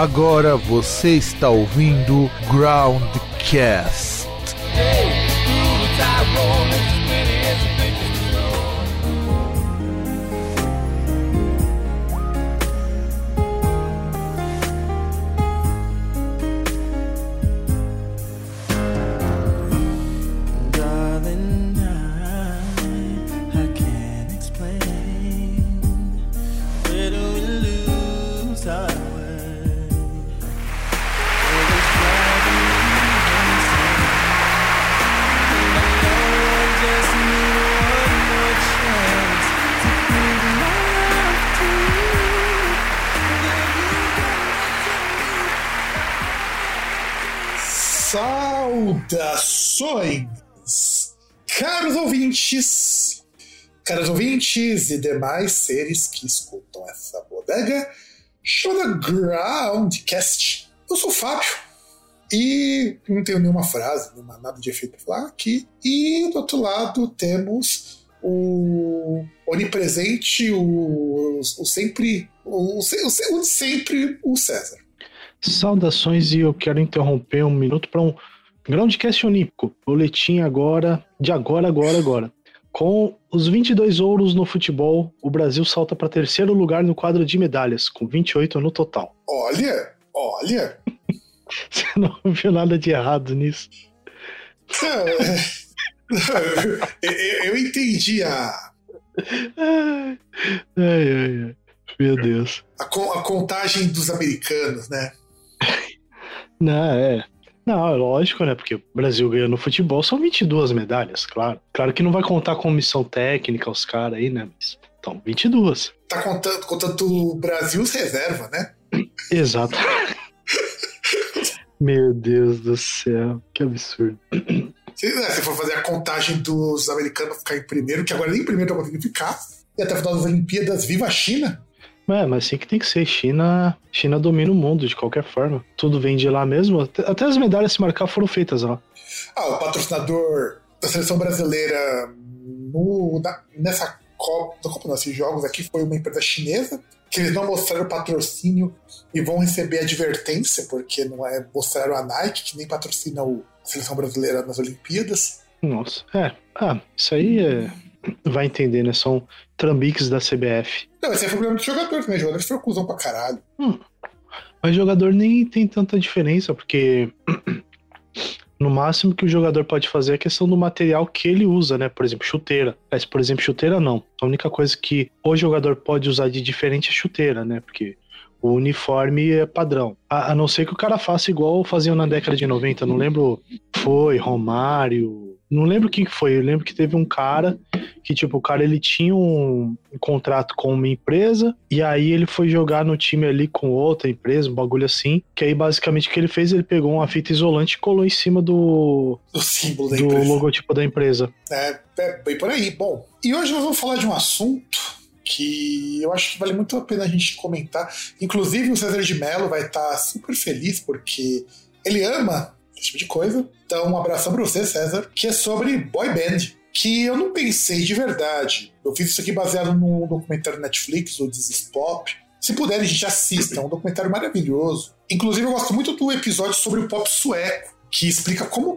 Agora você está ouvindo Groundcast. Saudações, caros ouvintes e demais seres que escutam essa bodega chamada Groundcast. Eu sou o Fábio e não tenho nenhuma frase, nada de efeito pra falar aqui. E do outro lado temos o onipresente, o sempre o César. Saudações, e eu quero interromper um minuto para um Groundcast olímpico. Boletim agora. Com os 22 ouros no futebol, o Brasil salta para terceiro lugar no quadro de medalhas, com 28 no total. Olha! Você não viu nada de errado nisso? Eu entendi Ai. Meu Deus. A contagem dos americanos, né? Não, é lógico, né? Porque o Brasil ganhou no futebol, são 22 medalhas, claro. Claro que não vai contar com missão técnica os caras aí, né? Mas, então, 22. Tá contando o Brasil os reserva, né? Exato. Meu Deus do céu, que absurdo. Se for fazer a contagem dos americanos ficar em primeiro, que agora nem em primeiro tá conseguindo ficar, e até o final das Olimpíadas, viva a China! Mas assim que tem que ser. China domina o mundo de qualquer forma. Tudo vem de lá mesmo. Até as medalhas se marcar foram feitas lá. O patrocinador da seleção brasileira nesses jogos aqui foi uma empresa chinesa, que eles não mostraram patrocínio e vão receber advertência, porque não mostraram a Nike, que nem patrocina a seleção brasileira nas Olimpíadas. Nossa, isso aí vai entender, né? São trambiques da CBF. Não, esse é o problema dos jogadores, né? Os jogadores foram cuzão pra caralho. Mas jogador nem tem tanta diferença, porque no máximo que o jogador pode fazer é a questão do material que ele usa, né? Por exemplo, chuteira. Mas, por exemplo, chuteira não. A única coisa que o jogador pode usar de diferente é chuteira, né? Porque o uniforme é padrão. A não ser que o cara faça igual faziam na década de 90. Não lembro. Foi Romário. Não lembro quem foi. Eu lembro que teve um cara que, tipo, o cara ele tinha um contrato com uma empresa e aí ele foi jogar no time ali com outra empresa, um bagulho assim, que aí basicamente o que ele fez, ele pegou uma fita isolante e colou em cima do símbolo da do empresa. logotipo da empresa. É bem por aí. Bom, e hoje nós vamos falar de um assunto que eu acho que vale muito a pena a gente comentar. Inclusive o César de Mello vai estar super feliz porque ele ama esse tipo de coisa. Então um abração pra você, César, que é sobre boy band, que eu não pensei de verdade. Eu fiz isso aqui baseado no documentário Netflix, o This Is Pop. Se puderem, gente, assista, é um documentário maravilhoso. Inclusive eu gosto muito do episódio sobre o pop sueco, que explica como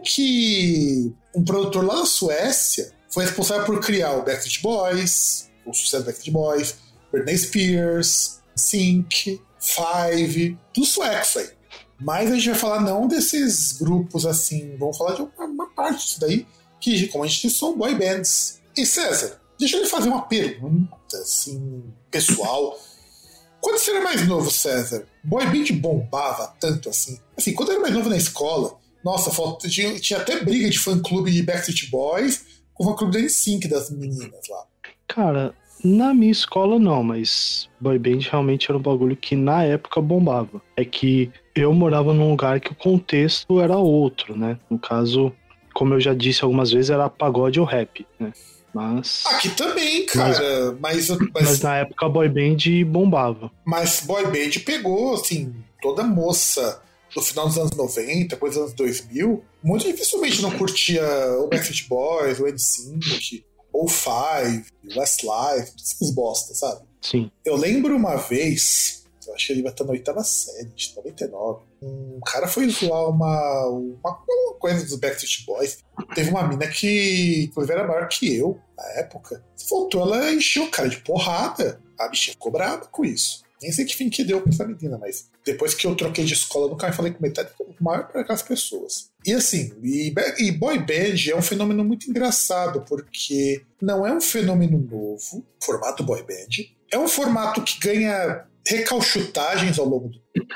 que um produtor lá na Suécia foi responsável por criar o Backstreet Boys, o sucesso do Backstreet Boys, Britney Spears, Sync, Five, dos suecos aí. Mas a gente vai falar não desses grupos assim, vamos falar de uma parte disso daí, que, como a gente disse, são boy bands. E César, deixa eu lhe fazer uma pergunta, assim, pessoal. Quando você era mais novo, César, boy band bombava tanto assim? Assim, quando eu era mais novo na escola, nossa, tinha até briga de fã-clube de Backstreet Boys com o fã-clube da NSYNC das meninas lá. Cara, na minha escola não, mas boy band realmente era um bagulho que na época bombava. É que eu morava num lugar que o contexto era outro, né? No caso, como eu já disse algumas vezes, era pagode ou rap, né? Mas... Aqui também, cara. Mas na época boy band bombava. Mas boy band pegou, assim, toda moça no final dos anos 90, depois dos anos 2000, muito dificilmente não curtia o Backstreet Boys, o NSYNC, ou Five, Westlife, essas bostas, sabe? Sim. Eu lembro uma vez, eu acho que ele vai estar na 8ª série, de 99. Um cara foi zoar uma coisa dos Backstreet Boys. Teve uma mina que, inclusive, era maior que eu, na época. Voltou, ela encheu o cara de porrada. A bichinha ficou brava com isso. Nem sei que fim que deu com essa menina, mas depois que eu troquei de escola, nunca falei com metade maior para aquelas pessoas. E assim, e boy band é um fenômeno muito engraçado, porque não é um fenômeno novo, formato boy band. É um formato que ganha recalchutagens ao longo do tempo.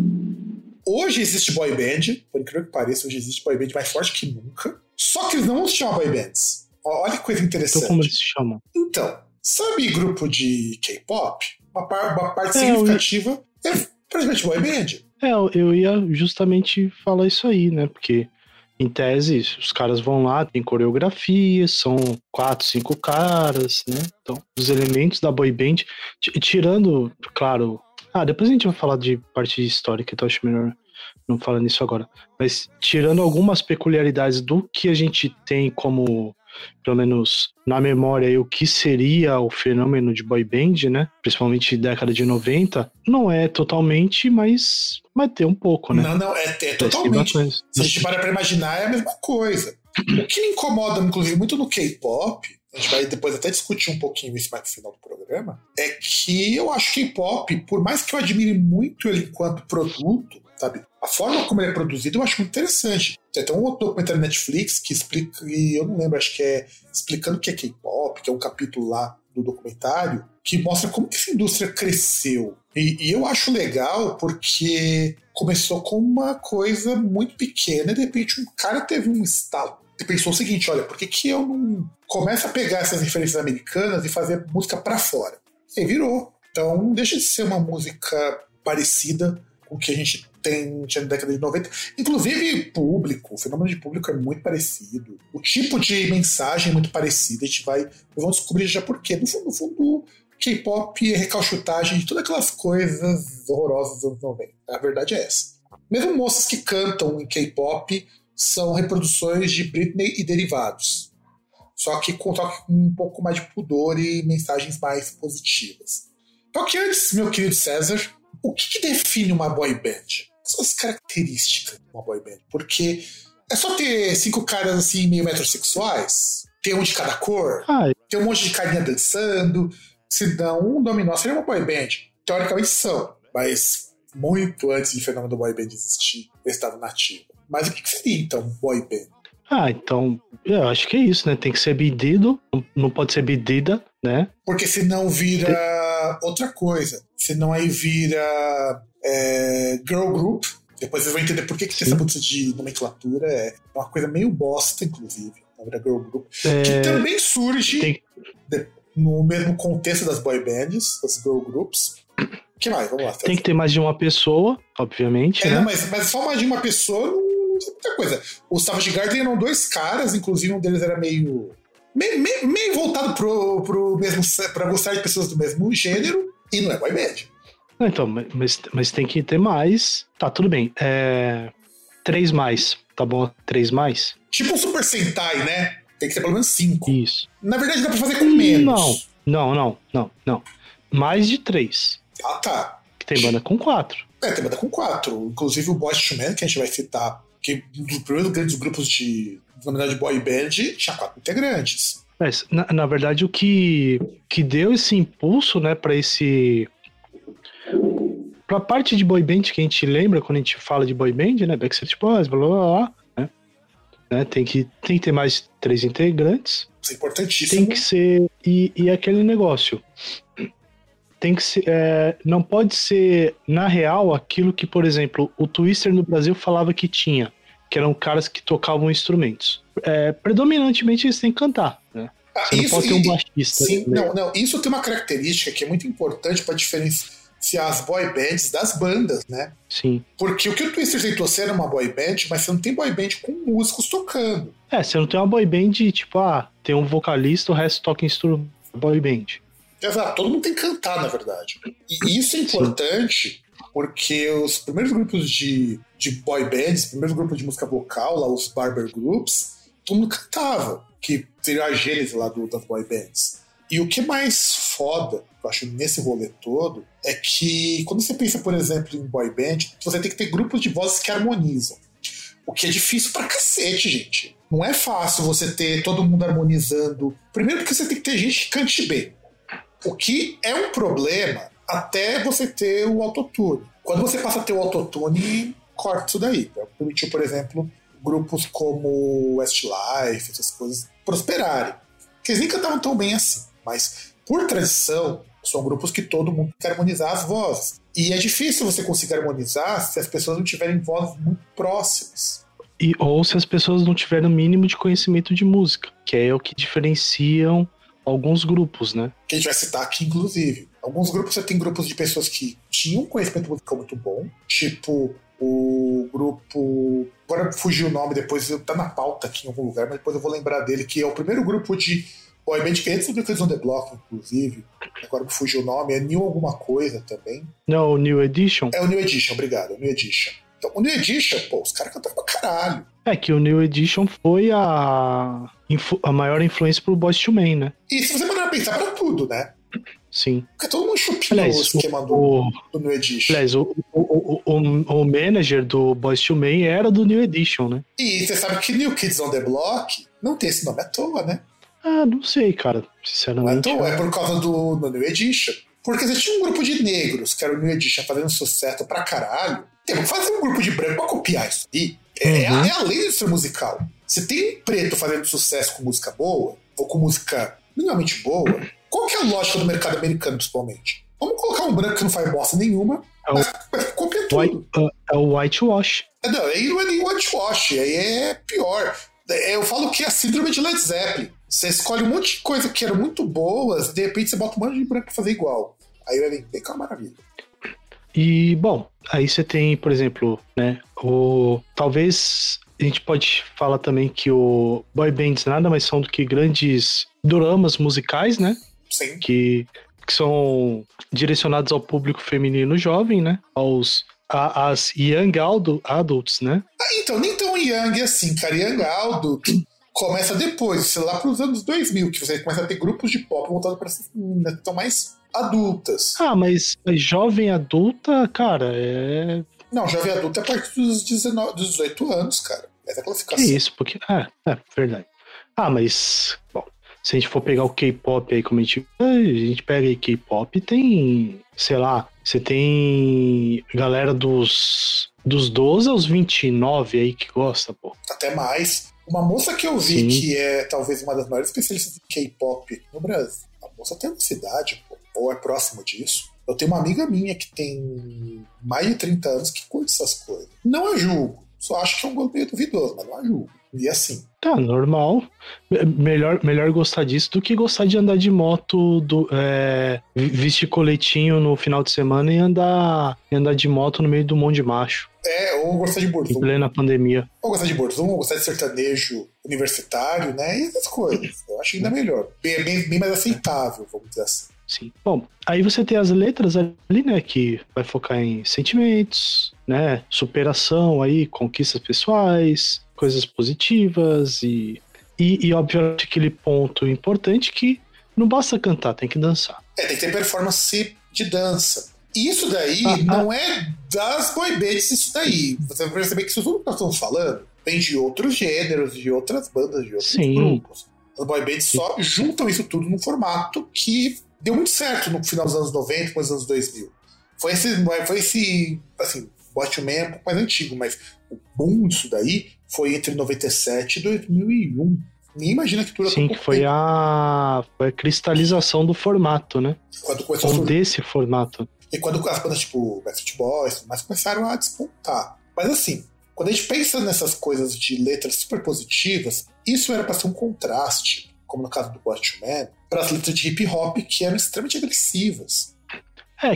Hoje existe boy band, por incrível que pareça, hoje existe boy band mais forte que nunca. Só que eles não se chamam boy bands. Olha que coisa interessante. Então como eles se chamam? Então, sabe grupo de K-pop? Uma parte significativa é praticamente boy band. Eu ia justamente falar isso aí, né? Porque, em tese, os caras vão lá, tem coreografia, são 4, 5 caras, né? Então, os elementos da boy band, tirando, claro... depois a gente vai falar de parte histórica, então acho melhor não falar nisso agora. Mas, tirando algumas peculiaridades do que a gente tem como... pelo menos na memória aí, o que seria o fenômeno de boy band, né? Principalmente década de 90, não é totalmente, mas vai ter um pouco, né? Não, é totalmente. Se a gente para pra imaginar, é a mesma coisa. O que me incomoda, inclusive, muito no K-pop, a gente vai depois até discutir um pouquinho isso mais no final do programa, é que eu acho K-pop, por mais que eu admire muito ele enquanto produto, sabe? A forma como ele é produzido eu acho muito interessante. Tem até um outro documentário na Netflix que explica, eu não lembro, acho que é explicando o que é K-pop, que é um capítulo lá do documentário, que mostra como que essa indústria cresceu. E eu acho legal porque começou com uma coisa muito pequena e de repente um cara teve um estalo. E pensou o seguinte, olha, por que eu não começo a pegar essas referências americanas e fazer música pra fora? E aí virou. Então não deixa de ser uma música parecida com o que a gente tinha na década de 90. Inclusive público, o fenômeno de público é muito parecido. O tipo de mensagem é muito parecido. Nós vamos descobrir já por quê. No fundo, K-pop é recalchutagem de todas aquelas coisas horrorosas dos anos 90. A verdade é essa. Mesmo moças que cantam em K-pop são reproduções de Britney e derivados. Só que com um pouco mais de pudor e mensagens mais positivas. Então aqui antes, meu querido César, o que define uma boy band? Quais são as características de uma boy band? Porque é só ter 5 caras assim meio metrosexuais? Ter um de cada cor? Ter um monte de carinha dançando? Se não, um dominó seria uma boy band. Teoricamente são, mas muito antes do fenômeno do boy band existir, eles estavam nativos. Mas o que seria então boy band? Então, eu acho que é isso, né? Tem que ser bidido, não pode ser bidida, né? Porque senão vira outra coisa. Senão aí vira girl group. Depois vocês vão entender por que tem essa mudança de nomenclatura. É uma coisa meio bosta, inclusive. Vira girl group. Que também surge no mesmo contexto das boy bands, das girl groups. O que mais? Vamos lá. Tem que ter mais de uma pessoa, obviamente, né? Mas só mais de uma pessoa não tem muita coisa. Os Savage Garden eram 2 caras, inclusive um deles era meio voltado pro mesmo, pra gostar de pessoas do mesmo gênero, e não é boy band. Então, mas tem que ter mais. Tá, tudo bem. 3 mais, tá bom? 3 mais? Tipo um Super Sentai, né? Tem que ter pelo menos 5. Isso. Na verdade dá pra fazer com menos. Não. Mais de 3. Ah, tá. Tem banda com 4. Tem banda com 4. Inclusive o Boyz II Men, que a gente vai citar, que um dos primeiros grandes grupos de boy band, tinha 4 integrantes. Mas, na verdade, o que deu esse impulso, né, pra parte de boy band que a gente lembra quando a gente fala de boy band, né, Backstreet Boys, blá blá blá, né, tem que ter mais 3 integrantes. Isso é importantíssimo. Tem que ser, e aquele negócio, tem que ser, não pode ser, na real, aquilo que, por exemplo, o Twister no Brasil falava que tinha, que eram caras que tocavam instrumentos. Predominantemente eles têm que cantar, né? Você não pode ter um baixista. Sim, não. Isso tem uma característica que é muito importante para diferenciar as boy bands das bandas, né? Sim. Porque o que o Twister tentou ser era uma boy band, mas você não tem boy band com músicos tocando. Você não tem uma boy band, tipo, tem um vocalista, o resto toca instrumento. Boy band. Exato, todo mundo tem que cantar, na verdade. E isso é importante porque os primeiros grupos de boy bands, os primeiros grupos de música vocal, lá os barber groups, todo mundo cantava, que seria a gênese lá das boy bands. E o que é mais foda, eu acho, nesse rolê todo, é que quando você pensa, por exemplo, em boy band, você tem que ter grupos de vozes que harmonizam. O que é difícil pra cacete, gente. Não é fácil você ter todo mundo harmonizando. Primeiro porque você tem que ter gente que cante bem. O que é um problema até você ter o autotune. Quando você passa a ter o autotune, corta isso daí. Permitiu, por exemplo, grupos como Westlife, essas coisas, prosperarem. Porque eles nem cantavam tão bem assim. Mas, por tradição, são grupos que todo mundo quer harmonizar as vozes. E é difícil você conseguir harmonizar se as pessoas não tiverem vozes muito próximas. Ou se as pessoas não tiverem o mínimo de conhecimento de música, que é o que diferenciam alguns grupos, né? Que a gente vai citar aqui, inclusive. Alguns grupos, você tem grupos de pessoas que tinham conhecimento musical muito bom, tipo o grupo... Agora fugiu o nome, depois tá na pauta aqui em algum lugar, mas depois eu vou lembrar dele, que é o primeiro grupo de boy band que antes do Kids on the Block, inclusive. Agora me fugiu o nome, é New alguma coisa também. Não, o New Edition? É o New Edition, obrigado, o New Edition. Então, o New Edition, pô, os caras cantaram pra caralho. É que o New Edition foi a maior influência pro Boyz II Men, né? E se você mandar pensar pra tudo, né? Sim. Porque todo mundo chupinha o esquema do New Edition. Aliás, o manager do Boyz II Men era do New Edition, né? E você sabe que New Kids on the Block não tem esse nome à toa, né? Ah, não sei, cara. Sinceramente. Não é à toa, é por causa do New Edition. Porque você tinha um grupo de negros, que era o New Edition, fazendo sucesso pra caralho. Tem que fazer um grupo de branco pra copiar isso. E é a lei do seu musical. Se tem preto fazendo sucesso com música boa, ou com música minimamente boa, qual que é a lógica do mercado americano, principalmente? Vamos colocar um branco que não faz bosta nenhuma, mas copia tudo. É o whitewash. Não, aí não é nem whitewash, aí é pior. Eu falo que é a síndrome de Led Zeppelin. Você escolhe um monte de coisa que eram muito boas, de repente você bota um monte de branco pra fazer igual. Aí vai vir uma maravilha. E, bom, aí você tem, por exemplo, né, talvez a gente pode falar também que o boy bands nada mais são do que grandes dramas musicais, né? Sim. Que são direcionados ao público feminino jovem, né? As young adults, né? Então, nem tão young assim, cara. Young adult começa depois, sei lá, pros anos 2000, que você começa a ter grupos de pop voltados para essas meninas que estão mais adultas. Ah, mas jovem adulta, cara, é... Não, jovem adulta é a partir dos 18 anos, cara. Essa é a classificação. Que isso, porque... É verdade. Ah, mas... Bom, se a gente for pegar o K-pop aí, como a gente pega aí K-pop, tem... Sei lá, você tem galera dos 12 aos 29 aí que gosta, pô. Até mais. Uma moça que eu vi, que é talvez uma das maiores especialistas em K-pop no Brasil. A moça tem uma cidade, pô, ou é próximo disso. Eu tenho uma amiga minha que tem mais de 30 anos que curte essas coisas. Não a julgo. Só acho que é um gosto meio duvidoso, mas não a julgo. E assim. Tá, normal. Melhor gostar disso do que gostar de andar de moto, vestir coletinho no final de semana e andar de moto no meio do monte de macho. Ou gostar de Burzum. Em plena pandemia. Ou gostar de Burzum, ou gostar de sertanejo universitário, né? E essas coisas. Eu acho ainda melhor. Bem mais aceitável, vamos dizer assim. Sim. Bom, aí você tem as letras ali, né, que vai focar em sentimentos, né, superação aí, conquistas pessoais, coisas positivas e obviamente aquele ponto importante que não basta cantar, tem que dançar. Tem que ter performance de dança. E isso daí não é das boy bands, isso daí. Você vai perceber que isso tudo que nós estamos falando vem de outros gêneros, de outras bandas, de outros grupos. As boy bands só juntam isso tudo num formato que deu muito certo no final dos anos 90, com os anos 2000. Foi esse assim, Boyz II Men é um pouco mais antigo, mas o boom disso daí foi entre 97 e 2001. Nem imagina que tudo. Sim, que foi a cristalização do formato, né? Quando começou ou desse formato. E quando as bandas tipo Backstreet Boys, mas começaram a despontar. Mas assim, quando a gente pensa nessas coisas de letras super positivas, isso era para ser um contraste, como no caso do Boyz II Men, para as letras de hip hop que eram extremamente agressivas. É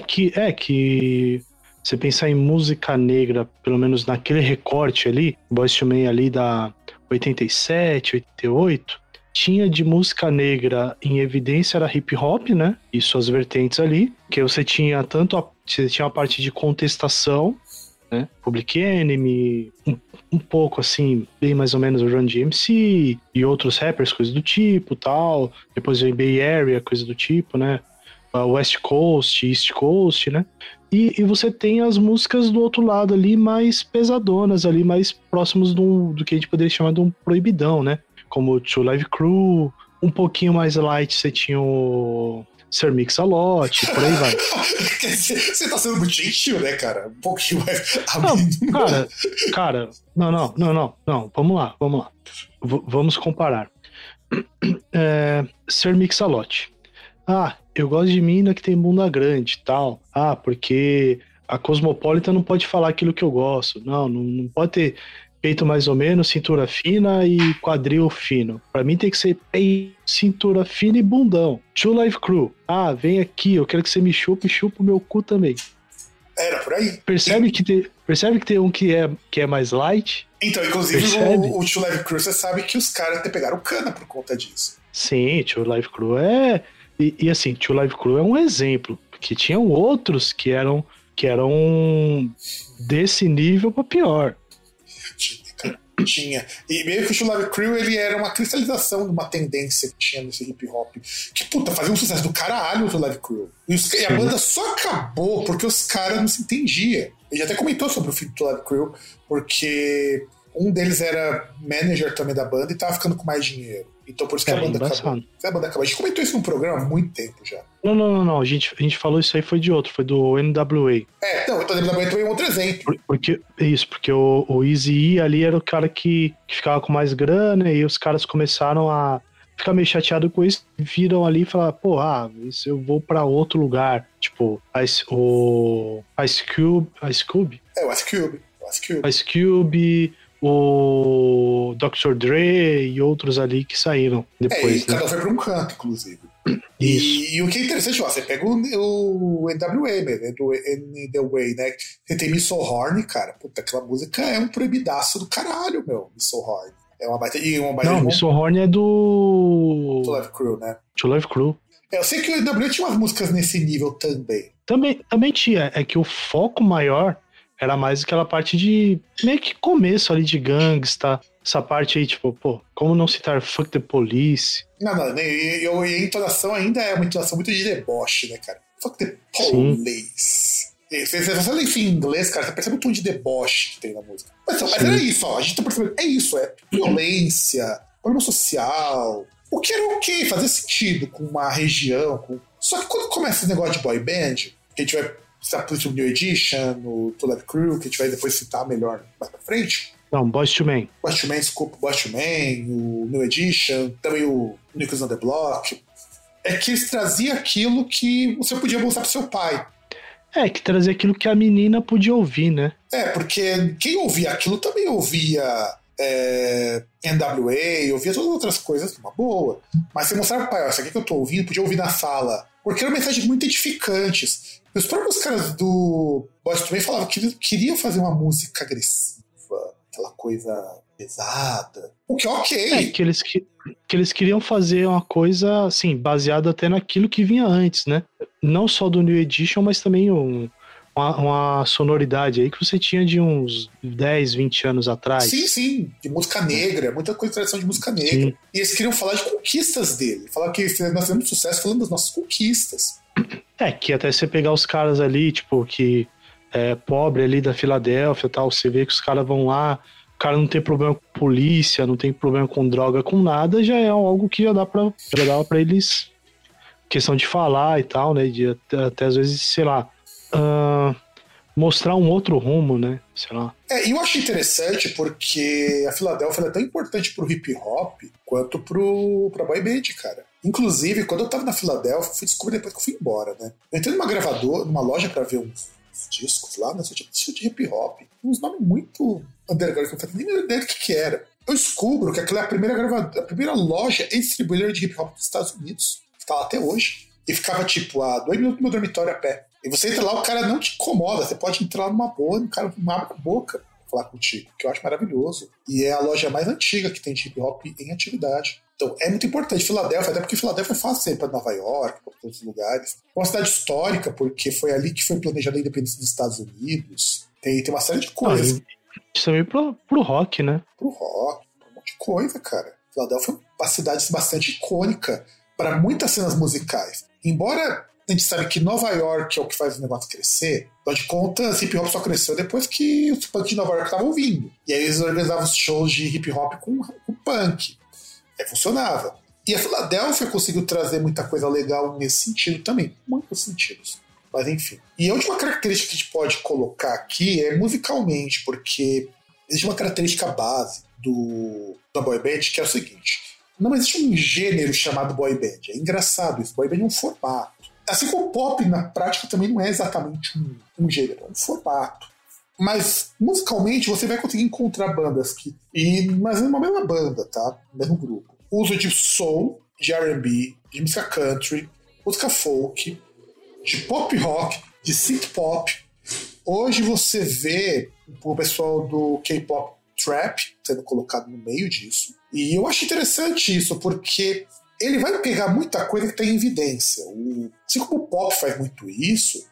que você pensar em música negra, pelo menos naquele recorte ali, Boyz II Men ali da 87, 88, tinha de música negra em evidência era hip hop, né? E suas vertentes ali, que você tinha a parte de contestação né? Public Enemy, um pouco assim, bem mais ou menos o Run DMC e outros rappers, coisa do tipo, tal. Depois vem Bay Area, coisa do tipo, né? West Coast, East Coast, né? E você tem as músicas do outro lado ali, mais pesadonas ali, mais próximos do que a gente poderia chamar de um proibidão, né? Como o Two Live Crew, um pouquinho mais light você tinha o Sir Mix-a-Lot, por aí vai. Você tá sendo muito gentil, né, cara? Um pouquinho mais... Não, vamos lá. Vamos comparar. Sir Mix-a-Lot. Eu gosto de mina que tem bunda grande e tal. Porque a Cosmopolitan não pode falar aquilo que eu gosto. Não pode ter peito mais ou menos, cintura fina e quadril fino. Pra mim tem que ser peito, cintura fina e bundão. Two Live Crew. Vem aqui, eu quero que você me chupe o meu cu também. Era por aí. Percebe que tem um que é mais light? Então, inclusive, o Two Live Crew, você sabe que os caras até pegaram cana por conta disso. Sim, Two Live Crew é... E assim, Two Live Crew é um exemplo, porque tinham outros que eram desse nível pra pior. Tinha. E meio que o Two Live Crew, ele era uma cristalização de uma tendência que tinha nesse hip hop. Que, fazia um sucesso do caralho o Two Live Crew. E a banda só acabou porque os caras não se entendiam. Ele até comentou sobre o fim do Two Live Crew, porque um deles era manager também da banda e tava ficando com mais dinheiro. Então por isso que a banda acabou. A gente comentou isso num programa há muito tempo já. Não. A gente falou isso aí, foi de outro, foi do NWA. Então o NWA também é um outro exemplo. Porque o Eazy-E ali era o cara que ficava com mais grana e os caras começaram a ficar meio chateado com isso, viram ali e falaram, isso eu vou pra outro lugar. Tipo, o Ice Cube. O Ice Cube, o Dr. Dre e outros ali que saíram depois. Cada um foi pra um canto, inclusive. Isso. E o que é interessante, você pega o NWA, né, do NWA, né? Você tem Miss So Horny, cara. Puta, aquela música é um proibidaço do caralho, meu. Miss So Horny. É uma baita. Não, Miss So Horny é do Two Live Crew, né? Two Live Crew. Eu sei que o NWA tinha umas músicas nesse nível também. Também tinha. É que o foco maior era mais aquela parte de meio que começo ali de gangsta. Essa parte aí, tipo, como não citar Fuck the Police? Não, e a entonação ainda é uma entonação muito de deboche, né, cara? Fuck the Police. Se você lê isso em inglês, cara, você percebe o tom de deboche que tem na música. Mas era isso, ó. A gente tá percebendo. É isso, é violência, problema social. O que era ok, fazer sentido com uma região. Só que quando começa esse negócio de boy band, que a gente vai citar por exemplo, o New Edition, o Two Live Crew, que a gente vai depois citar melhor mais pra frente. Não, Boyz II Men. Boyz II Men, o New Edition, também o New Kids on the Block. É que eles traziam aquilo que você podia mostrar pro seu pai. Que trazia aquilo que a menina podia ouvir, né? Porque quem ouvia aquilo também ouvia NWA, ouvia todas as outras coisas, uma boa. Mas você mostrava pro pai, isso aqui que eu tô ouvindo, podia ouvir na sala. Porque eram mensagens muito edificantes. E os próprios caras do Boyz II Men falavam que queriam fazer uma música agressiva, aquela coisa pesada. O que é ok. Que eles queriam fazer uma coisa, assim, baseada até naquilo que vinha antes, né? Não só do New Edition, mas também uma sonoridade aí que você tinha de uns 10, 20 anos atrás. Sim, de música negra, muita coisa de tradição de música negra. Sim. E eles queriam falar de conquistas dele. Falar que nós tivemos sucesso falando das nossas conquistas. Que até você pegar os caras ali, tipo, que é pobre ali da Filadélfia e tal, você vê que os caras vão lá, o cara não tem problema com polícia, não tem problema com droga, com nada, já é algo que já dava pra eles, questão de falar e tal, né, de até às vezes, sei lá, mostrar um outro rumo, né, sei lá. E eu acho interessante porque a Filadélfia é tão importante pro hip hop quanto pra boy band, cara. Inclusive, quando eu tava na Filadélfia, fui descobrir depois que eu fui embora, né? Eu entrei numa loja pra ver uns discos lá, né? Só tinha disco de hip hop. Uns nomes muito underground que eu não fazia nem ideia do que era. Eu descubro que aquela é a primeira loja e distribuidora de hip hop dos Estados Unidos, que tá lá até hoje. E ficava, tipo, a 2 minutos do meu dormitório a pé. E você entra lá, o cara não te incomoda. Você pode entrar numa boa, o cara não abre a boca pra falar contigo, que eu acho maravilhoso. E é a loja mais antiga que tem de hip hop em atividade. Então é muito importante. Filadélfia, até porque Filadélfia é fácil ser para Nova York, para outros lugares. É uma cidade histórica, porque foi ali que foi planejada a independência dos Estados Unidos. Tem uma série de coisas. Isso também pro rock, né? Pro rock, um monte de coisa, cara. Filadélfia é uma cidade bastante icônica para muitas cenas musicais. Embora a gente sabe que Nova York é o que faz o negócio crescer, afinal de contas, hip hop só cresceu depois que os punk de Nova York estavam vindo. E aí eles organizavam os shows de hip hop com punk. Aí funcionava. E a Filadélfia conseguiu trazer muita coisa legal nesse sentido também. Muitos sentidos. Mas enfim. E a última característica que a gente pode colocar aqui é musicalmente, porque existe uma característica base da boy band, que é o seguinte: não existe um gênero chamado boy band. É engraçado isso. Boy band é um formato. Assim como o pop, na prática, também não é exatamente um gênero, é um formato. Mas, musicalmente, você vai conseguir encontrar bandas mas numa mesma banda, tá? No mesmo grupo. Uso de soul, de R&B, de música country, música folk, de pop rock, de synth pop. Hoje você vê o pessoal do K-pop trap sendo colocado no meio disso. E eu acho interessante isso, porque ele vai pegar muita coisa que está em evidência. Assim como o pop faz muito isso,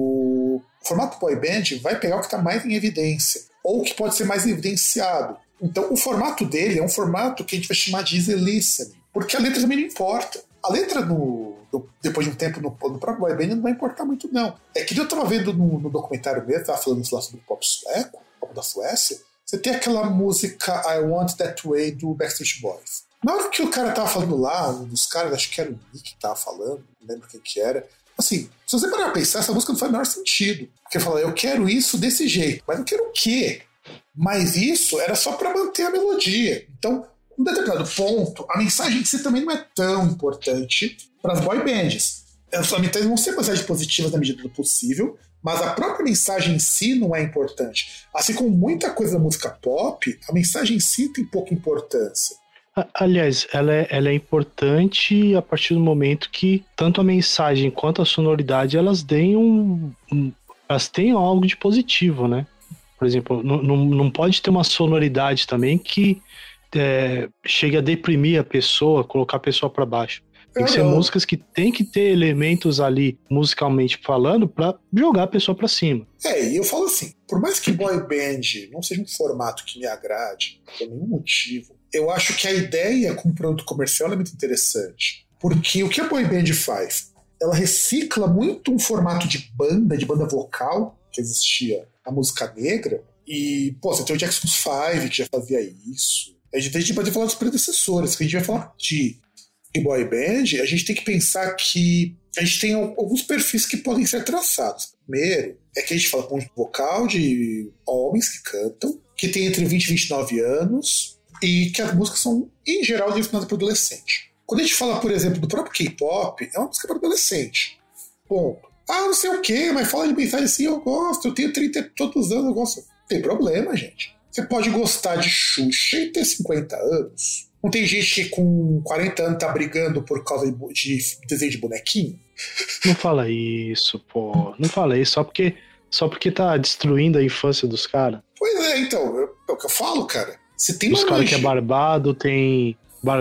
o formato boy band vai pegar o que está mais em evidência, ou que pode ser mais evidenciado. Então o formato dele é um formato que a gente vai chamar de easy listening, porque a letra também não importa. A letra, depois de um tempo, no próprio boy band não vai importar muito, não. É que eu estava vendo no documentário mesmo, estava falando isso lá sobre o pop sueco, pop da Suécia, você tem aquela música I Want That Way do Backstreet Boys. Na hora que o cara tava falando lá, um dos caras, acho que era o Nick que tava falando, não lembro quem que era. Assim, se você parar pra pensar, essa música não faz o menor sentido. Porque fala, eu quero isso desse jeito, mas eu quero o quê? Mas isso era só pra manter a melodia. Então, em determinado ponto, a mensagem em si também não é tão importante para as boy bands. As mensagens vão ser mensagens positivas na medida do possível, mas a própria mensagem em si não é importante. Assim como muita coisa da música pop, a mensagem em si tem pouca importância. Aliás, ela é importante a partir do momento que tanto a mensagem quanto a sonoridade elas deem elas tenham algo de positivo, né? Por exemplo, não pode ter uma sonoridade também que chegue a deprimir a pessoa, colocar a pessoa para baixo. Tem que ser músicas que tem que ter elementos ali, musicalmente falando, para jogar a pessoa para cima. E eu falo assim, por mais que boy band não seja um formato que me agrade, por nenhum motivo, eu acho que a ideia com o produto comercial é muito interessante. Porque o que a boy band faz? Ela recicla muito um formato de banda vocal, que existia na música negra, e, você tem o Jackson 5, que já fazia isso. A gente pode falar dos predecessores, que a gente vai falar de boy band, a gente tem que pensar que a gente tem alguns perfis que podem ser traçados. Primeiro, é que a gente fala com um vocal de homens que cantam, que tem entre 20 e 29 anos, e que as músicas são, em geral, direcionadas para adolescente. Quando a gente fala, por exemplo, do próprio K-pop, é uma música para adolescente. Ponto. Não sei o quê, mas fala de mensagem assim, eu gosto, eu tenho 30 e todos os anos, eu gosto. Não tem problema, gente. Você pode gostar de Xuxa e ter 50 anos. Não tem gente que com 40 anos tá brigando por causa de desenho de bonequinho? Não fala isso, pô. Não fala isso só porque tá destruindo a infância dos caras. Pois é, então. É o que eu falo, cara. Você tem os caras que é barbado, tem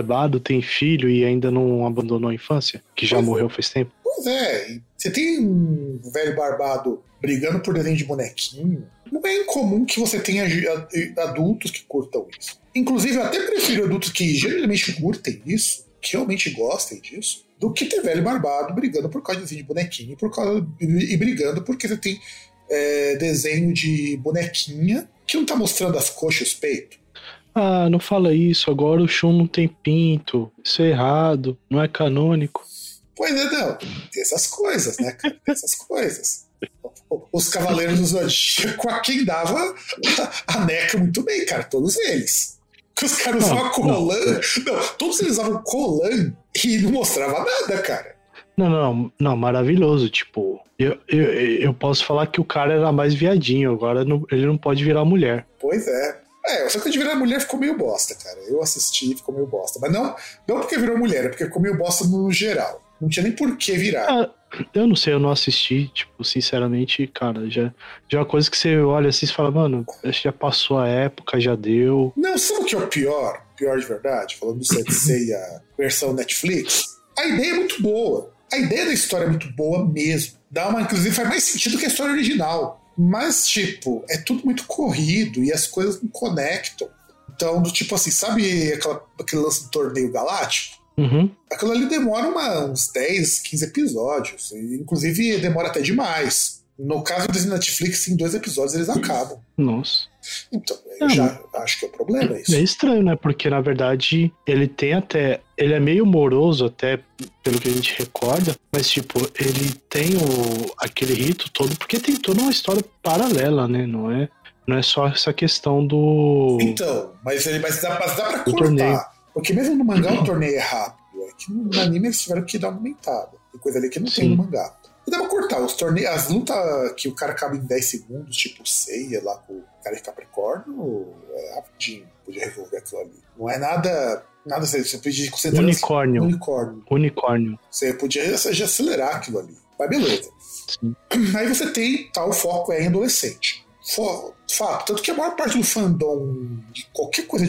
filho e ainda não abandonou a infância, que já morreu faz tempo. Pois é. Você tem um velho barbado brigando por desenho de bonequinho. Não é incomum que você tenha adultos que curtam isso. Inclusive, eu até prefiro adultos que geralmente curtem isso, que realmente gostem disso, do que ter velho barbado brigando por causa de desenho de bonequinho e brigando porque você tem desenho de bonequinha que não tá mostrando as coxas e os peitos. Não fala isso, agora o Shun não tem pinto, isso é errado, não é canônico. Pois é, não. Tem essas coisas, né, cara? Tem essas coisas. Os Cavaleiros do Zodíaco, a quem dava a NECA muito bem, cara. Todos eles. Os caras usavam colã. Não, todos eles usavam colã e não mostrava nada, cara. Não, maravilhoso. Tipo, eu posso falar que o cara era mais viadinho, agora ele não pode virar mulher. Pois é. Só que de virar mulher ficou meio bosta, cara. Eu assisti e ficou meio bosta. Mas não porque virou mulher, é porque ficou meio bosta no geral. Não tinha nem por que virar. Eu não sei, eu não assisti, tipo, sinceramente, cara, já é uma coisa que você olha assim e fala, mano, já passou a época, já deu. Não, sabe o que é o pior? Pior de verdade, falando do Sensei, a versão Netflix, a ideia é muito boa. A ideia da história é muito boa mesmo. Inclusive faz mais sentido que a história original. Mas, tipo, é tudo muito corrido e as coisas não conectam. Então, tipo assim, sabe aquele lance do torneio galáctico? Uhum. Aquilo ali demora uns 10, 15 episódios. E, inclusive, demora até demais. No caso do Netflix, em 2 episódios eles acabam. Nossa. Então, eu já acho que é o problema isso. É estranho, né? Porque, na verdade, ele é meio moroso até, pelo que a gente recorda, mas, tipo, ele tem aquele rito todo, porque tem toda uma história paralela, né? Não é só essa questão do... Então, mas dá pra cortar. Torneio. Porque mesmo no mangá o torneio é rápido. É que no anime eles tiveram que dar uma aumentada. Tem coisa ali que não tem no mangá. E dá pra cortar. Os torneios, as lutas que o cara acaba em 10 segundos, tipo Seiya lá com o cara de Capricórnio, é rapidinho. Podia resolver aquilo ali. Não é nada você podia concentrar. Unicórnio. Você podia já acelerar aquilo ali. Mas beleza. Sim. Aí você tem o foco em adolescente. Fato. Tanto que a maior parte do fandom de qualquer coisa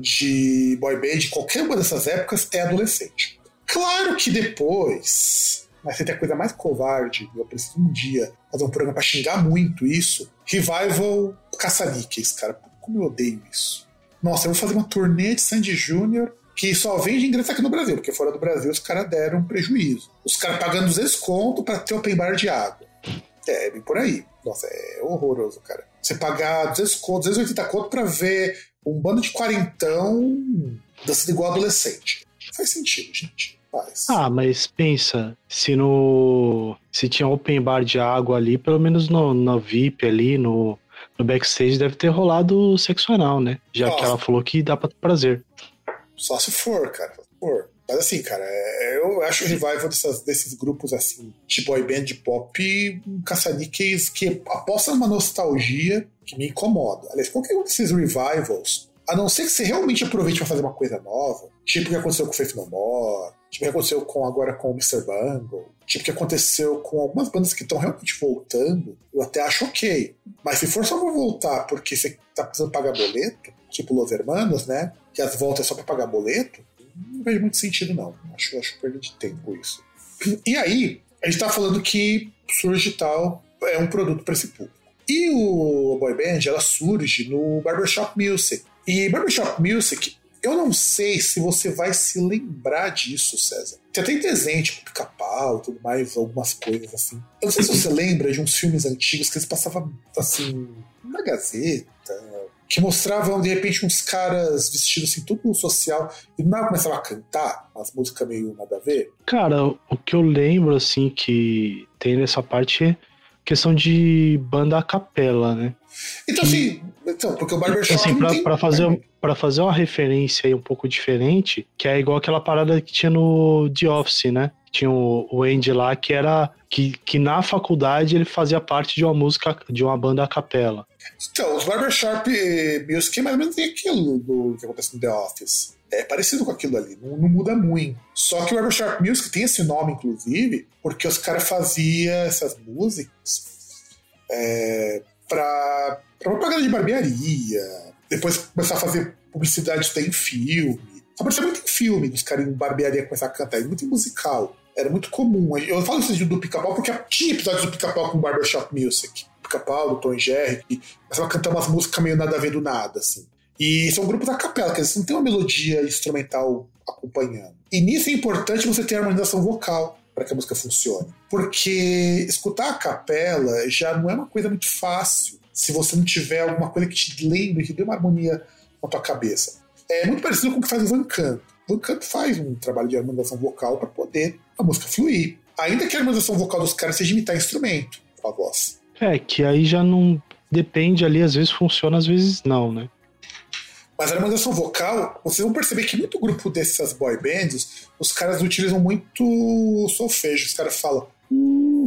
de boy band, qualquer uma dessas épocas, é adolescente. Claro que depois, mas você tem a coisa mais covarde, eu preciso um dia fazer um programa pra xingar muito isso, Revival caça-níqueis, cara. Como eu odeio isso. Nossa, eu vou fazer uma turnê de Sandy Júnior que só vende ingresso aqui no Brasil, porque fora do Brasil os caras deram um prejuízo. Os caras pagando 200 conto pra ter open bar de água. É, bem por aí. Nossa, é horroroso, cara. Você pagar 200 conto, 280 conto pra ver um bando de quarentão dançando igual adolescente. Faz sentido, gente. Faz. Mas pensa, se tinha open bar de água ali, pelo menos no VIP ali, no backstage deve ter rolado sexo anal, né? Já que ela falou que dá pra ter prazer. Só se for, cara. Só se for. Mas assim, cara, eu acho o revival desses grupos assim, de boy band de pop, um caça-níqueis que aposta numa nostalgia que me incomoda. Aliás, qualquer um desses revivals, a não ser que você realmente aproveite pra fazer uma coisa nova, tipo o que aconteceu com o Faith No More, tipo o que aconteceu agora com o Mr. Bungle, tipo o que aconteceu com algumas bandas que estão realmente voltando, eu até acho ok. Mas se for só pra voltar porque você tá precisando pagar boleto, tipo Los Hermanos, né, que as voltas é só pra pagar boleto, não vejo muito sentido, não. Acho perda de tempo isso. E aí, a gente tá falando que surge tal é um produto para esse público. E o boy band, ela surge no Barbershop Music. E Barbershop Music, eu não sei se você vai se lembrar disso, César. Tem até desenho, tipo Pica-Pau e tudo mais, algumas coisas assim. Eu não sei se você lembra de uns filmes antigos que eles passavam, assim, na Gazeta, que mostravam, de repente, uns caras vestidos assim, tudo social, e do nada começavam a cantar umas músicas meio nada a ver. Cara, o que eu lembro, assim, que tem nessa parte é questão de banda a capela, né? Então, assim, porque o Barbershop assim, não tem... Pra fazer uma referência aí um pouco diferente, que é igual aquela parada que tinha no The Office, né? Tinha o Andy lá, que era... Que na faculdade ele fazia parte de uma música, de uma banda a capela. Então, os Barbershop Music é mais ou menos aquilo do que acontece no The Office. É parecido com aquilo ali, não muda muito. Só que o Barbershop Music tem esse nome, inclusive, porque os caras faziam essas músicas pra propaganda de barbearia. Depois começar a fazer publicidade até em filme. Apareceu muito em filme, dos caras em barbearia começar a cantar, muito em musical. Era muito comum. Eu falo isso do Pica-Pau porque tinha episódios do Pica-Pau com Barbershop Music. Pica-Pau, do Tom e Jerry, que começava a cantar umas músicas meio nada a ver do nada, assim. E são grupos a capela, que eles não tem uma melodia instrumental acompanhando. E nisso é importante você ter a harmonização vocal para que a música funcione. Porque escutar a capela já não é uma coisa muito fácil se você não tiver alguma coisa que te lembre, que dê uma harmonia na tua cabeça. É muito parecido com o que faz o Van Canto. O Van Canto faz um trabalho de harmonização vocal para poder a música fluir. Ainda que a harmonização vocal dos caras seja imitar instrumento com a voz. Que aí já não depende ali, às vezes funciona, às vezes não, né? Mas a harmonização vocal, vocês vão perceber que muito grupo dessas boy bands, os caras utilizam muito solfejo. Os caras falam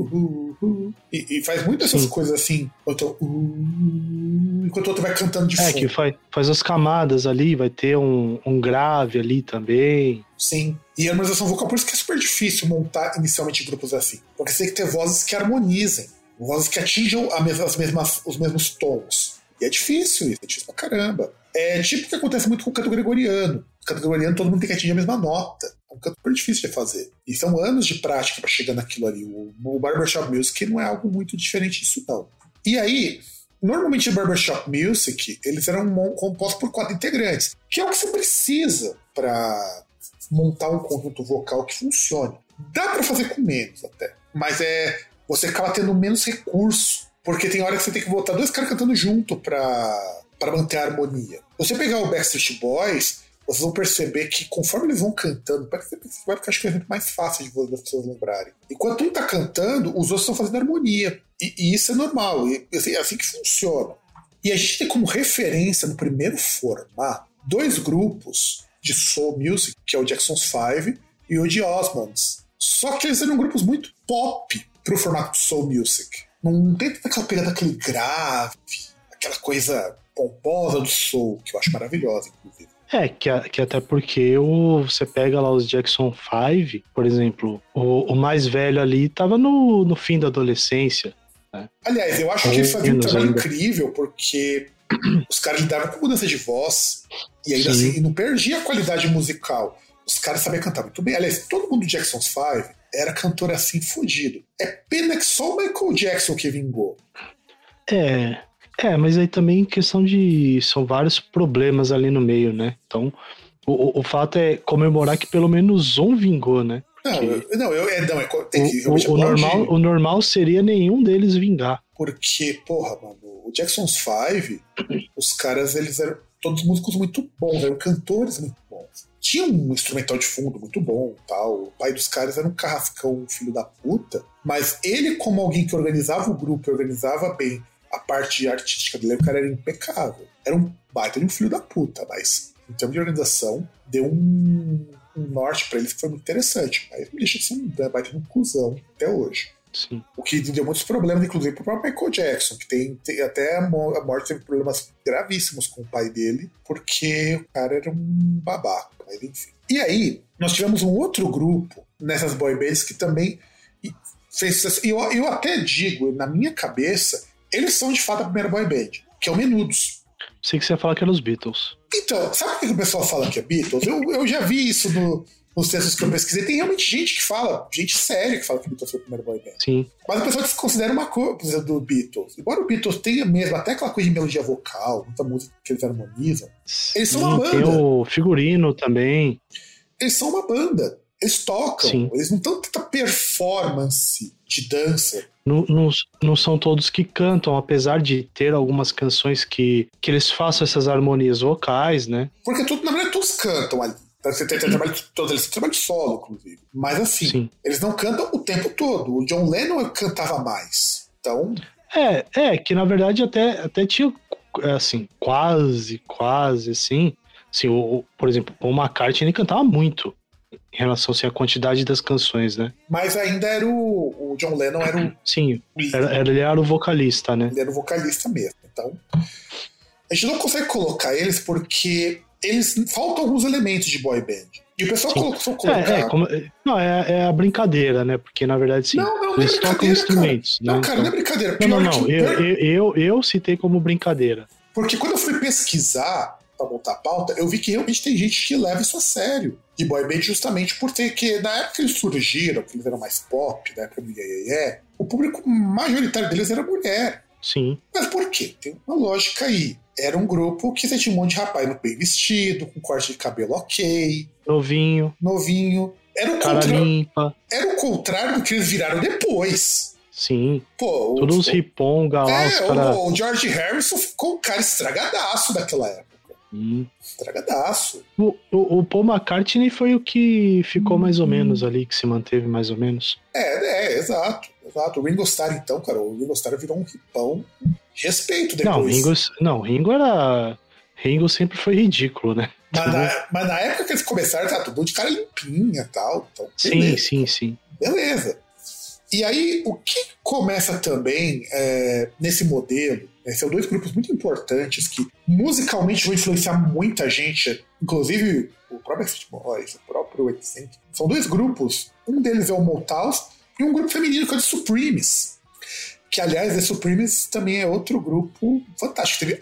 E faz muito essas coisas assim, enquanto o outro vai cantando de fundo. Que faz as camadas ali, vai ter um grave ali também. Sim. E a harmonização vocal, por isso que é super difícil montar inicialmente grupos assim. Porque você tem que ter vozes que harmonizem, vozes que atinjam os mesmos tons. E é difícil isso, é difícil pra caramba. É tipo o que acontece muito com o canto gregoriano. O canto gregoriano todo mundo tem que atingir a mesma nota. É um canto super difícil de fazer. E são anos de prática pra chegar naquilo ali. O barbershop music não é algo muito diferente disso, não. E aí, normalmente o barbershop music, eles eram compostos por 4 integrantes, que é o que você precisa pra montar um conjunto vocal que funcione. Dá pra fazer com menos até, mas você acaba tendo menos recurso, porque tem hora que você tem que botar 2 caras cantando junto pra manter a harmonia. Se você pegar o Backstreet Boys, vocês vão perceber que conforme eles vão cantando, vai ficar acho que é muito mais fácil das pessoas lembrarem. Enquanto um tá cantando, os outros estão fazendo harmonia. E isso é normal, é assim que funciona. E a gente tem como referência no primeiro formato 2 grupos de soul music, que é o Jackson's 5 e o The Osmonds. Só que eles eram grupos muito pop pro formato de soul music. Não tem aquela pegada daquele grave, aquela coisa pomposa do soul, que eu acho maravilhosa, inclusive. Que até porque você pega lá os Jackson 5, por exemplo, o mais velho ali tava no fim da adolescência. Né? Aliás, eu acho que eles faziam um trabalho incrível, porque os caras lidavam com mudança de voz e ainda assim não perdia a qualidade musical. Os caras sabiam cantar muito bem. Aliás, todo mundo do Jackson's 5 era cantor assim fodido. É pena que só o Michael Jackson que vingou. Mas aí também questão de... São vários problemas ali no meio, né? Então, o fato é comemorar que pelo menos um vingou, né? O normal seria nenhum deles vingar. Porque, porra, mano, o Jackson's 5, os caras, eles eram todos músicos muito bons, eram cantores muito bons. Tinha um instrumental de fundo muito bom, tal. O pai dos caras era um carrascão, filho da puta, mas ele, como alguém que organizava o grupo, organizava bem a parte artística dele, o cara era impecável. Era um baita de um filho da puta, mas em termos de organização, deu um norte pra eles que foi muito interessante. Mas me deixa de ser um baita de um cuzão até hoje. Sim. O que deu muitos problemas, inclusive, pro próprio Michael Jackson, que tem até a morte teve problemas gravíssimos com o pai dele, porque o cara era um babaca, mas enfim. E aí, nós tivemos um outro grupo nessas boy bands que também fez... Eu até digo, na minha cabeça, eles são de fato a primeira boy band, que é o Menudos. Sei que você ia falar que era os Beatles. Então, sabe por que o pessoal fala que é Beatles? Eu já vi isso nos textos que eu pesquisei. Tem realmente gente que fala, gente séria que fala que o Beatles foi o primeiro boy band. Sim. Mas o pessoal desconsidera uma coisa do Beatles. Embora o Beatles tenha mesmo até aquela coisa de melodia vocal, muita música que eles harmonizam, eles são uma banda. Tem o figurino também. Eles são uma banda. Eles tocam. Sim. Eles não têm tanta performance de dança. Não são todos que cantam, apesar de ter algumas canções que eles façam essas harmonias vocais, né? Porque na verdade todos cantam ali. Você tem trabalho todo, eles têm trabalho solo, inclusive. Mas assim, eles não cantam o tempo todo. O John Lennon cantava mais. Então... que na verdade até tinha, assim, quase, assim, por exemplo, o McCartney cantava muito em relação assim, à quantidade das canções, né? Mas ainda era o John Lennon era o... Sim, ele era o vocalista, né? Ele era o vocalista mesmo. Então, a gente não consegue colocar eles porque faltam alguns elementos de boy band. E o pessoal colocar... É a brincadeira, né? Porque, na verdade, sim, eles tocam instrumentos. Cara. Não, cara, não é brincadeira. Pior eu citei como brincadeira. Porque quando eu fui pesquisar pra montar a pauta, eu vi que realmente tem gente que leva isso a sério. De boy band justamente por ter que, na época que eles surgiram, que eles eram mais pop, na época do o público majoritário deles era mulher. Sim. Mas por quê? Tem uma lógica aí. Era um grupo que você tinha um monte de rapaz bem vestido, com corte de cabelo ok. Novinho. Era o contrário do que eles viraram depois. Sim. Pô, todos os riponga lá, os caras... O George Harrison ficou um cara estragadaço daquela época. Estragadaço. O Paul McCartney foi o que ficou mais ou menos ali, que se manteve mais ou menos. Exato. O Ringo Starr, então, cara, o Ringo Starr virou um ripão. Respeito depois. Ringo sempre foi ridículo, né? Mas na época que eles começaram, tá tudo de cara limpinha e tal. Então, sim. Beleza. E aí, o que começa também nesse modelo, são dois grupos muito importantes que musicalmente vão influenciar muita gente, inclusive o próprio Backstreet Boys, o próprio NSYNC. São dois grupos, um deles é o Motown e um grupo feminino que é o The Supremes, que aliás, The Supremes também é outro grupo fantástico, teve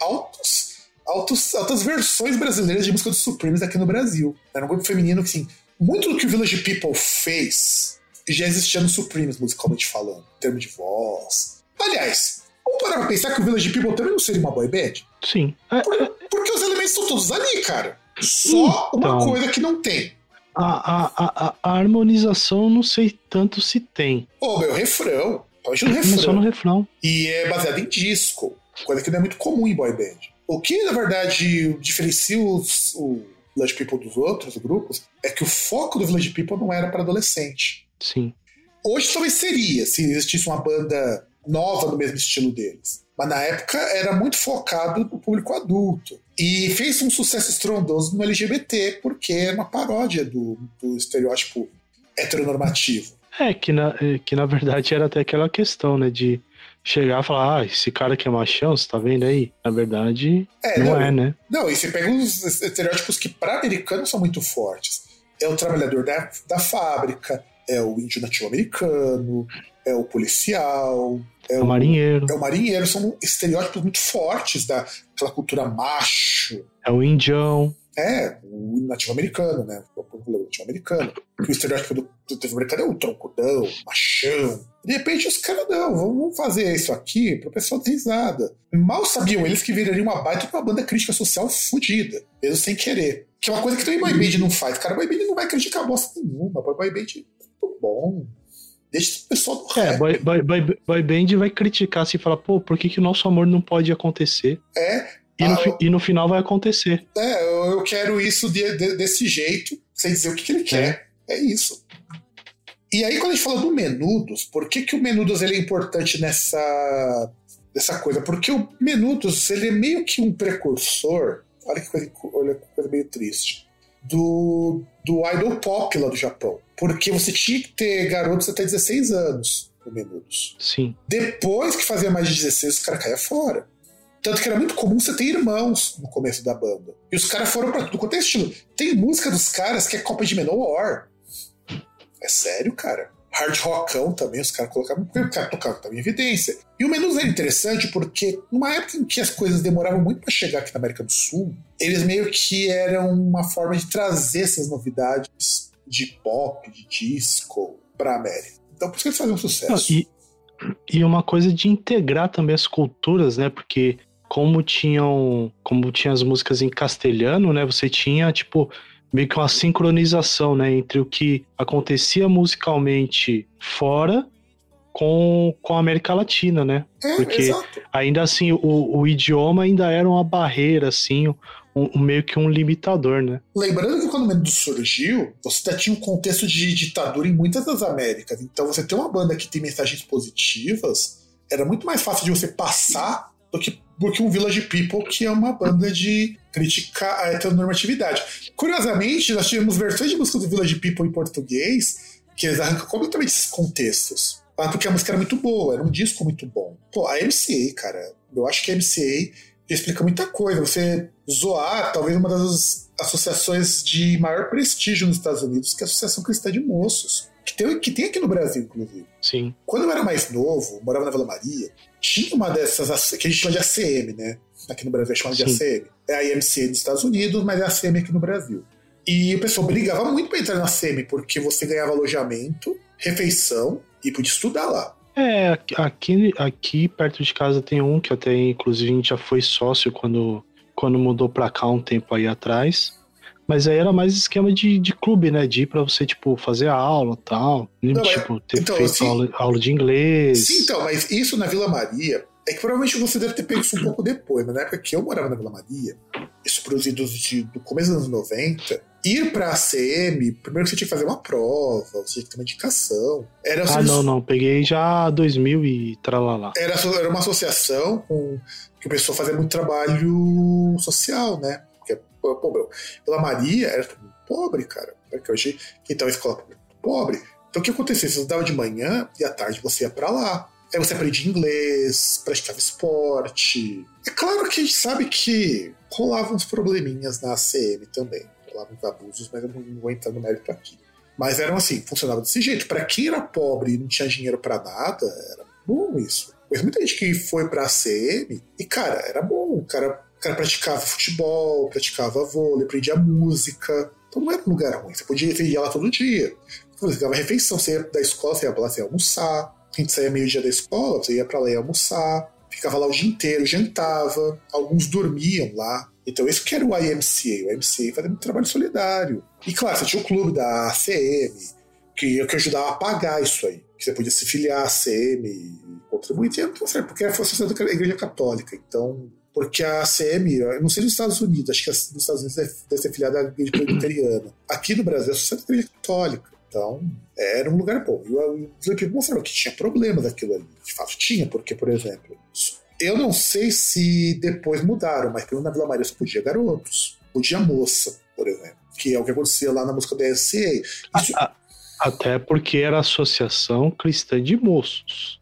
altas versões brasileiras de música do Supremes aqui no Brasil. Era um grupo feminino que, assim, muito do que o Village People fez já existia no Supremes, musicalmente falando, em termos de voz. Aliás, vamos parar pra pensar que o Village People também não seria uma boy band? Sim. Porque os elementos estão todos ali, cara. Só uma coisa que não tem. A harmonização não sei tanto se tem. Meu refrão. Talvez no refrão. Só no refrão. E é baseado em disco, coisa que não é muito comum em boy band. O que, na verdade, diferencia o Village People dos outros grupos é que o foco do Village People não era para adolescente. Sim. Hoje talvez seria, se existisse uma banda nova no mesmo estilo deles. Mas na época era muito focado no público adulto. E fez um sucesso estrondoso no LGBT, porque é uma paródia do estereótipo heteronormativo. Que na verdade era até aquela questão, né, de chegar e falar, esse cara que é machão, você tá vendo aí? Na verdade, não é, né? Não, e você pega uns estereótipos que para americanos são muito fortes. É o trabalhador da fábrica, é o índio nativo americano, é o policial, é o marinheiro. É o marinheiro, são estereótipos muito fortes daquela cultura macho. É o indião. O nativo americano, né? O nativo americano. O estereótipo do nativo americano é o troncudão, machão. De repente os caras, não, vamos fazer isso aqui pro pessoal dar risada. Mal sabiam eles que viraria uma baita de uma banda crítica social fodida, mesmo sem querer. Que é uma coisa que também boy band não faz. Cara, boy band não vai criticar bosta nenhuma. Boy band é muito bom. Deixa o pessoal do rap. Boy band vai criticar assim e falar, por que o nosso amor não pode acontecer? E no final vai acontecer. Eu quero isso desse jeito, sem dizer o que ele quer. É isso. E aí, quando a gente fala do Menudos, por que o Menudos ele é importante nessa coisa? Porque o Menudos ele é meio que um precursor, olha que coisa meio triste, do idol pop lá do Japão. Porque você tinha que ter garotos até 16 anos no Menudos. Sim. Depois que fazia mais de 16, os caras caíam fora. Tanto que era muito comum você ter irmãos no começo da banda. E os caras foram pra tudo quanto é estilo. Tem música dos caras que é Copa de Manowar. É sério, cara. Hard rockão também, os caras colocavam, porque o cara tocava também em evidência. E o Menudos era interessante porque, numa época em que as coisas demoravam muito pra chegar aqui na América do Sul, eles meio que eram uma forma de trazer essas novidades de pop, de disco pra América. Então por isso que eles faziam sucesso. E uma coisa de integrar também as culturas, né? Porque como tinha as músicas em castelhano, né? Você tinha, meio que uma sincronização, né, entre o que acontecia musicalmente fora com a América Latina, né? Porque exato. Ainda assim o idioma ainda era uma barreira, assim, meio que um limitador, né? Lembrando que quando o Menudos surgiu, você já tinha um contexto de ditadura em muitas das Américas. Então você ter uma banda que tem mensagens positivas era muito mais fácil de você passar do que um Village People, que é uma banda de crítica à heteronormatividade. Curiosamente, nós tivemos versões de música do Village People em português que eles arrancam completamente esses contextos. Porque a música era muito boa, era um disco muito bom. A MCA, cara, eu acho que a MCA explica muita coisa. Você zoar, talvez uma das associações de maior prestígio nos Estados Unidos, que é a Associação Cristã de Moços, que tem aqui no Brasil, inclusive. Sim. Quando eu era mais novo, morava na Vila Maria, tinha uma dessas, que a gente chama de ACM, né? Aqui no Brasil é chamada de ACM. É a IMC dos Estados Unidos, mas é a ACM aqui no Brasil. E o pessoal brigava muito pra entrar na ACM, porque você ganhava alojamento, refeição e podia estudar lá. Aqui perto de casa tem um que até, inclusive, a gente já foi sócio quando mudou pra cá um tempo aí atrás. Mas aí era mais esquema de clube, né? De ir pra você, fazer aula e tal. Ter feito aula de inglês. Sim, então, mas isso na Vila Maria é que provavelmente você deve ter pego isso um pouco depois, mas na época que eu morava na Vila Maria, isso produzido do começo dos anos 90, ir pra ACM, primeiro você tinha que fazer uma prova, você tinha que ter uma indicação. Não, peguei já 2000 e tralalá. Era uma associação que o pessoal fazia muito trabalho social, né? Vila Maria era muito pobre, cara. Porque hoje quem tá na escola pública pobre. Então o que acontecia? Você estudava de manhã e à tarde você ia pra lá. Aí você aprendia inglês, praticava esporte. É claro que a gente sabe que rolavam uns probleminhas na ACM também. Rolavam uns abusos, mas eu não vou entrar no mérito aqui. Mas eram assim, funcionava desse jeito. Pra quem era pobre e não tinha dinheiro pra nada, era bom isso. Mas muita gente que foi pra ACM e, cara, era bom. O cara praticava futebol, praticava vôlei, aprendia música. Então não era um lugar ruim. Você podia ir lá todo dia. Você dava refeição, você ia da escola, você ia pra lá, você ia almoçar. A gente saía meio-dia da escola, você ia pra lá e almoçar. Ficava lá o dia inteiro, jantava. Alguns dormiam lá. Então esse que era o IMCA. O IMCA fazia um trabalho solidário. E claro, você tinha o clube da ACM, que ajudava a pagar isso aí. Que você podia se filiar à ACM e contribuir. Porque era a associação da Igreja Católica. Então, porque a ACM, eu não sei nos Estados Unidos, acho que nos Estados Unidos deve ser filiada à Igreja Presbiteriana. Aqui no Brasil é a Associação da Igreja Católica. Então, era um lugar bom. E o Felipe mostrou que tinha problemas daquilo ali. De fato, tinha, porque, por exemplo, eu não sei se depois mudaram, mas pelo na Vila Maria você podia garotos, podia moça, por exemplo, que é o que acontecia lá na música da SCA. Isso... Até porque era a Associação Cristã de Moços.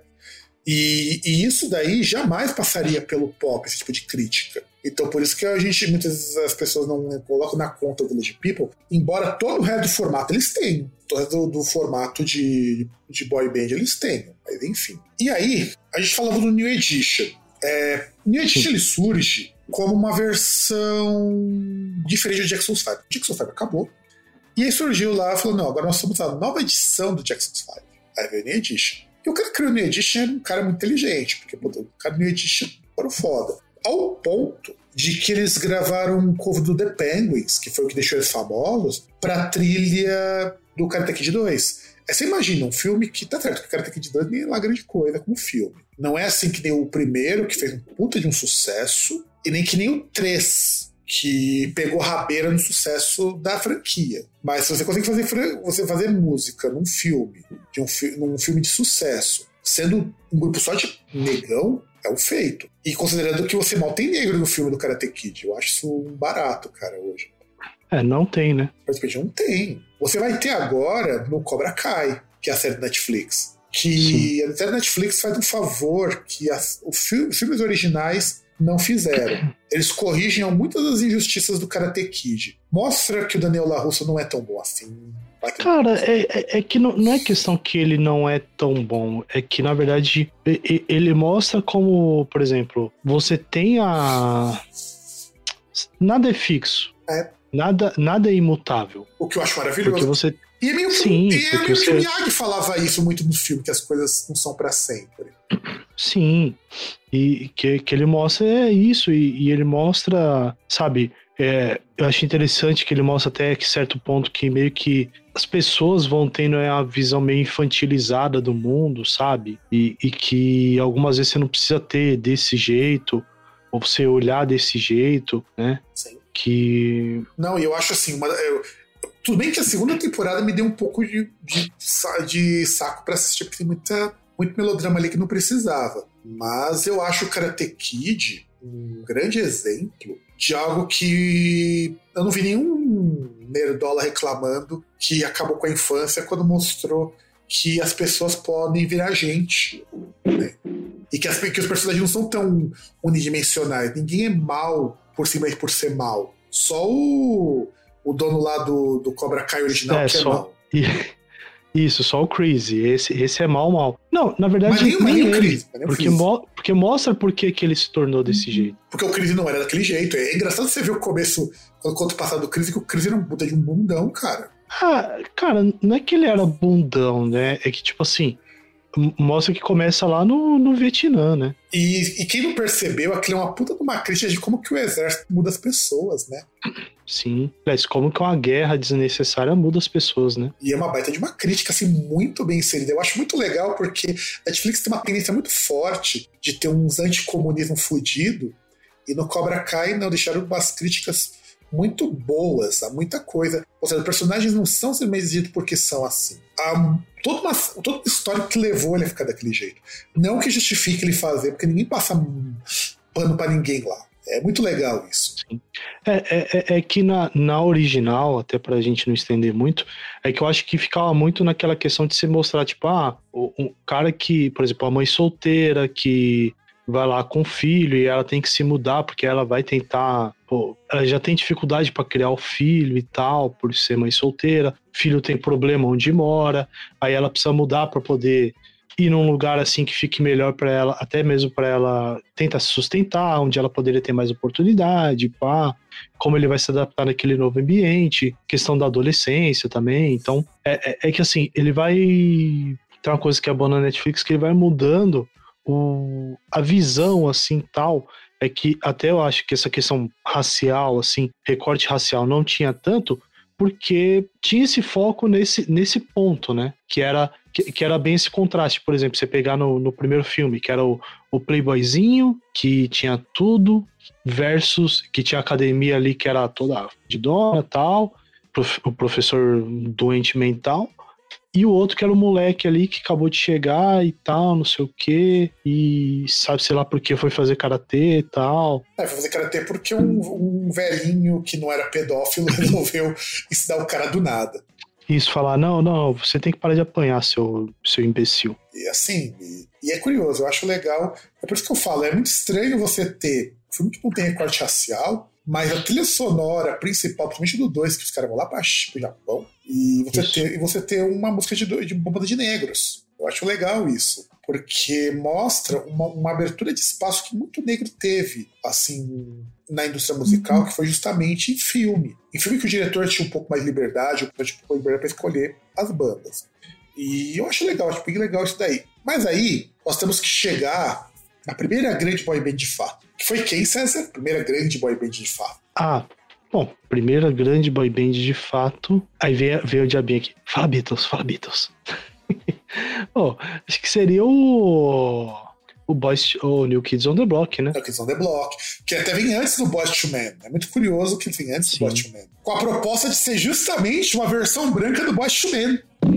E isso daí jamais passaria pelo pop, esse tipo de crítica. Então por isso que a gente, muitas vezes as pessoas não colocam na conta do Village People, embora todo o resto do formato eles tenham, todo o resto do formato de boy band eles tenham, mas enfim. E aí, a gente falava do New Edition. O New Edition ele surge como uma versão diferente do Jackson's 5. O Jackson's 5 acabou, e aí surgiu lá, falou, não, agora nós somos a nova edição do Jackson's 5. Aí veio o New Edition. E o cara que criou o New Edition era um cara muito inteligente, porque o cara do New Edition era foda. Ao ponto de que eles gravaram um cover do The Penguins, que foi o que deixou eles famosos, pra trilha do Karate Kid 2. Você imagina um filme que, tá certo, que o Karate Kid 2 nem é lá grande coisa como filme. Não é assim que nem o primeiro, que fez um puta de um sucesso, e nem que nem o 3, que pegou rabeira no sucesso da franquia. Mas se você consegue fazer música num filme, num filme de sucesso, sendo um grupo só de negão, é um feito. E considerando que você mal tem negro no filme do Karate Kid, eu acho isso um barato, cara, hoje. Não tem, né? Praticamente não tem. Você vai ter agora no Cobra Kai, que é a série da Netflix. Que Sim. A série da Netflix faz um favor que os filmes originais não fizeram. Eles corrigem muitas das injustiças do Karate Kid. Mostra que o Daniel LaRusso não é tão bom assim. Cara, é que não é questão que ele não é tão bom. É que, na verdade, ele mostra como, por exemplo, você tem nada é fixo. Nada é imutável. O que eu acho maravilhoso. Porque você... E é meio que o Miyagi falava isso muito no filme, que as coisas não são pra sempre. Sim. E que ele mostra isso. E ele mostra, sabe... eu acho interessante que ele mostra até que certo ponto que meio que as pessoas vão tendo a visão meio infantilizada do mundo, sabe? E que algumas vezes você não precisa ter desse jeito, ou você olhar desse jeito, né? Sim. Não, e eu acho assim, tudo bem que a segunda temporada me deu um pouco de saco pra assistir, porque tem muito melodrama ali que não precisava. Mas eu acho o Karate Kid um grande exemplo de algo que eu não vi nenhum nerdola reclamando que acabou com a infância quando mostrou que as pessoas podem virar gente, né? E que os personagens não são tão unidimensionais. Ninguém é mal por cima por ser mal. Só o dono lá do Cobra Kai original que é mal. Isso, só o Crazy. Esse é mal. Não, na verdade, nem ele. Chris, porque mostra por que ele se tornou desse jeito. Porque o Crazy não era daquele jeito. É engraçado você ver o começo, quando conta o passado do Crazy, que o Crazy era um puta de um bundão, cara. Cara, não é que ele era bundão, né? É que, tipo assim, mostra que começa lá no Vietnã, né? E quem não percebeu, aquilo é uma puta de uma crítica de como que o exército muda as pessoas, né? Sim, mas como que uma guerra desnecessária muda as pessoas, né? E é uma baita de uma crítica, assim, muito bem inserida. Eu acho muito legal porque a Netflix tem uma tendência muito forte de ter uns anticomunismo fudido, e no Cobra Kai não deixaram umas críticas muito boas a muita coisa. Ou seja, os personagens não são simplesmente porque são assim. Há toda uma história que levou ele a ficar daquele jeito. Não que justifique ele fazer, porque ninguém passa pano pra ninguém lá. É muito legal isso. Sim. É que na original, até pra gente não estender muito, é que eu acho que ficava muito naquela questão de se mostrar, tipo, um cara que, por exemplo, a mãe solteira que vai lá com o filho e ela tem que se mudar porque ela vai tentar, ela já tem dificuldade para criar o filho e tal, por ser mãe solteira, filho tem problema onde mora, aí ela precisa mudar para poder ir num lugar assim que fique melhor para ela, até mesmo para ela tentar se sustentar, onde ela poderia ter mais oportunidade, pá, como ele vai se adaptar naquele novo ambiente, questão da adolescência também. Então, é que assim, ele vai... Tem uma coisa que é boa na Netflix, que ele vai mudando a visão, assim, tal, é que até eu acho que essa questão racial, assim, recorte racial não tinha tanto, porque tinha esse foco nesse ponto, né? Que era bem esse contraste. Por exemplo, você pegar no primeiro filme, que era o playboyzinho, que tinha tudo, versus que tinha a academia ali, que era toda de dona e tal, o professor doente mental, e o outro que era o moleque ali que acabou de chegar e tal, não sei o quê, e sabe, sei lá por que foi fazer karatê e tal. Foi fazer karatê porque um velhinho que não era pedófilo resolveu ensinar o cara do nada. Isso, falar, não, você tem que parar de apanhar, seu imbecil. E assim, e é curioso, eu acho legal, é por isso que eu falo, é muito estranho você ter filme que não tem recorte racial, mas a trilha sonora principal, principalmente do 2, que os caras vão lá pro Japão, e você ter uma música de uma banda de negros. Eu acho legal isso, porque mostra uma abertura de espaço que muito negro teve, assim, na indústria musical, que foi justamente em filme. Em filme que o diretor tinha um pouco mais de liberdade, para escolher as bandas. E eu acho bem legal isso daí. Mas aí, nós temos que chegar na primeira grande boy band de fato. Que foi quem, César? Primeira grande boy band de fato. Bom, primeira grande boy band de fato. Aí veio o diabinho aqui. Fala Beatles. Acho que seria o New Kids on the Block, né? New Kids on the Block, que até vem antes do Boyz II Men. É muito curioso que vem antes do Boyz II Men. Com a proposta de ser justamente uma versão branca do Boyz II Men.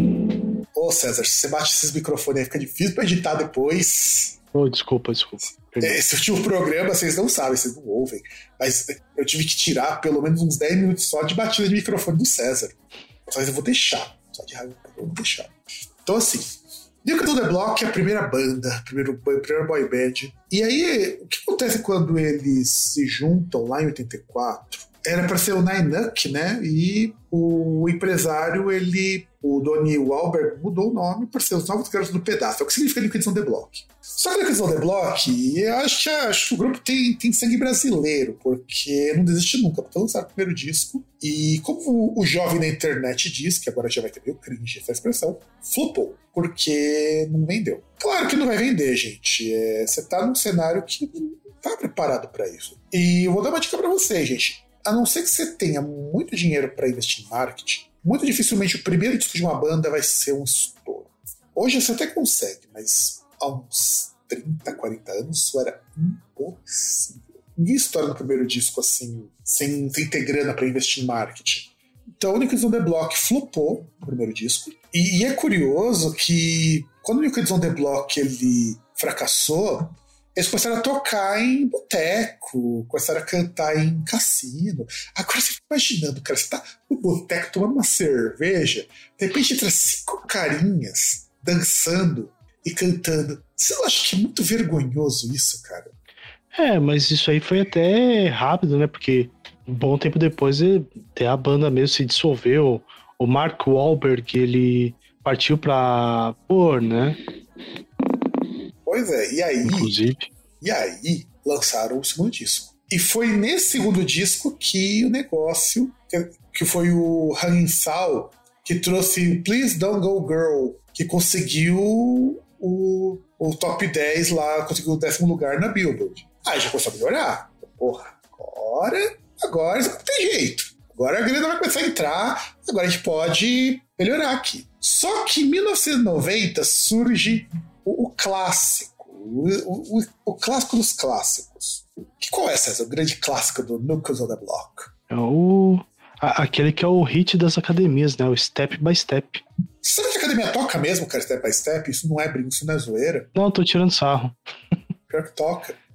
César, se você bate esses microfones aí, fica difícil pra editar depois. Desculpa. Esse último programa, vocês não sabem, vocês não ouvem, mas eu tive que tirar pelo menos uns 10 minutos só de batida de microfone do César. Mas eu vou deixar. Só de raiva, eu vou deixar. Então, assim, New Kids on the Block é a primeira banda, a primeira boy band. E aí, o que acontece quando eles se juntam lá em 84? Era para ser o Nine Nuck, né? E o empresário, o Donnie Wahlberg, mudou o nome para ser os Novos Garotos do Pedaço. É o que significa New Kids on the Block. Só que New Kids on the Block, eu acho que o grupo tem sangue brasileiro, porque não desiste nunca, porque lançaram o primeiro disco. E como o jovem na internet diz, que agora já vai ter meio cringe essa expressão, flopou, porque não vendeu. Claro que não vai vender, gente. Você tá num cenário que não tá preparado para isso. E eu vou dar uma dica para vocês, gente. A não ser que você tenha muito dinheiro para investir em marketing, muito dificilmente o primeiro disco de uma banda vai ser um estouro. Hoje você até consegue, mas há uns 30, 40 anos isso era impossível. Ninguém estoura no primeiro disco assim, sem ter grana para investir em marketing. Então o New Kids on the Block flopou no primeiro disco. E é curioso que quando o New Kids on the Block ele fracassou, eles começaram a tocar em boteco, começaram a cantar em cassino. Agora você fica imaginando, cara, você tá no boteco tomando uma cerveja, de repente entra 5 carinhas dançando e cantando. Você não acha que é muito vergonhoso isso, cara? Mas isso aí foi até rápido, né? Porque um bom tempo depois até a banda mesmo se dissolveu. O Mark Wahlberg, ele partiu pra né? Pois é, e aí... Inclusive. E aí lançaram o segundo disco. E foi nesse segundo disco que o negócio, que foi o Hanging Sal, que trouxe Please Don't Go Girl, que conseguiu o top 10 lá, conseguiu o 10º lugar na Billboard. Aí já começou a melhorar. Porra, agora não tem jeito. Agora a grana vai começar a entrar, agora a gente pode melhorar aqui. Só que em 1990 surge o clássico, o clássico dos clássicos. Qual é, César, o grande clássico do New Kids on the Block? É aquele que é o hit das academias, né? O Step by Step. Será que a academia toca mesmo, cara, Step by Step? Isso não é brinco, isso não é zoeira. Não, tô tirando sarro. Pior que toca.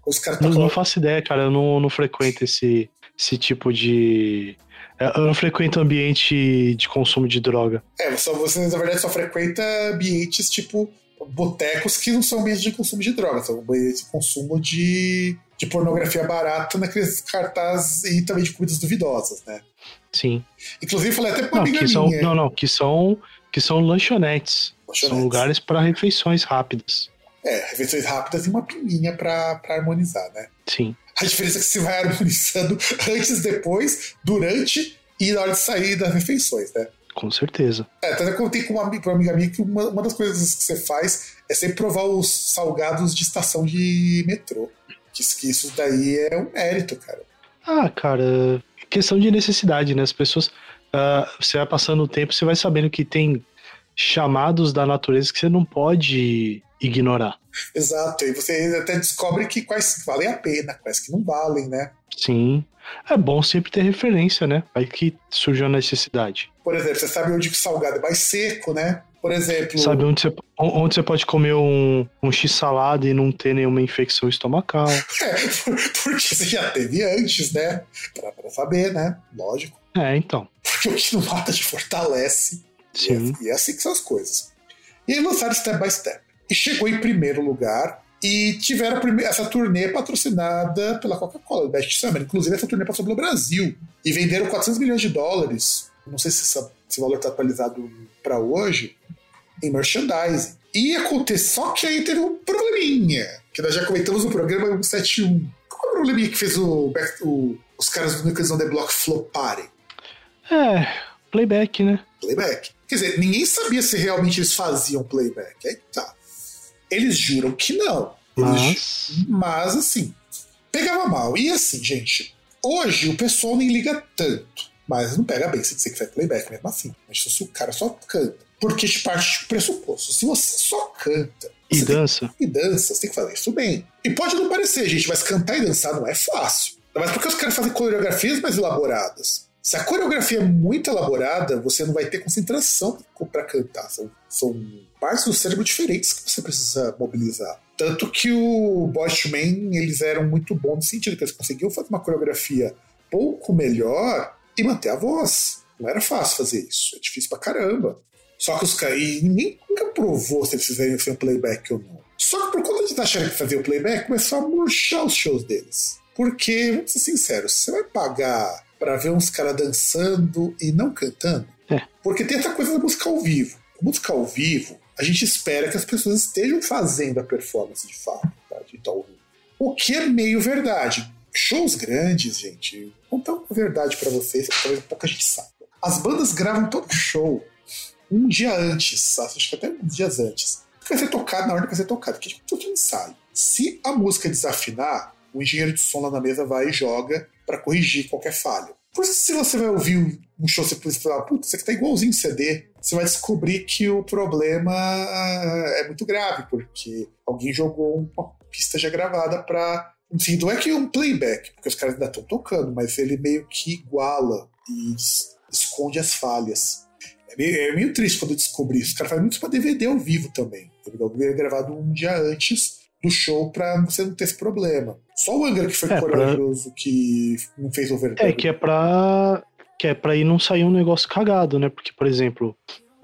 Os caras Não faço ideia, cara. Eu não frequento esse tipo de... Eu não frequento ambiente de consumo de droga. Você na verdade só frequenta ambientes tipo botecos que não são ambientes de consumo de droga, são ambientes de consumo de pornografia barata naqueles cartazes e também de comidas duvidosas, né? Sim. Inclusive falei até pra uma amiga minha. Que são lanchonetes. São lugares para refeições rápidas. Refeições rápidas e uma pininha pra harmonizar, né? Sim. A diferença é que você vai harmonizando antes, depois, durante e na hora de sair das refeições, né? Com certeza. Até eu contei com uma amiga minha que uma das coisas que você faz é sempre provar os salgados de estação de metrô. Que isso daí é um mérito, cara. Cara, questão de necessidade, né? As pessoas... você vai passando o tempo, você vai sabendo que tem chamados da natureza que você não pode ignorar. Exato, e você até descobre que quais valem a pena, quais que não valem, né? Sim, é bom sempre ter referência, né? Aí que surgiu a necessidade. Por exemplo, você sabe onde o salgado é mais seco, né? Por exemplo... Sabe onde você pode comer um x-salada e não ter nenhuma infecção estomacal. Porque você já teve antes, né? Pra saber, né? Lógico. Então. Porque o que não mata te fortalece. Sim. E é assim que são as coisas. E aí lançaram Step by Step. E chegou em primeiro lugar e tiveram essa turnê patrocinada pela Coca-Cola, Best Summer. Inclusive, essa turnê passou pelo Brasil. E venderam $400 milhões. Não sei se esse valor está atualizado para hoje, em merchandising. E aconteceu, só que aí teve um probleminha, que nós já comentamos no programa 171. Qual é o probleminha que fez os caras do Nucleus on the Block floparem? Playback, né? Playback. Quer dizer, ninguém sabia se realmente eles faziam playback. Aí tá. Eles juram que não. Mas assim, pegava mal. E assim, gente, hoje o pessoal nem liga tanto. Mas não pega bem se dizer que faz playback mesmo assim. Mas se o cara só canta. Porque te parte de pressuposto. Se você só canta... E dança, você tem que fazer isso bem. E pode não parecer, gente, mas cantar e dançar não é fácil. Mas porque os caras fazem coreografias mais elaboradas. Se a coreografia é muito elaborada, você não vai ter concentração para cantar. São partes do cérebro diferentes que você precisa mobilizar. Tanto que o Boyz II Men, eles eram muito bons no sentido que eles conseguiam fazer uma coreografia pouco melhor e manter a voz. Não era fácil fazer isso. É difícil pra caramba. Só que os caras... E ninguém nunca provou se eles fizerem um playback ou não. Só que por conta de acharem que fazer o playback, começou a murchar os shows deles. Porque, vamos ser sinceros, você vai pagar pra ver uns caras dançando e não cantando? Porque tem essa coisa da música ao vivo. A música ao vivo, a gente espera que as pessoas estejam fazendo a performance de fato, tá? O que é meio verdade. Shows grandes, gente, vou contar uma verdade pra vocês, que talvez pouca gente saiba. As bandas gravam todo show um dia antes, acho que até uns dias antes. Vai ser tocado na hora que vai ser tocado, porque é tudo ensaio. Se a música desafinar, o engenheiro de som lá na mesa vai e joga pra corrigir qualquer falha. Por isso, se você vai ouvir um show, você pode falar, putz, isso aqui tá igualzinho CD, você vai descobrir que o problema é muito grave, porque alguém jogou uma pista já gravada pra... Assim, não é que é um playback, porque os caras ainda estão tocando, mas ele meio que iguala e esconde as falhas. É meio triste quando eu descobri isso. Os caras fazem muito pra DVD ao vivo também. O DVD é gravado um dia antes do show pra você não ter esse problema. Só o Angra que foi corajoso, que não fez overdub. Que é pra ir não sair um negócio cagado, né? Porque, por exemplo,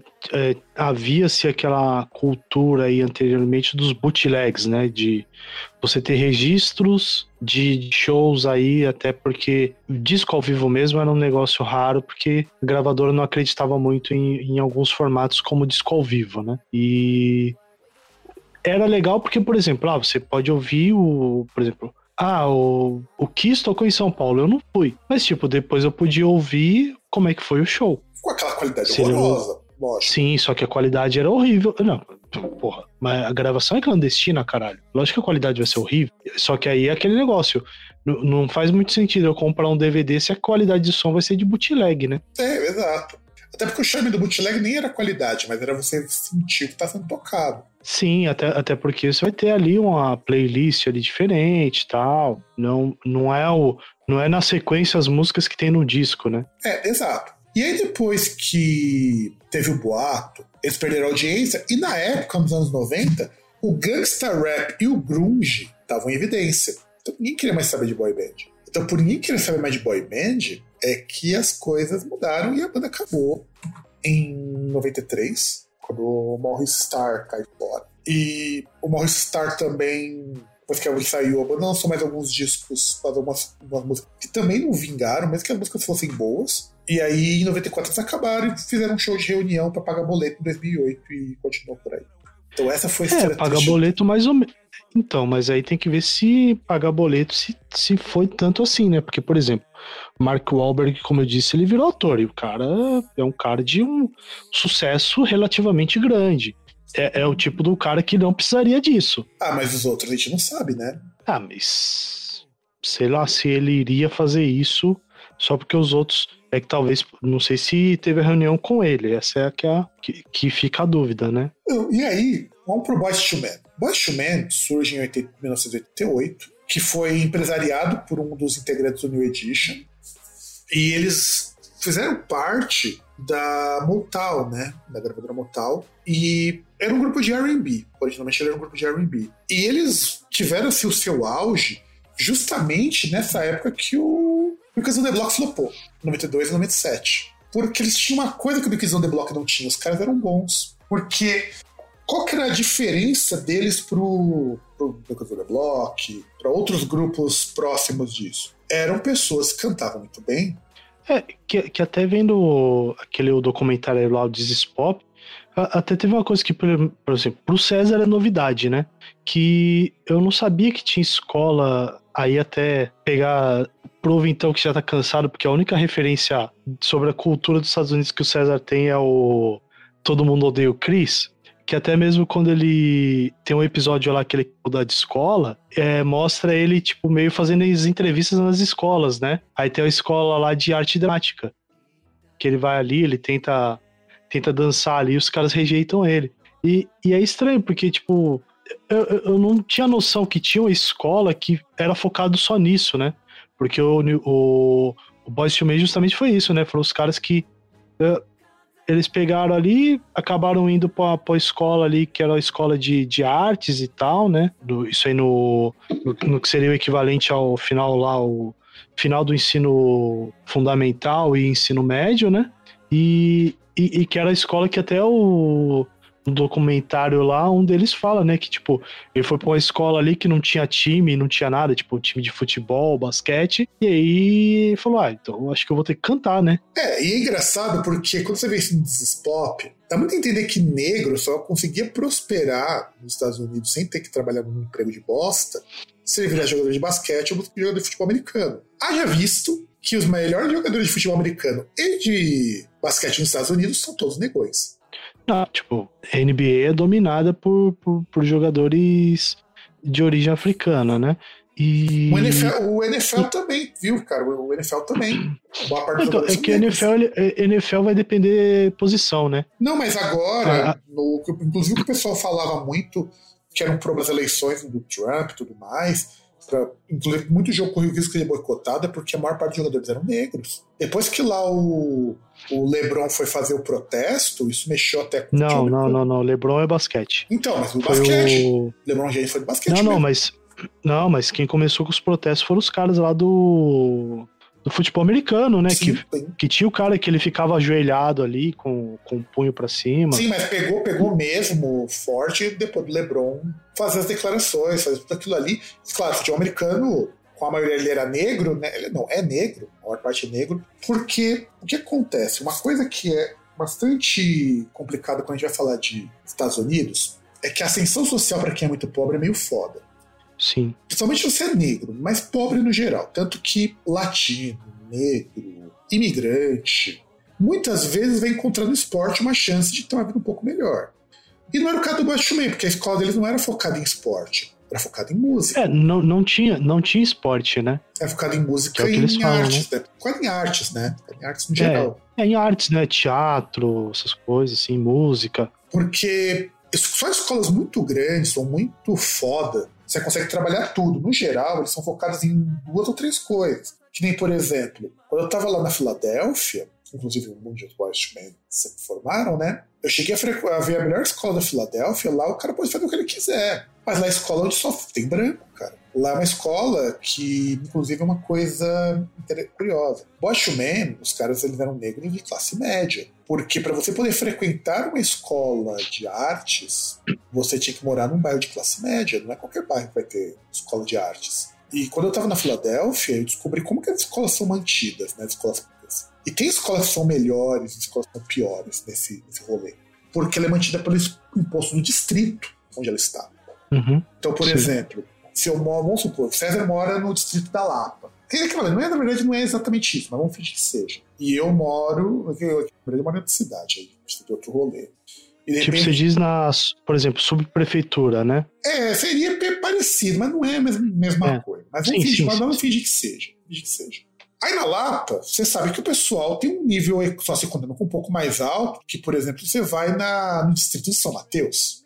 havia-se aquela cultura aí anteriormente dos bootlegs, né? De você ter registros de shows aí, até porque disco ao vivo mesmo era um negócio raro, porque a gravadora não acreditava muito em alguns formatos como disco ao vivo, né? E era legal porque, por exemplo, você pode ouvir por exemplo, o Kiss tocou em São Paulo, eu não fui. Mas, tipo, depois eu podia ouvir como é que foi o show. Com aquela qualidade horrorosa, lógico. Sim, só que a qualidade era horrível. Não, porra, mas a gravação é clandestina, caralho. Lógico que a qualidade vai ser horrível. Só que aí é aquele negócio. Não faz muito sentido eu comprar um DVD se a qualidade de som vai ser de bootleg, né? Exato. Até porque o charme do bootleg nem era qualidade, mas era você sentir o que tá sendo tocado. Sim, até porque você vai ter ali uma playlist ali diferente e tal. Não é na sequência as músicas que tem no disco, né? Exato. E aí depois que teve o boato, eles perderam a audiência, e na época, nos anos 90, o gangsta rap e o grunge estavam em evidência. Então ninguém queria mais saber de boy band. Então por ninguém querer saber mais de boy band é que as coisas mudaram e a banda acabou em 93, quando o Maurice Starr cai fora. E o Maurice Starr também, depois que a Maurice saiu, a banda lançou mais alguns discos, algumas músicas que também não vingaram, mesmo que as músicas fossem boas. E aí, em 94, eles acabaram e fizeram um show de reunião pra pagar boleto em 2008 e continuou por aí. Então essa foi a história. Pagar boleto mais ou menos. Então, mas aí tem que ver se pagar boleto se foi tanto assim, né? Porque, por exemplo, Mark Wahlberg, como eu disse, ele virou ator. E o cara é um cara de um sucesso relativamente grande. É o tipo do cara que não precisaria disso. Ah, mas os outros a gente não sabe, né? Ah, mas... sei lá se ele iria fazer isso só porque os outros... é que talvez... não sei se teve a reunião com ele. Essa é que fica a dúvida, né? E aí, vamos pro Boyz II Men. Boyz II Men surge em 1988, que foi empresariado por um dos integrantes do New Edition. E eles fizeram parte da Motown, né? Da gravadora Motown. E era um grupo de R&B. Originalmente ele era um grupo de R&B. E eles tiveram assim, o seu auge justamente nessa época que o Because of the Block flopou, 92 e 97. Porque eles tinham uma coisa que o Because of the Block não tinha. Os caras eram bons. Porque qual que era a diferença deles pro Because of the Block, para outros grupos próximos disso? Eram pessoas que cantavam muito bem. Que até vendo aquele documentário lá, o This Is Pop, até teve uma coisa que, por exemplo, pro César é novidade, né? Que eu não sabia que tinha escola, aí até pegar prova então que já tá cansado, porque a única referência sobre a cultura dos Estados Unidos que o César tem é o Todo Mundo Odeia o Chris, que até mesmo quando ele tem um episódio lá que ele muda de escola, mostra ele, tipo, meio fazendo as entrevistas nas escolas, né? Aí tem a escola lá de arte dramática, que ele vai ali, ele tenta dançar ali, os caras rejeitam ele. E é estranho, porque, tipo, eu não tinha noção que tinha uma escola que era focado só nisso, né? Porque o Boyz II Men justamente foi isso, né? Foram os caras que... eles pegaram ali, acabaram indo pra escola ali, que era a escola de artes e tal, né? Isso aí no que seria o equivalente ao final lá, o final do ensino fundamental e ensino médio, né? E que era a escola que até no documentário lá, um deles fala, né? Que, tipo, ele foi pra uma escola ali que não tinha time, não tinha nada, tipo, time de futebol, basquete. E aí falou, então acho que eu vou ter que cantar, né? E é engraçado porque quando você vê isso no This Is Pop, dá muito a entender que negro só conseguia prosperar nos Estados Unidos sem ter que trabalhar num emprego de bosta se ele virar jogador de basquete ou jogador de futebol americano. Haja visto que os melhores jogadores de futebol americano e de basquete nos Estados Unidos são todos negões. Não, tipo, a NBA é dominada por jogadores de origem africana, né? E... O NFL também, viu, cara? O NFL também. Boa parte então, é que a NFL vai depender posição, né? Não, mas agora, inclusive o que o pessoal falava muito, que era um problema das eleições do Trump e tudo mais, inclusive muito jogo correu o risco de ser boicotado, porque a maior parte dos jogadores eram negros. Depois que lá o LeBron foi fazer o protesto, isso mexeu até com Não, o LeBron é basquete. Então, mas o basquete. LeBron James foi do basquete. Mas quem começou com os protestos foram os caras lá do futebol americano, né? Sim, que tinha o cara que ele ficava ajoelhado ali com o punho pra cima. Sim, mas pegou mesmo forte depois do LeBron fazer as declarações, fazer tudo aquilo ali. Claro, o futebol americano, com a maioria ele era negro, né? Ele não, é negro, a maior parte é negro, porque o que acontece? Uma coisa que é bastante complicada quando a gente vai falar de Estados Unidos é que a ascensão social para quem é muito pobre é meio foda. Sim. Principalmente você é negro, mas pobre no geral. Tanto que latino, negro, imigrante, muitas vezes vai encontrar no esporte uma chance de ter uma vida um pouco melhor. E não era o caso do Boyz II Men, porque a escola deles não era focada em esporte, era focada em música. Não tinha esporte, né? Era focada em música e em artes, né? Focada em artes, né? Em artes no geral. Em artes, né? Teatro, essas coisas, assim, música. Porque só escolas muito grandes, são muito foda, você consegue trabalhar tudo. No geral, eles são focados em 2 ou 3 coisas. Que nem, por exemplo, quando eu tava lá na Filadélfia, inclusive muitos Boyz II Men se formaram, né? Eu cheguei a ver a melhor escola da Filadélfia. Lá o cara pode fazer o que ele quiser. Mas lá é a escola onde só tem branco, cara. Lá é uma escola que, inclusive, é uma coisa curiosa. Bosch Man, os caras eles eram negros de classe média. Porque para você poder frequentar uma escola de artes, você tinha que morar num bairro de classe média. Não é qualquer bairro que vai ter escola de artes. E quando eu estava na Filadélfia, eu descobri como que as escolas são mantidas, né, as escolas públicas. E tem escolas que são melhores e escolas que são piores nesse rolê. Porque ela é mantida pelo imposto do distrito onde ela está. Uhum. Então, por exemplo, se eu moro, vamos supor, o César mora no distrito da Lapa. Na verdade, não é exatamente isso, mas vamos fingir que seja. E eu moro, eu moro na cidade, aí, de outro rolê. E tipo, repente, você diz por exemplo, subprefeitura, né? Seria parecido, mas não é a mesma coisa. Mas vamos fingir que seja. Aí na Lapa, você sabe que o pessoal tem um nível socioeconômico um pouco mais alto, que, por exemplo, você vai no distrito de São Mateus.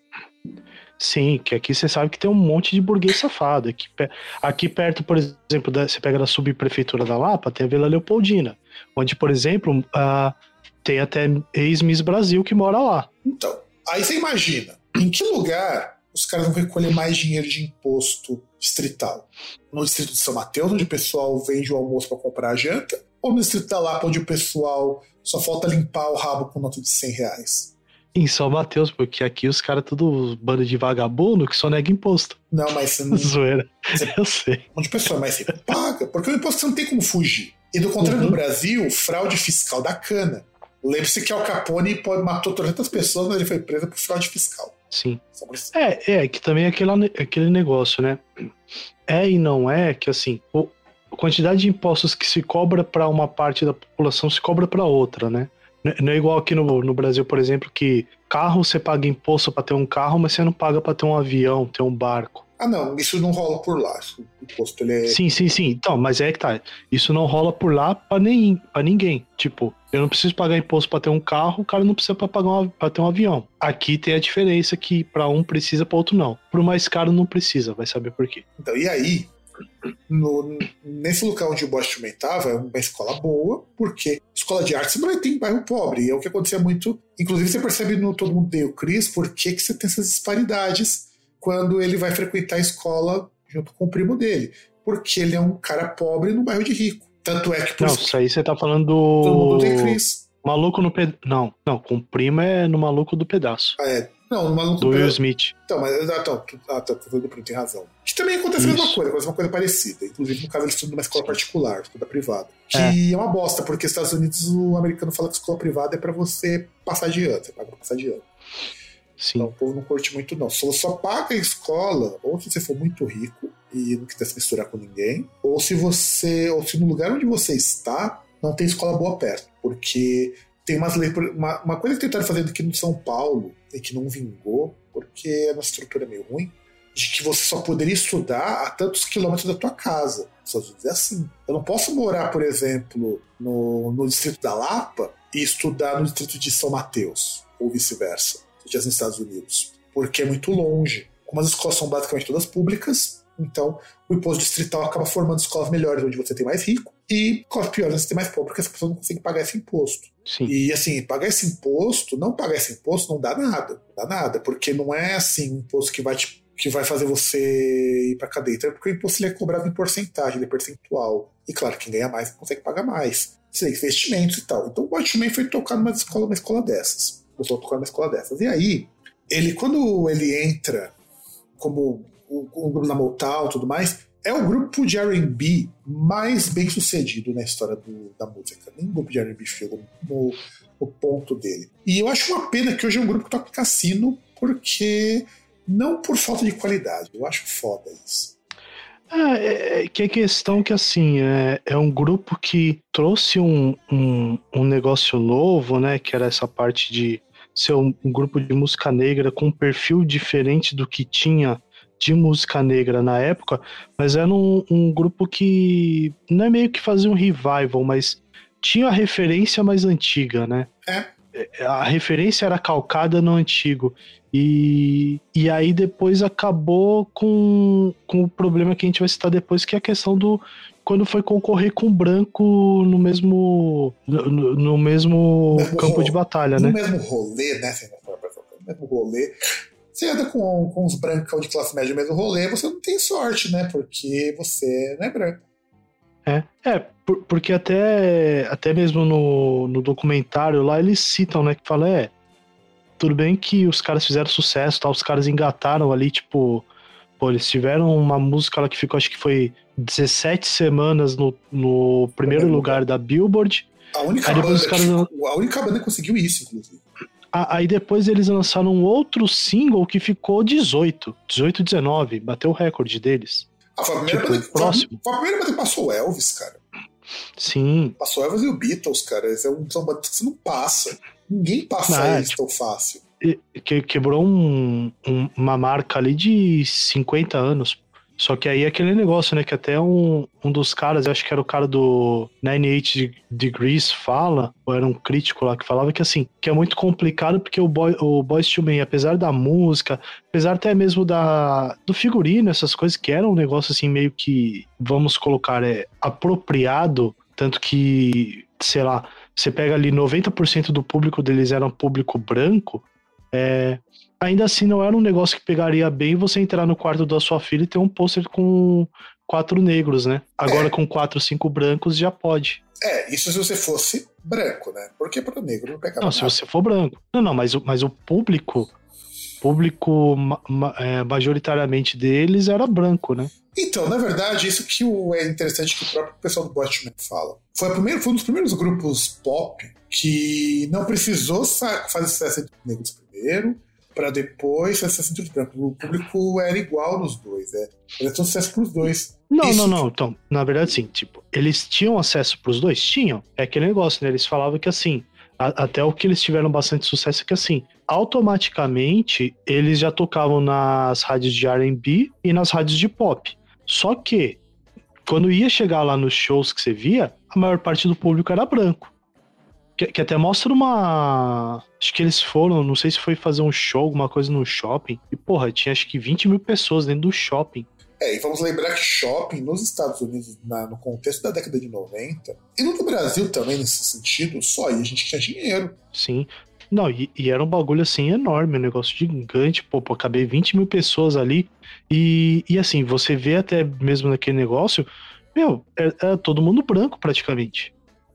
Sim, que aqui você sabe que tem um monte de burguês safado. Aqui perto, por exemplo, você pega da subprefeitura da Lapa, tem a Vila Leopoldina, onde, por exemplo, tem até ex-Miss Brasil que mora lá. Então, aí você imagina, em que lugar os caras vão recolher mais dinheiro de imposto distrital? No distrito de São Mateus, onde o pessoal vende o almoço para comprar a janta? Ou no distrito da Lapa, onde o pessoal só falta limpar o rabo com nota de R$100? Em São Mateus, porque aqui os caras tudo bando de vagabundo que só nega imposto. Não, mas você não... Zoeira, eu sei. Onde o pessoal mais você paga, porque o imposto você não tem como fugir. E do contrário do Brasil, fraude fiscal dá cana. Lembre-se que Al Capone matou 300 pessoas, mas ele foi preso por fraude fiscal. Sim. Que também é aquele negócio, né? E não é que, assim, a quantidade de impostos que se cobra para uma parte da população se cobra para outra, né? Não é igual aqui no Brasil, por exemplo, que carro você paga imposto para ter um carro, mas você não paga para ter um avião, ter um barco. Ah, não, isso não rola por lá. O imposto, ele é... Sim. Então, mas é que tá. Isso não rola por lá pra ninguém. Tipo, eu não preciso pagar imposto pra ter um carro, o cara não precisa pra ter um avião. Aqui tem a diferença que pra um precisa, pra outro não. Pro mais caro não precisa, vai saber por quê. Então, e aí, nesse local onde o Bosch estava, é uma escola boa, porque escola de arte você não vai ter em bairro pobre. E é o que acontecia muito. Inclusive, você percebe no Todo Mundo Odeia o Chris, por que você tem essas disparidades quando ele vai frequentar a escola junto com o primo dele. Porque ele é um cara pobre no bairro de rico. Tanto é que... isso aí você tá falando do... Todo Mundo Odeia o Chris. Maluco no pedaço. Não, com o primo é no Maluco do Pedaço. Não, no Maluco do Will Smith. Então, mas... do primo tem razão. Que também acontece a mesma coisa, uma coisa parecida. Inclusive, no caso, ele estuda numa escola particular, escola privada. Que é uma bosta, porque nos Estados Unidos o americano fala que escola privada é pra você passar de ano. Você paga pra passar de ano. Sim. Então o povo não curte muito, não. Só paga a escola, ou se você for muito rico e não quiser se misturar com ninguém, ou se no lugar onde você está, não tem escola boa perto. Porque tem umas leis. Uma coisa que tentaram fazer aqui no São Paulo e que não vingou, porque a nossa estrutura é meio ruim, de que você só poderia estudar a tantos quilômetros da tua casa. Só dizer assim. Eu não posso morar, por exemplo, no distrito da Lapa e estudar no distrito de São Mateus, ou vice-versa. Nos Estados Unidos, porque é muito longe. Como as escolas são basicamente todas públicas, então o imposto distrital acaba formando escolas melhores onde você tem mais rico e escolas piores onde você tem mais pobre, porque essa pessoa não consegue pagar esse imposto. Sim. E assim, não pagar esse imposto não dá nada, porque não é assim um imposto que vai fazer você ir pra cadeia. Então, porque o imposto ele é cobrado em porcentagem, ele é percentual. E claro, quem ganha mais consegue pagar mais. Isso é investimentos e tal. Então o Watchmen foi tocar numa escola dessas. E aí, quando ele entra como o grupo da Motown e tudo mais, é o grupo de R&B mais bem sucedido na história da música. Nem o grupo de R&B chegou no ponto dele. E eu acho uma pena que hoje é um grupo que toca cassino, porque não por falta de qualidade. Eu acho foda isso. Que é questão que, assim, é um grupo que trouxe um negócio novo, né, que era essa parte de ser um grupo de música negra com um perfil diferente do que tinha de música negra na época, mas era um grupo que não é meio que fazia um revival, mas tinha a referência mais antiga, né? A referência era calcada no antigo. E aí depois acabou com o problema que a gente vai citar depois, que é a questão do quando foi concorrer com o branco no mesmo campo de batalha, né? No mesmo rolê, né? No mesmo rolê, Você anda com uns brancão de classe média no mesmo rolê, você não tem sorte, né? Porque você não é branco. Porque até mesmo no documentário lá eles citam, né, que fala, tudo bem que os caras fizeram sucesso, tá, os caras engataram ali, tipo, pô, eles tiveram uma música lá que ficou, acho que foi 17 semanas no primeiro lugar da Billboard. A única banda que conseguiu isso, inclusive. Aí depois eles lançaram um outro single que ficou 18, 19, bateu o recorde deles. Foi a primeira banda que passou o Elvis, cara. Sim. Passou o Elvis e o Beatles, cara. São bandas que você não passa. Ninguém passa isso tão fácil. Quebrou uma marca ali de 50 anos. Só que aí é aquele negócio, né? Que até um dos caras, eu acho que era o cara do 98 Degrees fala, ou era um crítico lá que falava que assim, que é muito complicado porque o Boyz II Men, apesar da música, apesar até mesmo do figurino, essas coisas que eram um negócio assim meio que, vamos colocar, apropriado, tanto que, sei lá, você pega ali 90% do público deles era um público branco, ainda assim não era um negócio que pegaria bem você entrar no quarto da sua filha e ter um pôster com 4 negros, né? Agora com 4, 5 brancos já pode. Isso se você fosse branco, né? Porque para o negro não pegava nada. Se você for branco. Não, mas o público majoritariamente deles era branco, né? Então, na verdade, isso que é interessante que o próprio pessoal do Boyz II Men fala. Foi um dos primeiros grupos pop que não precisou fazer sucesso entre os negros primeiro, para depois fazer sucesso entre os brancos. O público era igual nos dois, Eles tinham sucesso pros dois. Não. Então, na verdade, sim, tipo, eles tinham acesso pros dois? Tinham. É aquele negócio, né? Eles falavam que assim, até o que eles tiveram bastante sucesso é que assim, automaticamente eles já tocavam nas rádios de R&B e nas rádios de pop. Só que, quando ia chegar lá nos shows que você via, a maior parte do público era branco. Que até mostra acho que eles foram, não sei se foi fazer um show, alguma coisa no shopping, e porra, tinha acho que 20 mil pessoas dentro do shopping. E vamos lembrar que shopping nos Estados Unidos, no contexto da década de 90, e no Brasil também nesse sentido, só aí a gente tinha dinheiro. Sim. Não, e era um bagulho assim enorme, um negócio gigante, pô, acabei 20 mil pessoas ali, e assim, você vê até mesmo naquele negócio, era todo mundo branco praticamente.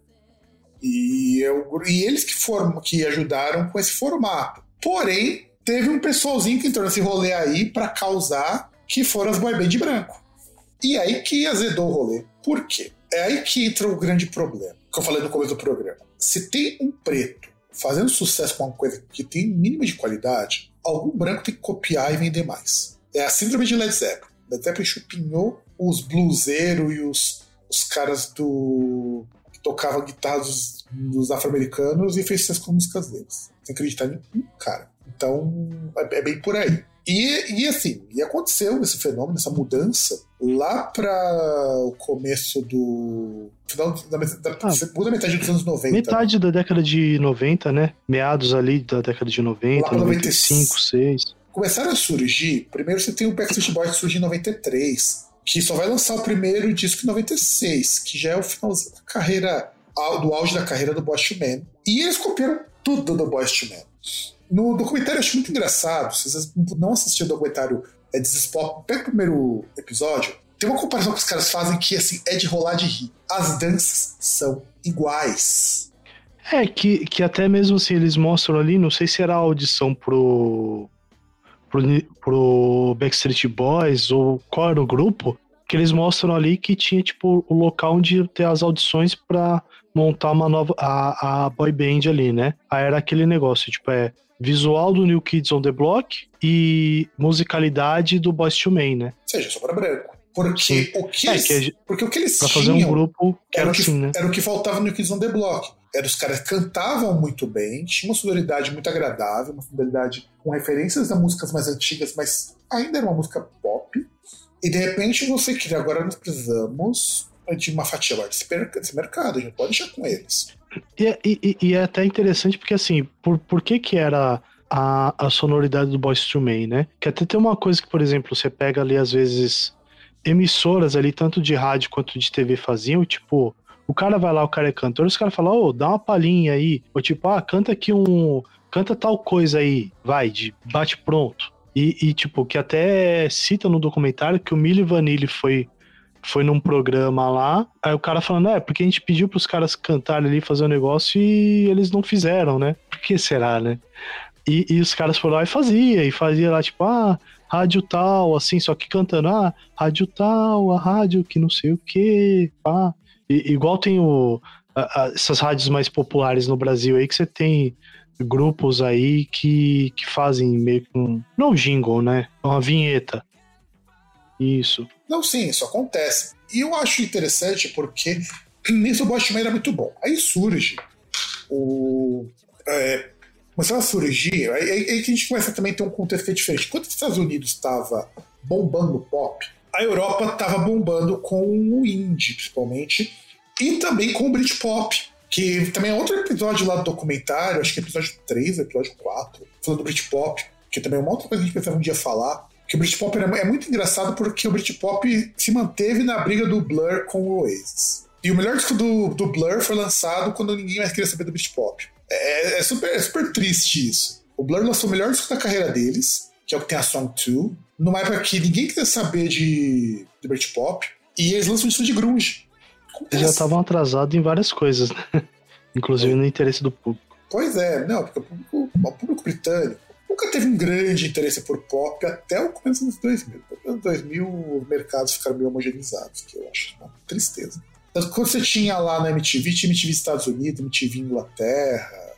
E eles que ajudaram com esse formato. Porém, teve um pessoalzinho que entrou nesse rolê aí pra causar, que foram as boy band de branco. E aí que azedou o rolê. Por quê? É aí que entra o grande problema, que eu falei no começo do programa. Se tem um preto fazendo sucesso com uma coisa que tem mínima de qualidade, algum branco tem que copiar e vender mais. É a síndrome de Led Zeppelin. Led Zeppelin chupinhou os bluseiros e os caras que tocavam guitarra dos afro-americanos e fez sucesso com músicas deles. Sem acreditar em um cara. Então, é bem por aí. E assim, aconteceu esse fenômeno, essa mudança, lá para o começo do final da segunda metade dos anos 90. Metade da década de 90, né? Meados ali da década de 90, 95, 6. Começaram a surgir, primeiro você tem o Backstreet Boys que surge em 93, que só vai lançar o primeiro disco em 96, que já é o finalzinho da carreira, do auge da carreira do Boyz II Men. E eles copiaram tudo do Boyz II Men. No documentário eu acho muito engraçado, se vocês não assistiram o documentário Desespop, pega o primeiro episódio, tem uma comparação que os caras fazem que assim, é de rolar de rir. As danças são iguais. Que até mesmo assim eles mostram ali, não sei se era a audição pro Backstreet Boys ou qual era o grupo, que eles mostram ali que tinha tipo o local onde ia ter as audições pra montar uma nova a boy band ali, né? Aí era aquele negócio, tipo, visual do New Kids on the Block e musicalidade do Boyz II Men, né? Ou seja, só para branco. Porque o que eles pra tinham fazer um grupo que era assim, né? Era o que faltava no New Kids on the Block. Os caras cantavam muito bem, tinha uma sonoridade muito agradável, uma sonoridade com referências a músicas mais antigas, mas ainda era uma música pop. E de repente você queria, agora nós precisamos de uma fatia lá desse mercado, a gente pode deixar com eles. E é até interessante porque assim, por que era a sonoridade do Boyz II Men, né? Que até tem uma coisa que, por exemplo, você pega ali às vezes emissoras ali, tanto de rádio quanto de TV faziam, tipo, o cara vai lá, o cara é cantor, os caras falam, dá uma palhinha aí, ou tipo, canta aqui canta tal coisa aí, vai, de bate pronto. E tipo, que até cita no documentário que o Milli Vanilli foi num programa lá, aí o cara falando, porque a gente pediu pros caras cantarem ali, fazer um negócio e eles não fizeram, né? Por que será, né? E os caras foram lá e fazia lá, tipo, rádio tal, assim, só que cantando, rádio tal, a rádio que não sei o quê, pá. Igual tem essas rádios mais populares no Brasil aí, que você tem grupos aí que fazem meio que não jingle, né? Uma vinheta. Isso. Não, sim, isso acontece. E eu acho interessante porque nisso o Bosch Man era muito bom. Aí surge começava a surgir, aí que a gente começa também a ter um contexto que é diferente. Enquanto os Estados Unidos estava bombando o pop, a Europa estava bombando com o indie, principalmente, e também com o Britpop, que também é outro episódio lá do documentário, acho que é episódio 3, episódio 4, falando do Britpop, que também é uma outra coisa que a gente pensava um dia falar, que o Britpop é muito engraçado porque o Britpop se manteve na briga do Blur com o Oasis. E o melhor disco do Blur foi lançado quando ninguém mais queria saber do Britpop. É super triste isso. O Blur lançou o melhor disco da carreira deles, que é o que tem a Song 2, numa época que ninguém queria saber de Britpop, e eles lançam um disco de grunge. Eles já estavam atrasados em várias coisas, né? Inclusive no interesse do público. Pois é, não, porque o público britânico nunca teve um grande interesse por pop até o começo dos 2000. Nos anos 2000 os mercados ficaram meio homogeneizados, que eu acho uma tristeza. Tanto que quando você tinha lá na MTV, tinha MTV Estados Unidos, MTV Inglaterra,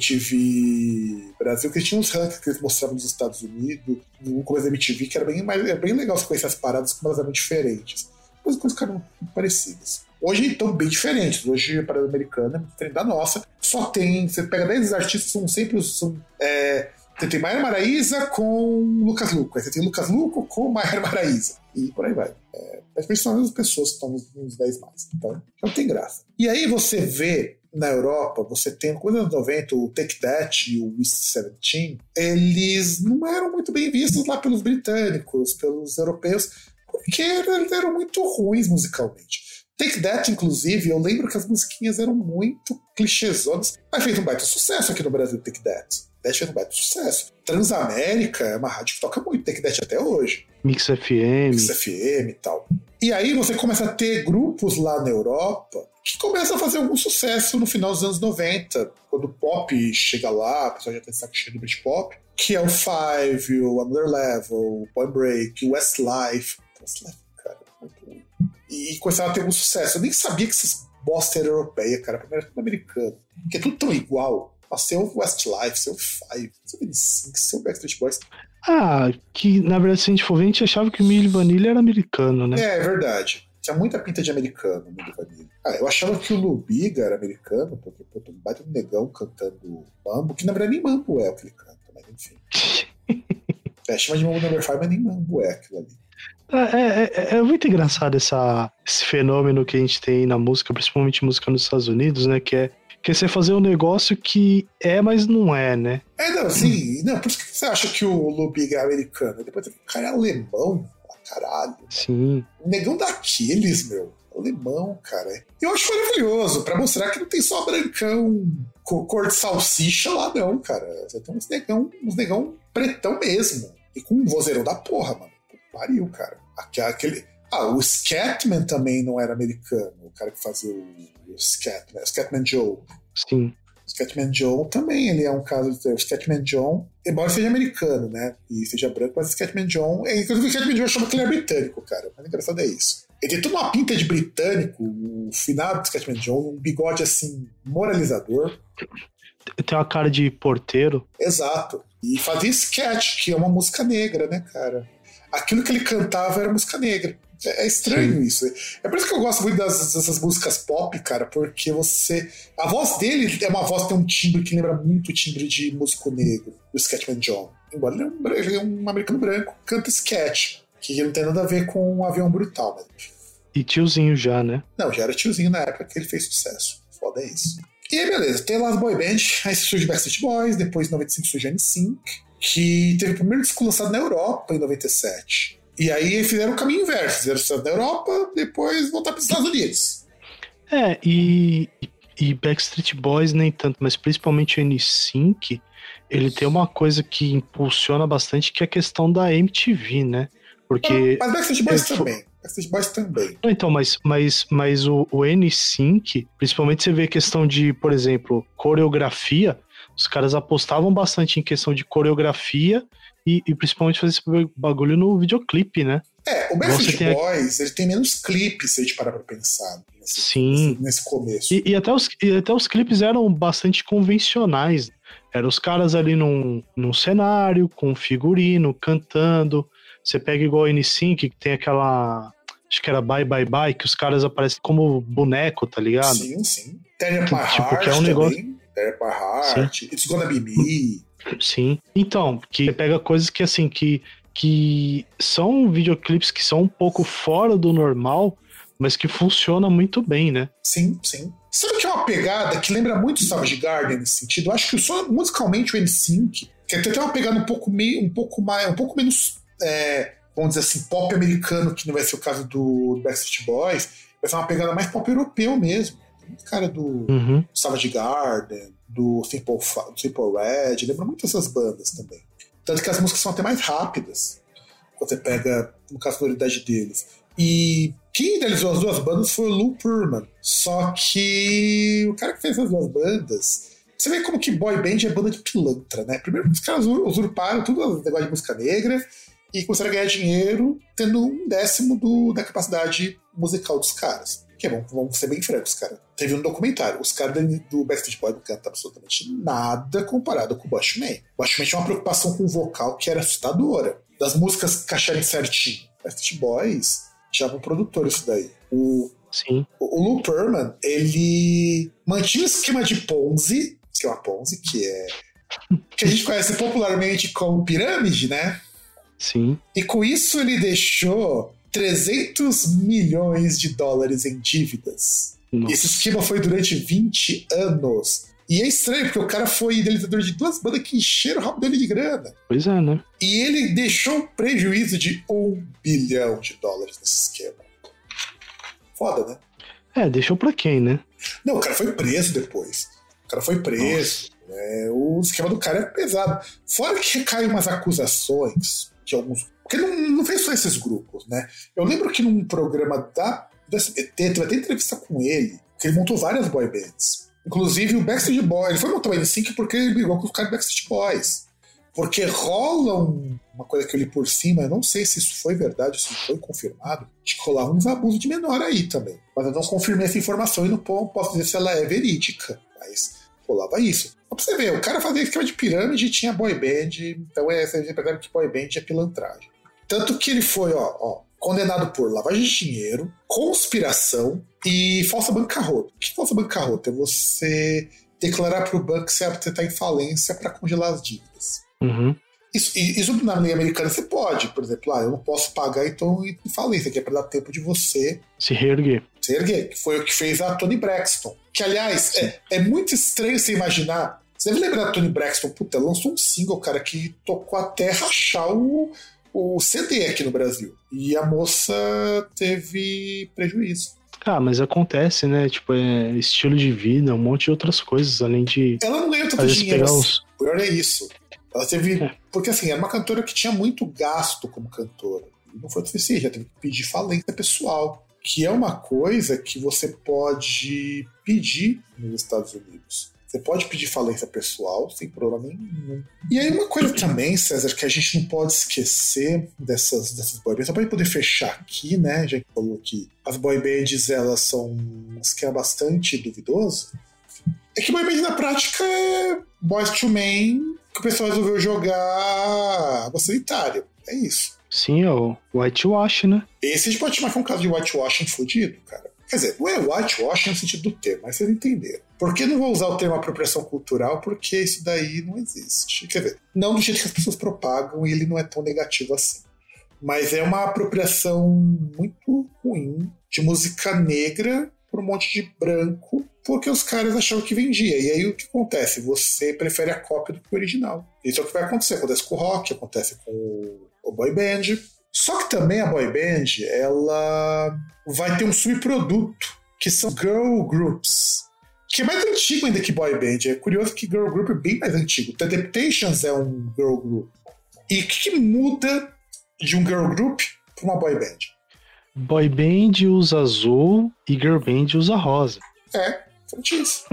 MTV Brasil, que eles tinham uns rankings que eles mostravam nos Estados Unidos, no começo da MTV, que era bem legal você conhecer as paradas, como elas eram diferentes. Depois as coisas ficaram parecidas. Hoje estão bem diferentes. Hoje a parada americana é muito diferente da nossa. Só tem. Você pega 10 artistas, são sempre. Você tem Maiara Maraíza com Lucas Luco. Aí você tem Lucas Luco com Maiara Maraíza. E por aí vai. Mas são as mesmas pessoas que estão nos 10 mais. Então, já não tem graça. E aí você vê, na Europa, você tem, nos anos 90, o Take That e o East 17, eles não eram muito bem vistos lá pelos britânicos, pelos europeus, porque eles eram muito ruins musicalmente. Take That, inclusive, eu lembro que as musiquinhas eram muito clichêzonas, mas fez um baita sucesso aqui no Brasil, Take That. That fez um baita sucesso. Transamérica é uma rádio que toca muito Take That até hoje. Mix FM e tal. E aí você começa a ter grupos lá na Europa que começam a fazer algum sucesso no final dos anos 90, quando o pop chega lá, o pessoal já tem saco cheio do Britpop, que é o Five, o Another Level, o Point Break, o Westlife. Westlife, cara, muito ruim. E começaram a ter algum sucesso. Eu nem sabia que essas bosta era europeia, cara. Primeiro é tudo americano. Porque é tudo tão igual. Seu Westlife, seu Five, seu NSYNC, seu Backstreet Boys. Que na verdade, se a gente for ver, a gente achava que o Milli Vanilli era americano, né? É verdade. Tinha muita pinta de americano, o Milli Vanilli. Eu achava que o Lubiga era americano, porque tem um baita negão cantando mambo, que na verdade nem mambo é o que ele canta, mas enfim. Chama de mambo number 5, mas nem mambo é aquilo ali. É muito engraçado esse fenômeno que a gente tem na música, principalmente música nos Estados Unidos, né? Que é você fazer um negócio que mas não é, né? Não, sim. Não, por isso que você acha que o Lubiga é americano. Depois tem um cara alemão, caralho. Sim. Um negão daqueles, meu. Alemão, cara. Eu acho maravilhoso, pra mostrar que não tem só brancão cor de salsicha lá, não, cara. Você tem uns negão pretão mesmo. E com um vozeirão da porra, mano. Pariu, cara. O Scatman também não era americano. O cara que fazia o Scatman Joe. Sim. Scatman Joe também, ele é um caso de o Scatman John, embora seja americano, né? E seja branco, mas o Scatman John. Inclusive, o Scatman John chama que ele é britânico, cara. Mas o engraçado é isso. Ele tem toda uma pinta de britânico, o finado do Scatman John, um bigode assim, moralizador. Tem uma cara de porteiro. Exato. E fazia sketch, que é uma música negra, né, cara? Aquilo que ele cantava era música negra. É estranho. Sim. Isso. É por isso que eu gosto muito dessas músicas pop, cara, porque a voz dele é uma voz que tem um timbre que lembra muito o timbre de músico negro, do Scatman John. Embora ele é um americano branco, canta sketch, que não tem nada a ver com um avião brutal, né? E tiozinho já, né? Não, já era tiozinho na época que ele fez sucesso. Foda é isso. E aí, beleza, tem lá as boy band, aí surge Backstreet Boys, depois em 95 surge NSYNC, que teve o primeiro disco lançado na Europa em 97. E aí fizeram o caminho inverso, fizeram sucesso na Europa, depois voltar para os Estados Unidos. E Backstreet Boys nem tanto, mas principalmente o NSYNC, ele tem uma coisa que impulsiona bastante, que é a questão da MTV, né? Porque... Mas Backstreet Boys também. Backstreet Boys também. Então, mas o NSYNC, principalmente você vê a questão de, por exemplo, coreografia, os caras apostavam bastante em questão de coreografia e principalmente fazer esse bagulho no videoclipe, né? O Backstreet Boys, ele tem menos clipes, se a gente parar pra pensar nesse começo. E até os clipes eram bastante convencionais. Eram os caras ali num cenário, com figurino, cantando. Você pega igual o NSYNC, que tem aquela... Acho que era Bye Bye Bye, que os caras aparecem como boneco, tá ligado? Sim. Tear Up My Heart que é um negócio... também. Tear Up My Heart. Sim. It's Gonna Be Me. Sim. Então, que você pega coisas que, assim, que são videoclipes que são um pouco fora do normal, mas que funciona muito bem, né? Sim. Sabe que é uma pegada que lembra muito o Savage Garden nesse sentido? Eu acho que só musicalmente o NSYNC, que tem até uma pegada um pouco menos, vamos dizer assim, pop americano, que não vai ser o caso do Backstreet Boys, vai ser uma pegada mais pop europeu mesmo. Tem muito cara do Savage Garden, do Simple Red, lembra muito essas bandas também. Tanto que as músicas são até mais rápidas, quando você pega, no caso, a sonoridade deles. E quem idealizou as duas bandas foi o Lou Pearlman. Só que o cara que fez as duas bandas... Você vê como que boy band é banda de pilantra, né? Primeiro, os caras usurparam tudo o negócio de música negra e começaram a ganhar dinheiro tendo 1/10 da capacidade musical dos caras. Que é bom, vamos ser bem francos, cara. Teve um documentário. Os caras do Backstreet Boys não cantam absolutamente nada comparado com o Bushman. O Bushman tinha uma preocupação com o vocal que era assustadora. Das músicas encaixarem certinho. Backstreet Boys já um produtor isso daí. O Lou Pearlman, ele mantinha o esquema de Ponzi, que é uma Ponzi, que a gente conhece popularmente como pirâmide, né? Sim. E com isso ele deixou $300 milhões em dívidas. Nossa. Esse esquema foi durante 20 anos. E é estranho, porque o cara foi idealizador de duas bandas que encheram o rabo dele de grana. Pois é, né? E ele deixou um prejuízo de $1 bilhão nesse esquema. Foda, né? Deixou pra quem, né? Não, o cara foi preso depois. O esquema do cara é pesado. Fora que caem umas acusações de alguns... Porque não fez só esses grupos, né? Eu lembro que num programa da SBT, teve até entrevista com ele, que ele montou várias boy bands. Inclusive o Backstreet Boys. Ele foi montar o NSYNC porque ele brigou com os caras do Backstreet Boys. Porque rola uma coisa que eu li por cima, eu não sei se isso foi verdade, se foi confirmado, de que rolava uns abusos de menor aí também. Mas eu não confirmei essa informação e não posso dizer se ela é verídica. Mas rolava isso. Pra você ver, o cara fazia esquema de pirâmide e tinha boy band, então você percebe que boy band é pilantragem. Tanto que ele foi, condenado por lavagem de dinheiro, conspiração e falsa bancarrota. O que é falsa bancarrota? É você declarar para o banco que você está em falência para congelar as dívidas. Uhum. Isso na lei americana você pode, por exemplo, eu não posso pagar, então em falência, que é para dar tempo de você se reerguer. Que foi o que fez a Toni Braxton. Que, aliás, é muito estranho você imaginar. Você deve lembrar da Toni Braxton? Puta, ela lançou um single, cara, que tocou até rachar o CD aqui no Brasil. E a moça teve prejuízo. Mas acontece, né? Tipo, estilo de vida, um monte de outras coisas, além de... Ela não ganhou tanto dinheiro assim. O pior é isso. Ela teve... Porque, assim, era uma cantora que tinha muito gasto como cantora. E não foi suficiente, ela teve que pedir falência pessoal. Que é uma coisa que você pode pedir nos Estados Unidos. Você pode pedir falência pessoal sem problema nenhum. E aí uma coisa também, César, que a gente não pode esquecer dessas boy bands, só para poder fechar aqui, né, já que falou que as boy bands, elas são um esquema bastante duvidoso, é que boy band na prática é Boyz II Men que o pessoal resolveu jogar água sanitária. É isso. Sim, é o whitewash, né? Esse a gente pode chamar que é um caso de whitewashing fudido, cara. Quer dizer, não é whitewashing no sentido do termo, mas vocês entenderam. Por que não vou usar o termo apropriação cultural? Porque isso daí não existe. Quer dizer, não do jeito que as pessoas propagam e ele não é tão negativo assim. Mas é uma apropriação muito ruim de música negra por um monte de branco, porque os caras achavam que vendia. E aí o que acontece? Você prefere a cópia do que o original. Isso é o que vai acontecer. Acontece com o rock, acontece com o boy band. Só que também a boy band, ela vai ter um subproduto, que são girl groups, que é mais antigo ainda que boy band. É curioso que girl group é bem mais antigo. The Temptations é um girl group. E o que muda de um girl group para uma boy band? Boy band usa azul e girl band usa rosa. Exatamente isso.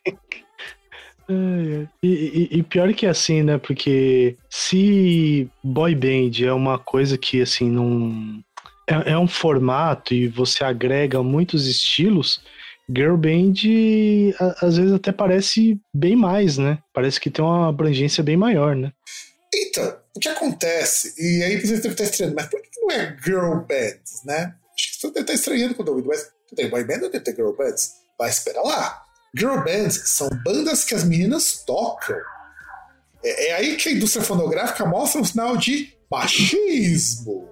E pior que é assim, né? Porque se boy band é uma coisa que, assim, não... É um formato e você agrega muitos estilos, girl band às vezes até parece bem mais, né? Parece que tem uma abrangência bem maior, né? Então, o que acontece, e aí você deve estar estranhando, mas por que não é girl bands, né? Acho que você deve estar estranhando quando eu ouvi, mas tem boy band ou tem girl bands? Vai, espera lá. Girl bands são bandas que as meninas tocam. É aí que a indústria fonográfica mostra um sinal de machismo.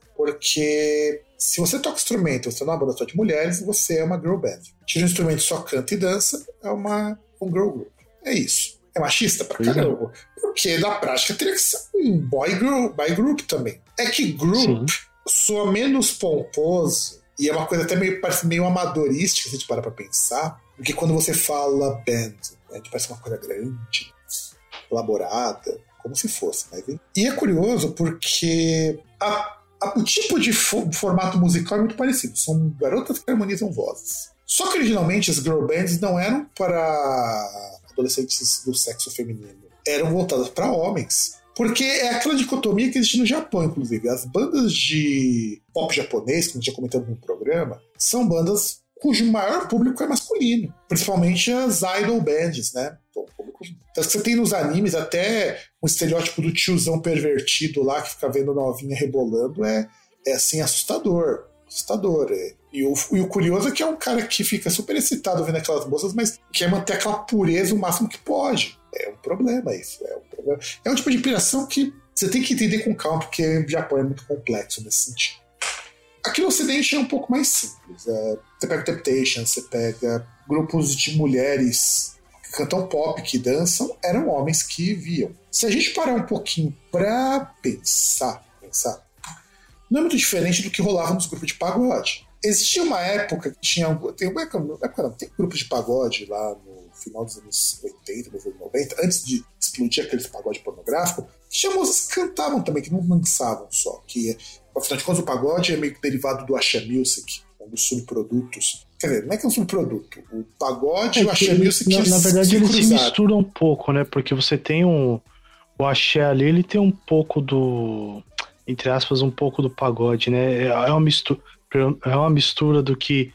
Porque se você toca instrumento, você não é uma banda só de mulheres, você é uma girl band. Tira um instrumento só canta e dança, é um girl group. É isso. É machista pra caramba. Porque na prática teria que ser um boy group também. É que group soa menos pomposo e é uma coisa até parece meio amadorística se a gente parar pra pensar. Porque quando você fala band, né, parece uma coisa grande, elaborada, como se fosse. Mas, e é curioso porque o tipo de formato musical é muito parecido. São garotas que harmonizam vozes. Só que originalmente as girl bands não eram para adolescentes do sexo feminino. Eram voltadas para homens. Porque é aquela dicotomia que existe no Japão, inclusive. As bandas de pop japonês, que a gente já comentou no programa, são bandas cujo maior público é masculino. Principalmente as idol bands, né? Então, você tem nos animes até um estereótipo do tiozão pervertido lá que fica vendo novinha rebolando. É assim, assustador. E o curioso é que é um cara que fica super excitado vendo aquelas moças, mas quer manter aquela pureza o máximo que pode. É um problema isso. É um tipo de piração que você tem que entender com calma, porque o Japão é muito complexo nesse sentido. Aqui no Ocidente é um pouco mais simples. Você pega Temptation, você pega grupos de mulheres que cantam pop, que dançam, eram homens que viam. Se a gente parar um pouquinho pra pensar, não é muito diferente do que rolava nos grupos de pagode. Existia uma época que tinha... Tem grupos de pagode lá no final dos anos 80, dos anos 90, antes de explodir aqueles pagode pornográfico, que tinha moças que cantavam também, que não dançavam só. Que, afinal de contas, o pagode é meio que derivado do Axé Music, um dos subprodutos. Quer dizer, não é que é um subproduto. O pagode e o Axé Music... Na verdade, eles se misturam um pouco, né? Porque você tem o Axé ali, ele tem um pouco do... entre aspas, um pouco do pagode, né? É uma mistura do que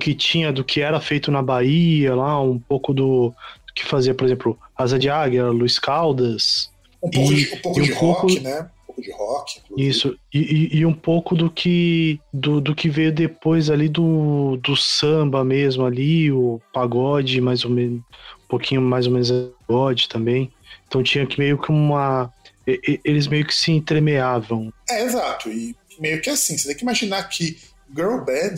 era feito na Bahia, lá, um pouco do que fazia, por exemplo, Asa de Águia, Luiz Caldas. Um pouco de rock, né? Um pouco de rock. Inclusive. Isso, e um pouco do que veio depois ali do samba mesmo ali, o pagode, mais ou menos, um pouquinho mais ou menos pagode também. Então tinha que meio que eles meio que se entremeavam. Exato, e meio que assim, você tem que imaginar que girl band,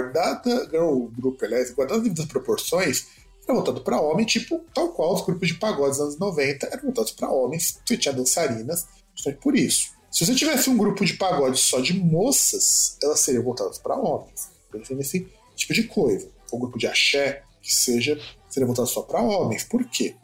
girl group, aliás, guardada as devidas proporções, era voltado para homem, tipo, tal qual os grupos de pagode dos anos 90 eram voltados para homens, você tinha dançarinas, justamente por isso. Se você tivesse um grupo de pagode só de moças, elas seriam voltadas para homens, pensando nesse tipo de coisa. Um grupo de axé, que seria voltado só para homens. Por quê?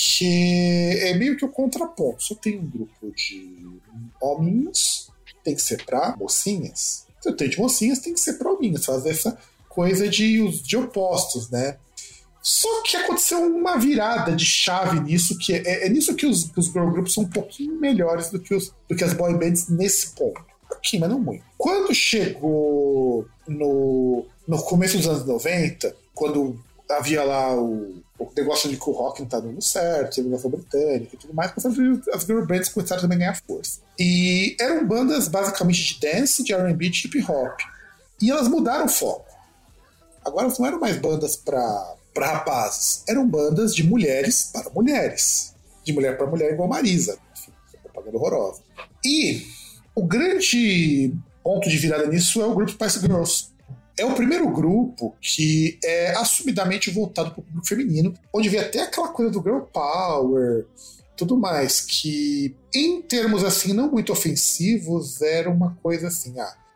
Porque é meio que o contraponto. Se eu tenho um grupo de hominhos, tem que ser para mocinhas. Se eu tenho de mocinhas, tem que ser para hominhos. Fazer essa coisa de opostos, né? Só que aconteceu uma virada de chave nisso, que é nisso que os girl groups são um pouquinho melhores do que as boy bands nesse ponto. Um pouquinho, mas não muito. Quando chegou no começo dos anos 90, quando havia lá o negócio de que o rock não tá dando certo, a imigração britânica e tudo mais, as girl bands começaram também a ganhar força. E eram bandas basicamente de dance, de R&B, de hip hop. E elas mudaram o foco. Agora elas não eram mais bandas para rapazes, eram bandas de mulheres para mulheres. De mulher para mulher igual Marisa. Enfim, propaganda horrorosa. E o grande ponto de virada nisso é o grupo Spice Girls. É o primeiro grupo que é assumidamente voltado para o público feminino, onde vê até aquela coisa do girl power, tudo mais, que em termos assim não muito ofensivos era uma coisa assim,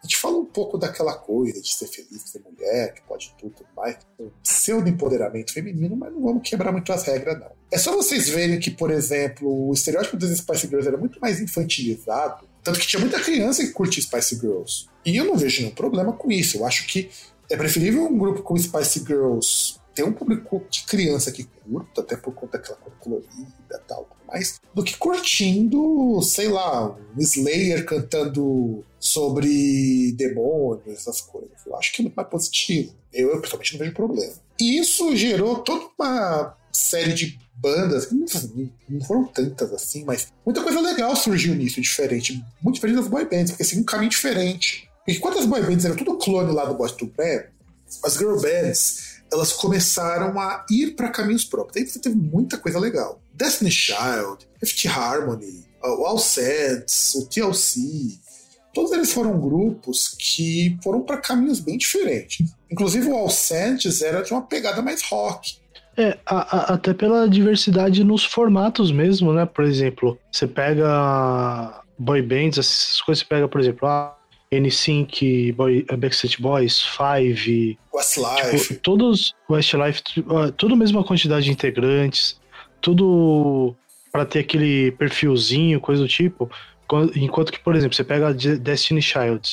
A gente fala um pouco daquela coisa de ser feliz, de ser mulher, que pode tudo mais, um pseudo-empoderamento feminino, mas não vamos quebrar muito as regras, não. É só vocês verem que, por exemplo, o estereótipo das Spice Girls era muito mais infantilizado, tanto que tinha muita criança que curte Spice Girls. E eu não vejo nenhum problema com isso. Eu acho que é preferível um grupo como Spice Girls ter um público de criança que curta, até por conta daquela cor colorida e tal, mais, do que curtindo, sei lá, um Slayer cantando sobre demônios, essas coisas. Eu acho que é muito mais positivo. Eu pessoalmente não vejo problema. E isso gerou toda uma série de bandas, que não foram tantas assim, mas muita coisa legal surgiu nisso, diferente. Muito diferente das boy bands, porque seguiu um caminho diferente. Porque enquanto as boy bands eram tudo clone lá do Boys to Men, as girl bands, elas começaram a ir para caminhos próprios. Aí você teve muita coisa legal. Destiny Child, Fifth Harmony, o All Saints, o TLC, todos eles foram grupos que foram para caminhos bem diferentes. Inclusive o All Saints era de uma pegada mais rock. Até pela diversidade nos formatos mesmo, né? Por exemplo, você pega boy bands, essas coisas, você pega, por exemplo, NSYNC, Backstreet Boys, Five, Westlife. Tipo, todos, Westlife, tudo a mesma quantidade de integrantes, tudo para ter aquele perfilzinho, coisa do tipo. Enquanto que, por exemplo, você pega Destiny's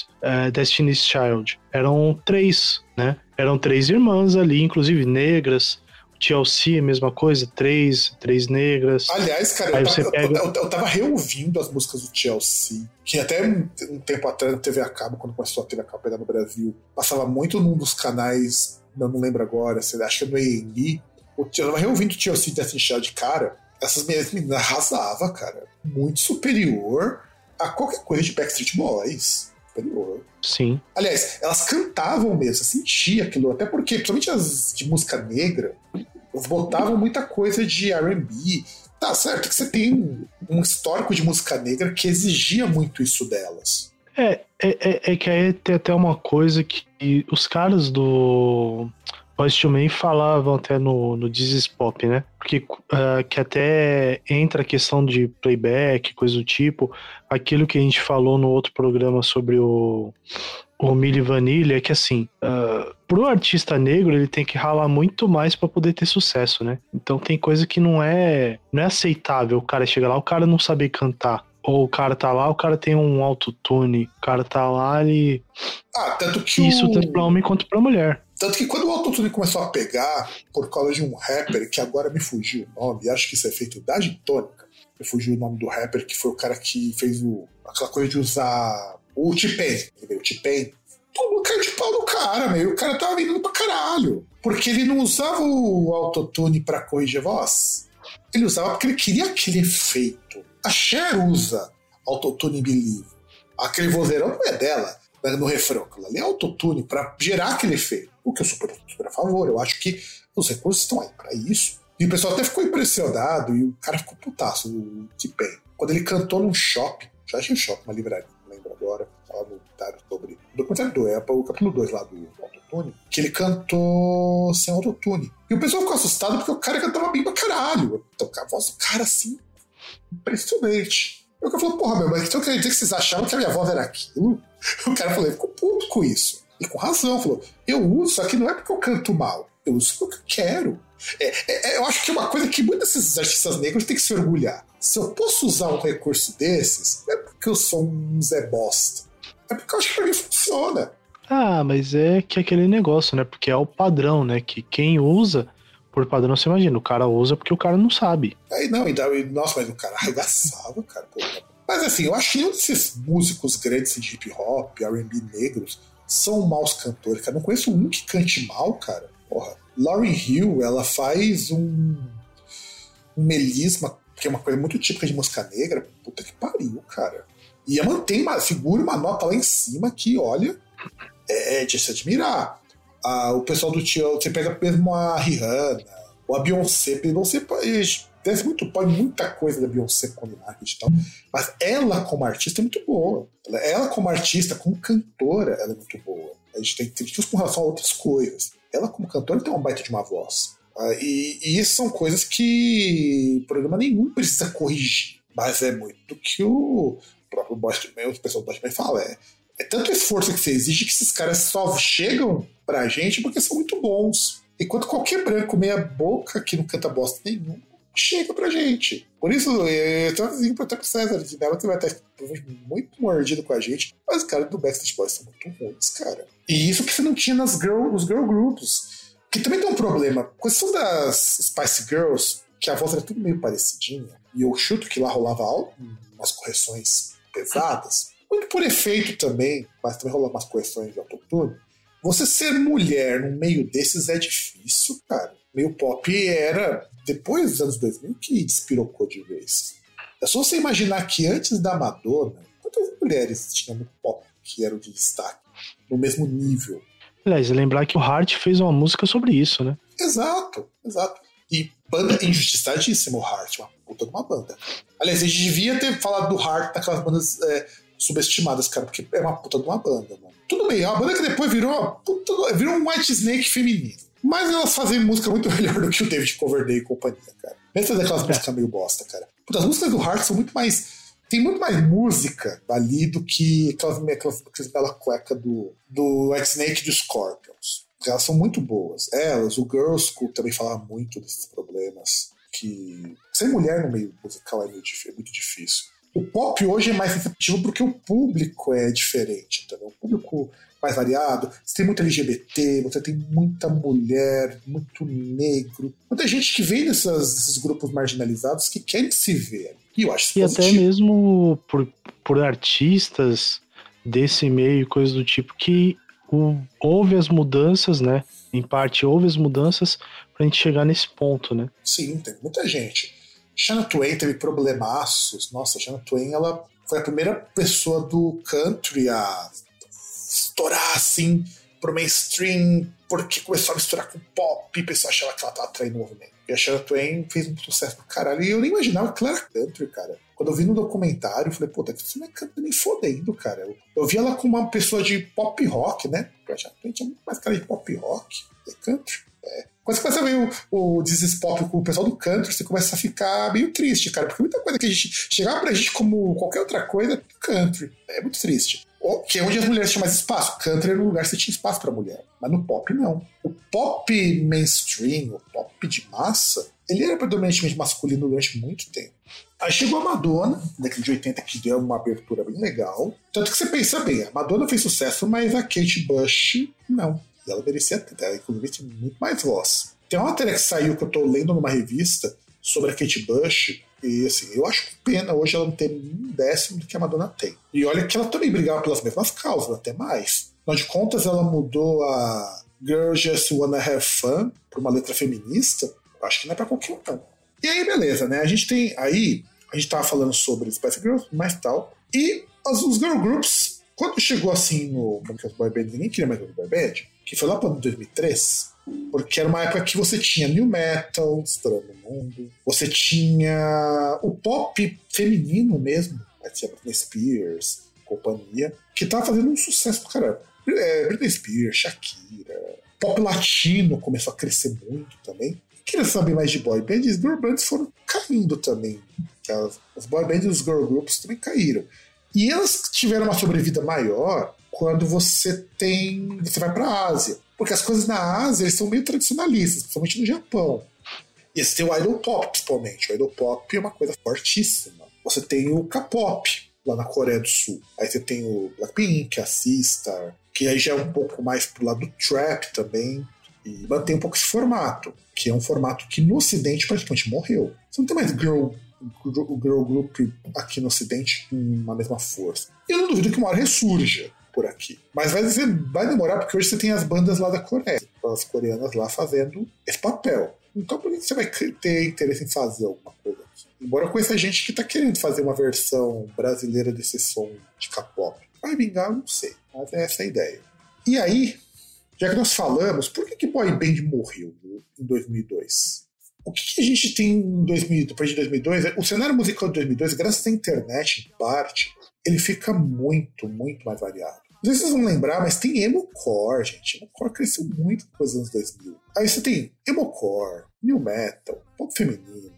Child, eram 3, né? Eram 3 irmãs ali, inclusive negras. TLC, a mesma coisa, 3 negras. Aliás, cara, eu tava reouvindo as músicas do TLC, que até um tempo atrás na TV a cabo, quando começou a TV a cabo pegar no Brasil, passava muito num dos canais, não lembro agora, acho que é no A&E. Eu tava reouvindo o TLC Destiny Child, cara, essas meninas arrasavam, cara. Muito superior a qualquer coisa de Backstreet Boys. Superior. Sim. Aliás, elas cantavam mesmo, você sentia aquilo, até porque, principalmente as de música negra, elas botavam muita coisa de R&B. Tá certo que você tem um histórico de música negra que exigia muito isso delas. É que aí tem até uma coisa que os caras do Boyz II Men falavam até no This Is Pop, né? Porque que até entra a questão de playback, coisa do tipo, aquilo que a gente falou no outro programa sobre o Milli Vanilli, é que assim, pro artista negro ele tem que ralar muito mais pra poder ter sucesso, né? Então tem coisa que não é aceitável o cara chegar lá, o cara não saber cantar. Ou o cara tá lá, o cara tem um autotune, o cara tá lá, ele... tanto que isso tanto pra homem quanto pra mulher. Tanto que quando o autotune começou a pegar, por causa de um rapper, que agora me fugiu o nome, acho que isso é feito da Gintônica, me fugiu o nome do rapper, que foi o cara que fez aquela coisa de usar o T-Pain. O T-Pain, todo mundo caiu de pau no cara, meu. O cara tava vendendo pra caralho. Porque ele não usava o autotune pra corrigir a voz. Ele usava porque ele queria aquele efeito. A Cher usa autotune em Believe. Aquele vozeirão não é dela, no refrão. Aquilo ali é autotune pra gerar aquele efeito. O que eu super a favor. Eu acho que os recursos estão aí pra isso. E o pessoal até ficou impressionado e o cara ficou putaço, o T-Pain. Quando ele cantou num shopping, já tinha um shopping, uma livraria, não lembro agora, tava no documentário sobre o documentário do Apple, o capítulo 2 lá do autotune, que ele cantou sem autotune. E o pessoal ficou assustado porque o cara cantava bem pra caralho. Então, a voz do cara, assim, impressionante. E o cara falou, porra, meu, mas então quer dizer que vocês achavam que a minha voz era aquilo? O cara falou, ele ficou puto com isso. E com razão, falou, eu uso, só que não é porque eu canto mal, eu uso porque eu quero. Eu acho que é uma coisa que muitos desses artistas negros têm que se orgulhar. Se eu posso usar um recurso desses, não é porque eu sou um Zé Bosta. É porque eu acho que pra mim funciona. Mas é que é aquele negócio, né? Porque é o padrão, né? Que quem usa, por padrão, você imagina, o cara usa porque o cara não sabe. Nossa, mas o cara arregaçava, cara. Pô. Mas assim, eu acho que nenhum desses músicos grandes de hip hop, R&B negros, são maus cantores, cara. Não conheço um que cante mal, cara. Porra. Lauryn Hill, ela faz um melisma, que é uma coisa muito típica de música negra. Puta que pariu, cara. E ela segura uma nota lá em cima que, olha, é de se admirar. O pessoal do Tio, você pega mesmo a Rihanna, ou a Beyoncé. Beyoncé desce muita coisa da Beyoncé com o marketing e tal, mas ela como artista é muito boa. Ela como artista, como cantora, ela é muito boa. A gente tem críticas com relação a outras coisas. Ela como cantora tem uma baita de uma voz. E isso são coisas que programa nenhum precisa corrigir. Mas é muito do que o próprio Boyz II Men, o pessoal do Boyz II Men fala. É tanto esforço que você exige que esses caras só chegam pra gente porque são muito bons. Enquanto qualquer branco meia boca que não canta bosta nenhuma, chega pra gente. Por isso, eu tô dizendo pro César de Mello que vai estar muito mordido com a gente, mas os caras do Backstreet Boys são muito ruins, cara. E isso que você não tinha nos girl groups. Que também tem um problema. Com a questão das Spice Girls, que a voz era tudo meio parecidinha, e eu chuto que lá rolava umas correções pesadas, muito por efeito também, mas também rolava umas correções de autotune. Você ser mulher no meio desses é difícil, cara. Meio pop era, depois dos anos 2000, que despirocou de vez. É só você imaginar que antes da Madonna, quantas mulheres tinham no pop que eram de destaque, no mesmo nível? Aliás, lembrar que o Heart fez uma música sobre isso, né? Exato. E banda injustiçadíssima, o Heart, uma puta de uma banda. Aliás, a gente devia ter falado do Heart naquelas bandas subestimadas, cara, porque é uma puta de uma banda, mano. Tudo bem, é uma banda que depois virou um White Snake feminino. Mas elas fazem música muito melhor do que o David Coverdale e companhia, cara. Mesmo fazer aquelas músicas meio bosta, cara. Puta, as músicas do Heart são muito mais... Tem muito mais música ali do que aquelas bela cueca do White Snake e dos Scorpions. Elas são muito boas. Elas, o Girls School também falava muito desses problemas. Que ser mulher no meio musical é muito difícil. O pop hoje é mais receptivo porque o público é diferente, entendeu? O público mais variado, você tem muito LGBT, você tem muita mulher, muito negro, muita gente que vem desses grupos marginalizados que querem se ver. E eu acho isso positivo. Até mesmo por artistas desse meio, coisas do tipo, que houve as mudanças, né? Em parte houve as mudanças pra gente chegar nesse ponto, né? Sim, tem muita gente. Shania Twain teve problemaços. Nossa, Shania Twain, ela foi a primeira pessoa do country a estourar assim pro mainstream, porque começou a misturar com pop e o pessoal achava que ela tava atraindo o movimento. E a Shania Twain fez um sucesso do caralho, e eu nem imaginava que ela era country, cara. Quando eu vi no documentário, eu falei, puta, que isso não é country nem fodendo, cara. Eu vi ela com uma pessoa de pop rock, né? A Shania Twain tinha muito mais cara de pop rock, é country. Quando você começa a ver o This Pop com o pessoal do country, você começa a ficar meio triste, cara, porque muita coisa que a gente chegava pra gente como qualquer outra coisa é country. É muito triste. Que é onde as mulheres tinham mais espaço. Country era um lugar que você tinha espaço pra mulher. Mas no pop, não. O pop mainstream, o pop de massa, ele era predominantemente masculino durante muito tempo. Aí chegou a Madonna, década de 80, que deu uma abertura bem legal. Tanto que você pensa bem, a Madonna fez sucesso, mas a Kate Bush, não. E ela merecia ter, ela inclusive tem muito mais voz. Tem uma matéria que saiu que eu tô lendo numa revista sobre a Kate Bush, e assim, eu acho pena hoje ela não ter um décimo do que a Madonna tem. E olha que ela também brigava pelas mesmas causas, até mais. Afinal de contas, ela mudou a Girl Just Wanna Have Fun pra uma letra feminista. Eu acho que não é pra qualquer um, não. E aí, beleza, né? A gente tava falando sobre Spice Girls, mais tal. E os girl groups, quando chegou assim no boy band, ninguém queria mais boy band, que foi lá para 2003, porque era uma época que você tinha new metal estourando no mundo, você tinha o pop feminino mesmo, né? Tinha Britney Spears, companhia, que tava fazendo um sucesso do caramba. Britney Spears, Shakira, pop latino começou a crescer muito também. Queria saber mais de boy bands, girl bands foram caindo também. As boy bands e os girl groups também caíram. E elas tiveram uma sobrevida maior quando você vai para a Ásia. Porque as coisas na Ásia eles são meio tradicionalistas, principalmente no Japão. E você tem o idol pop, principalmente. O idol pop é uma coisa fortíssima. Você tem o K-pop lá na Coreia do Sul. Aí você tem o Blackpink, a Sistar, que aí já é um pouco mais pro lado do trap também. E mantém um pouco esse formato, que é um formato que no Ocidente praticamente morreu. Você não tem mais girl group aqui no Ocidente com uma mesma força. E eu não duvido que uma hora ressurja por aqui. Mas vai demorar, porque hoje você tem as bandas lá da Coreia, as coreanas lá fazendo esse papel. Então por que você vai ter interesse em fazer alguma coisa aqui? Embora eu conheça gente que tá querendo fazer uma versão brasileira desse som de K-pop. Vai vingar, eu não sei. Mas é essa a ideia. E aí, já que nós falamos, por que boy band morreu em 2002? O que a gente tem depois de 2002? O cenário musical de 2002, graças à internet, em parte, ele fica muito, muito mais variado. Não sei se vocês vão lembrar, mas tem emocore, gente. Emocore cresceu muito nos anos 2000. Aí você tem emocore, new metal, pop feminino.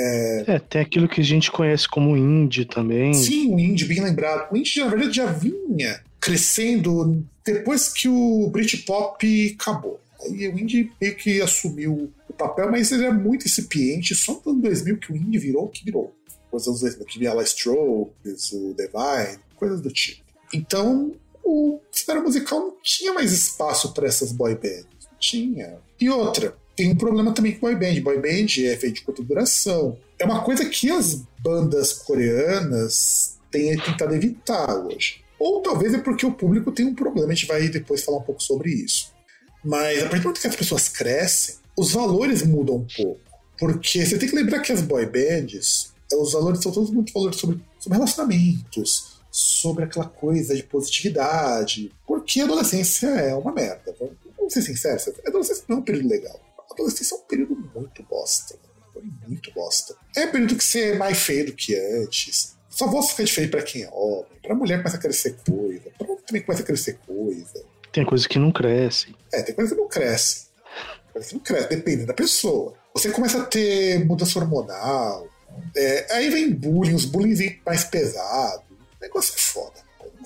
Tem aquilo que a gente conhece como indie também. Sim, o indie, bem lembrado. O indie, na verdade, já vinha crescendo depois que o Britpop acabou. Aí o indie meio que assumiu o papel, mas ele era muito incipiente. Só no ano 2000 que o indie virou o que virou. Nos anos 2000 que vinha lá Strokes, o Divine, coisas do tipo. Então, o cenário musical não tinha mais espaço para essas boy bands. Não tinha. E outra, tem um problema também com boy band. Boy band é feito de curta duração. É uma coisa que as bandas coreanas têm tentado evitar hoje. Ou talvez é porque o público tem um problema, a gente vai depois falar um pouco sobre isso. Mas a partir do momento que as pessoas crescem, os valores mudam um pouco. Porque você tem que lembrar que as boy bands, os valores são todos muito valores sobre relacionamentos, sobre aquela coisa de positividade. Porque a adolescência é uma merda. Vamos ser sinceros, a adolescência não é um período legal. A adolescência é um período muito bosta. Muito bosta. É um período que você é mais feio do que antes. Sua voz fica diferente pra quem é homem. Pra mulher começa a crescer coisa. Pra homem também começa a crescer coisa. Tem coisa que não cresce. Tem coisa que não cresce. Coisa que não cresce, depende da pessoa. Você começa a ter mudança hormonal. Aí vem bullying, os bullying vêm mais pesados. O negócio é foda.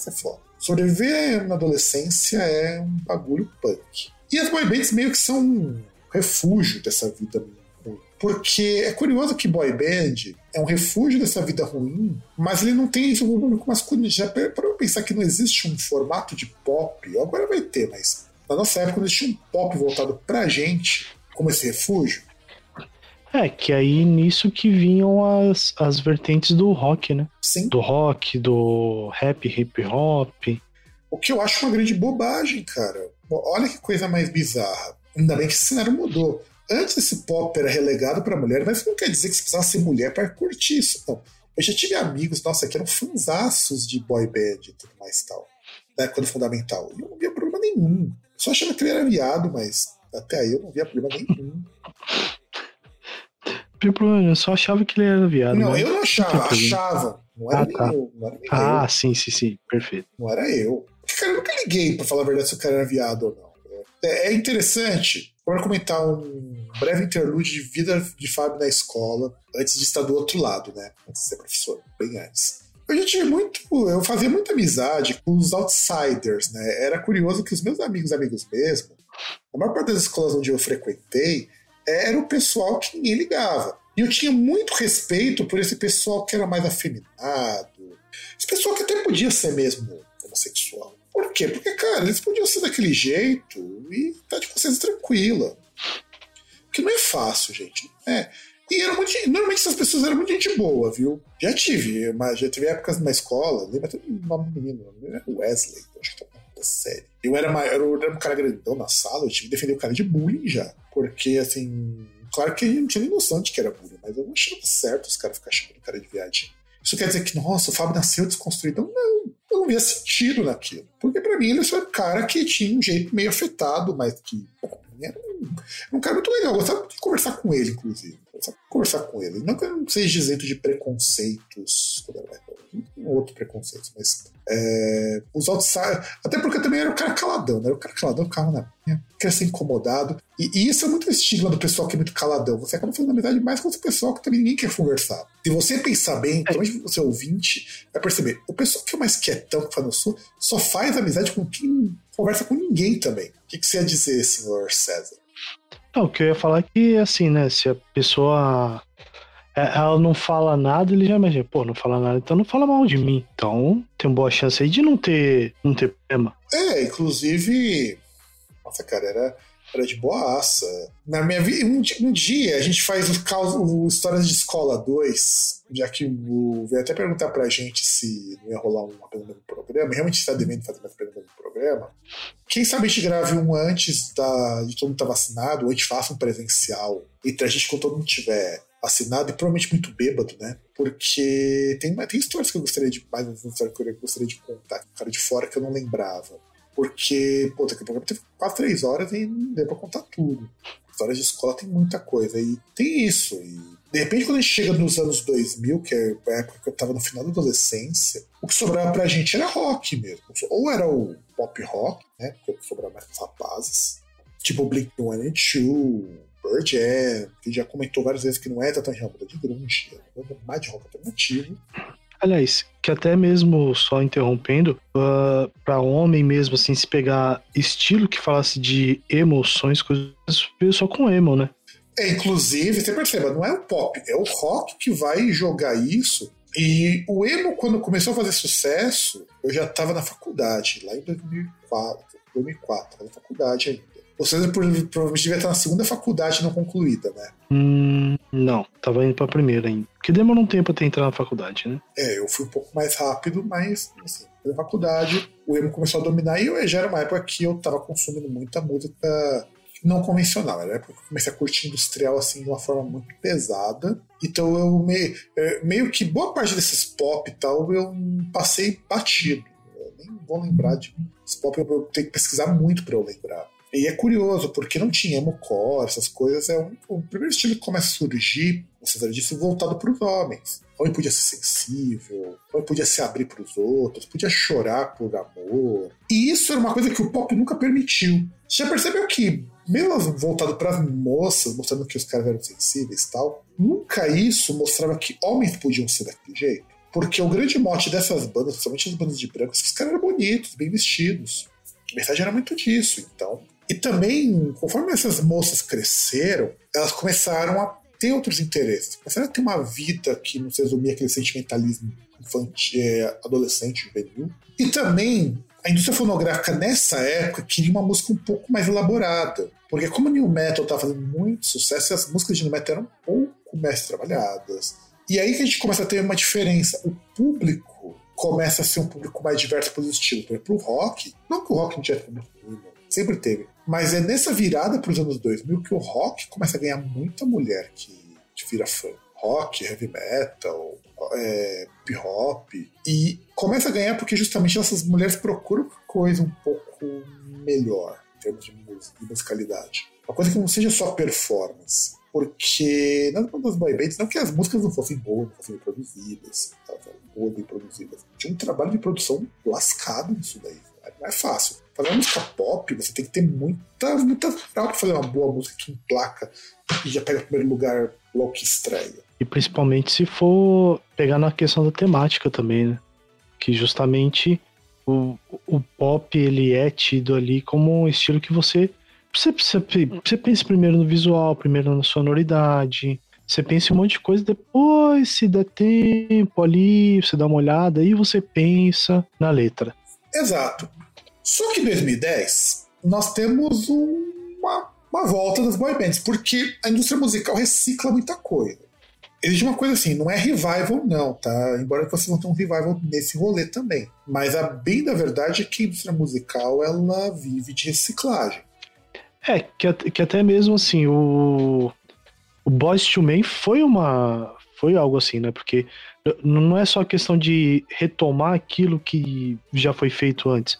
Sobreviver na adolescência é um bagulho punk. E as boy bands meio que são um refúgio dessa vida ruim. Porque é curioso que boy band é um refúgio dessa vida ruim, mas ele não tem esse público masculino. Já para pensar que não existe um formato de pop, agora vai ter, mas na nossa época não existia um pop voltado pra gente, como esse refúgio. Que aí nisso que vinham as vertentes do rock, né? Sim. Do rock, do rap, hip hop. O que eu acho uma grande bobagem, cara. Olha que coisa mais bizarra. Ainda bem que esse cenário mudou. Antes esse pop era relegado pra mulher, mas não quer dizer que você precisava ser mulher pra curtir isso, não. Eu já tive amigos, nossa, que eram fanzaços de boy band e tudo mais tal, na época do Fundamental. E eu não via problema nenhum. Só achava que ele era viado, mas até aí eu não via problema nenhum. Eu só achava que ele era viado. Não, né? eu não achava, achavam. Não era nem tá. eu. Não era nem eu. Sim, perfeito. Não era eu. Porque, cara, eu nunca liguei pra falar a verdade se o cara era viado ou não. É interessante. Eu vou comentar um breve interlúdio de vida de Fábio na escola, antes de estar do outro lado, né? Antes de ser professor, bem antes. Eu fazia muita amizade com os outsiders, né? Era curioso que os meus amigos mesmo, a maior parte das escolas onde eu frequentei, era o pessoal que ninguém ligava. E eu tinha muito respeito por esse pessoal que era mais afeminado. Esse pessoal que até podia ser mesmo homossexual. Por quê? Porque, cara, eles podiam ser daquele jeito e tá de consciência tranquila. Porque não é fácil, gente. E normalmente essas pessoas eram muito gente boa, viu? Já tive épocas na escola, lembra até o nome do menino, era Wesley, acho que tá na série. Eu era um cara grandão na sala, eu tive que defender o cara de bullying já. Porque, assim, claro que a gente não tinha nem noção de que era bullying, mas eu não achava certo os caras ficarem chamando o cara de viadinho. Isso quer dizer que, nossa, o Fábio nasceu desconstruído. Não, eu não via sentido naquilo. Porque pra mim ele foi um cara que tinha um jeito meio afetado, mas que era um cara muito legal. Eu gostava de conversar com ele, inclusive. Não que eu não seja isento de preconceitos, outros preconceitos, mas os outsiders. Até porque eu também era o cara caladão, né? O cara caladão ficava na minha, queria ser incomodado. E isso é muito o estigma do pessoal que é muito caladão. Você acaba fazendo amizade mais com esse pessoal que também ninguém quer conversar. Se você pensar bem, principalmente você ouvinte, vai perceber, o pessoal que é mais quietão, que faz no sul, só faz amizade com quem não conversa com ninguém também. O que você ia dizer, senhor César? Não, o que eu ia falar é que, assim, né, se a pessoa ela não fala nada, ele já imagina, não fala nada, então não fala mal de mim. Então tem uma boa chance aí de não ter problema. Inclusive, nossa, cara, era de boaça. Na minha vida, um dia a gente faz o Histórias de Escola 2, já que veio até perguntar pra gente se não ia rolar uma apenas no programa, realmente está devendo fazer mais apenas no programa. Quem sabe a gente grave um antes de todo mundo estar vacinado, ou a gente faça um presencial entre a gente quando todo mundo tiver vacinado e provavelmente muito bêbado, né? Porque tem histórias que eu gostaria de contar com o cara de fora que eu não lembrava. Porque, daqui a pouco teve quase 3 horas e não deu pra contar tudo. Histórias de escola tem muita coisa. E tem isso. E, de repente, quando a gente chega nos anos 2000, que é a época que eu tava no final da adolescência, o que sobrava pra gente era rock mesmo. Ou era o pop rock, né? Porque o que sobrava mais rapazes. Tipo Blink-182, Pearl Jam, que já comentou várias vezes que não é exatamente uma banda de grunge, é uma banda mais de rock alternativo. Aliás, que até mesmo, só interrompendo, pra homem mesmo, assim, se pegar estilo que falasse de emoções, coisas, veio só com emo, né? Inclusive, você perceba, não é o pop, é o rock que vai jogar isso. E o emo, quando começou a fazer sucesso, eu já estava na faculdade, lá em 2004, estava na faculdade ainda. Você provavelmente devia estar na segunda faculdade não concluída, né? Não, tava indo pra primeira ainda. Porque demorou um tempo até entrar na faculdade, né? Eu fui um pouco mais rápido, mas, assim, na faculdade, o emo começou a dominar e já era uma época que eu tava consumindo muita música não convencional. Era a época que eu comecei a curtir industrial, assim, de uma forma muito pesada. Então eu meio que boa parte desses pop e tal, eu passei batido. Eu nem vou lembrar de esse pop, eu tenho que pesquisar muito pra eu lembrar. E é curioso, porque não tinha emo-core, essas coisas. O primeiro estilo que começa a surgir, o César disse, voltado para os homens. O homem podia ser sensível, o homem podia se abrir para os outros, podia chorar por amor. E isso era uma coisa que o pop nunca permitiu. Você já percebeu que, mesmo voltado para as moças, mostrando que os caras eram sensíveis e tal, nunca isso mostrava que homens podiam ser daquele jeito? Porque o grande mote dessas bandas, principalmente as bandas de brancos, é que os caras eram bonitos, bem vestidos. A mensagem era muito disso, então. E também, conforme essas moças cresceram, elas começaram a ter outros interesses. Começaram a ter uma vida que não se resumia aquele sentimentalismo infantil, adolescente, juvenil. E também, a indústria fonográfica nessa época queria uma música um pouco mais elaborada. Porque como o New Metal estava fazendo muito sucesso, as músicas de New Metal eram um pouco mais trabalhadas. E aí que a gente começa a ter uma diferença. O público começa a ser um público mais diverso pelos estilos. Por exemplo, o rock, não que o rock não tinha público, sempre teve. Mas é nessa virada para os anos 2000 que o rock começa a ganhar muita mulher que vira fã. Rock, heavy metal, hip hop. E começa a ganhar porque justamente essas mulheres procuram coisa um pouco melhor em termos de musicalidade. Uma coisa que não seja só performance. Porque nas bandas boy bands, não que as músicas não fossem boas, não fossem bem produzidas, bem produzidas. Tinha um trabalho de produção lascado nisso daí. Não é fácil. Fazer uma música pop, você tem que ter muita moral pra fazer uma boa música que emplaca e já pega o primeiro lugar logo que estreia. E principalmente se for pegar na questão da temática também, né? Que justamente o pop, ele é tido ali como um estilo que você pensa primeiro no visual, primeiro na sonoridade, você pensa em um monte de coisa, depois, se der tempo ali, você dá uma olhada, aí você pensa na letra. Exato. Só que em 2010, nós temos uma volta das boy bands, porque a indústria musical recicla muita coisa. Existe uma coisa assim, não é revival não, tá? Embora vocês vão ter um revival nesse rolê também. Mas a bem da verdade é que a indústria musical, ela vive de reciclagem. Que até mesmo assim, o Boyz II Men foi algo assim, né? Porque não é só questão de retomar aquilo que já foi feito antes.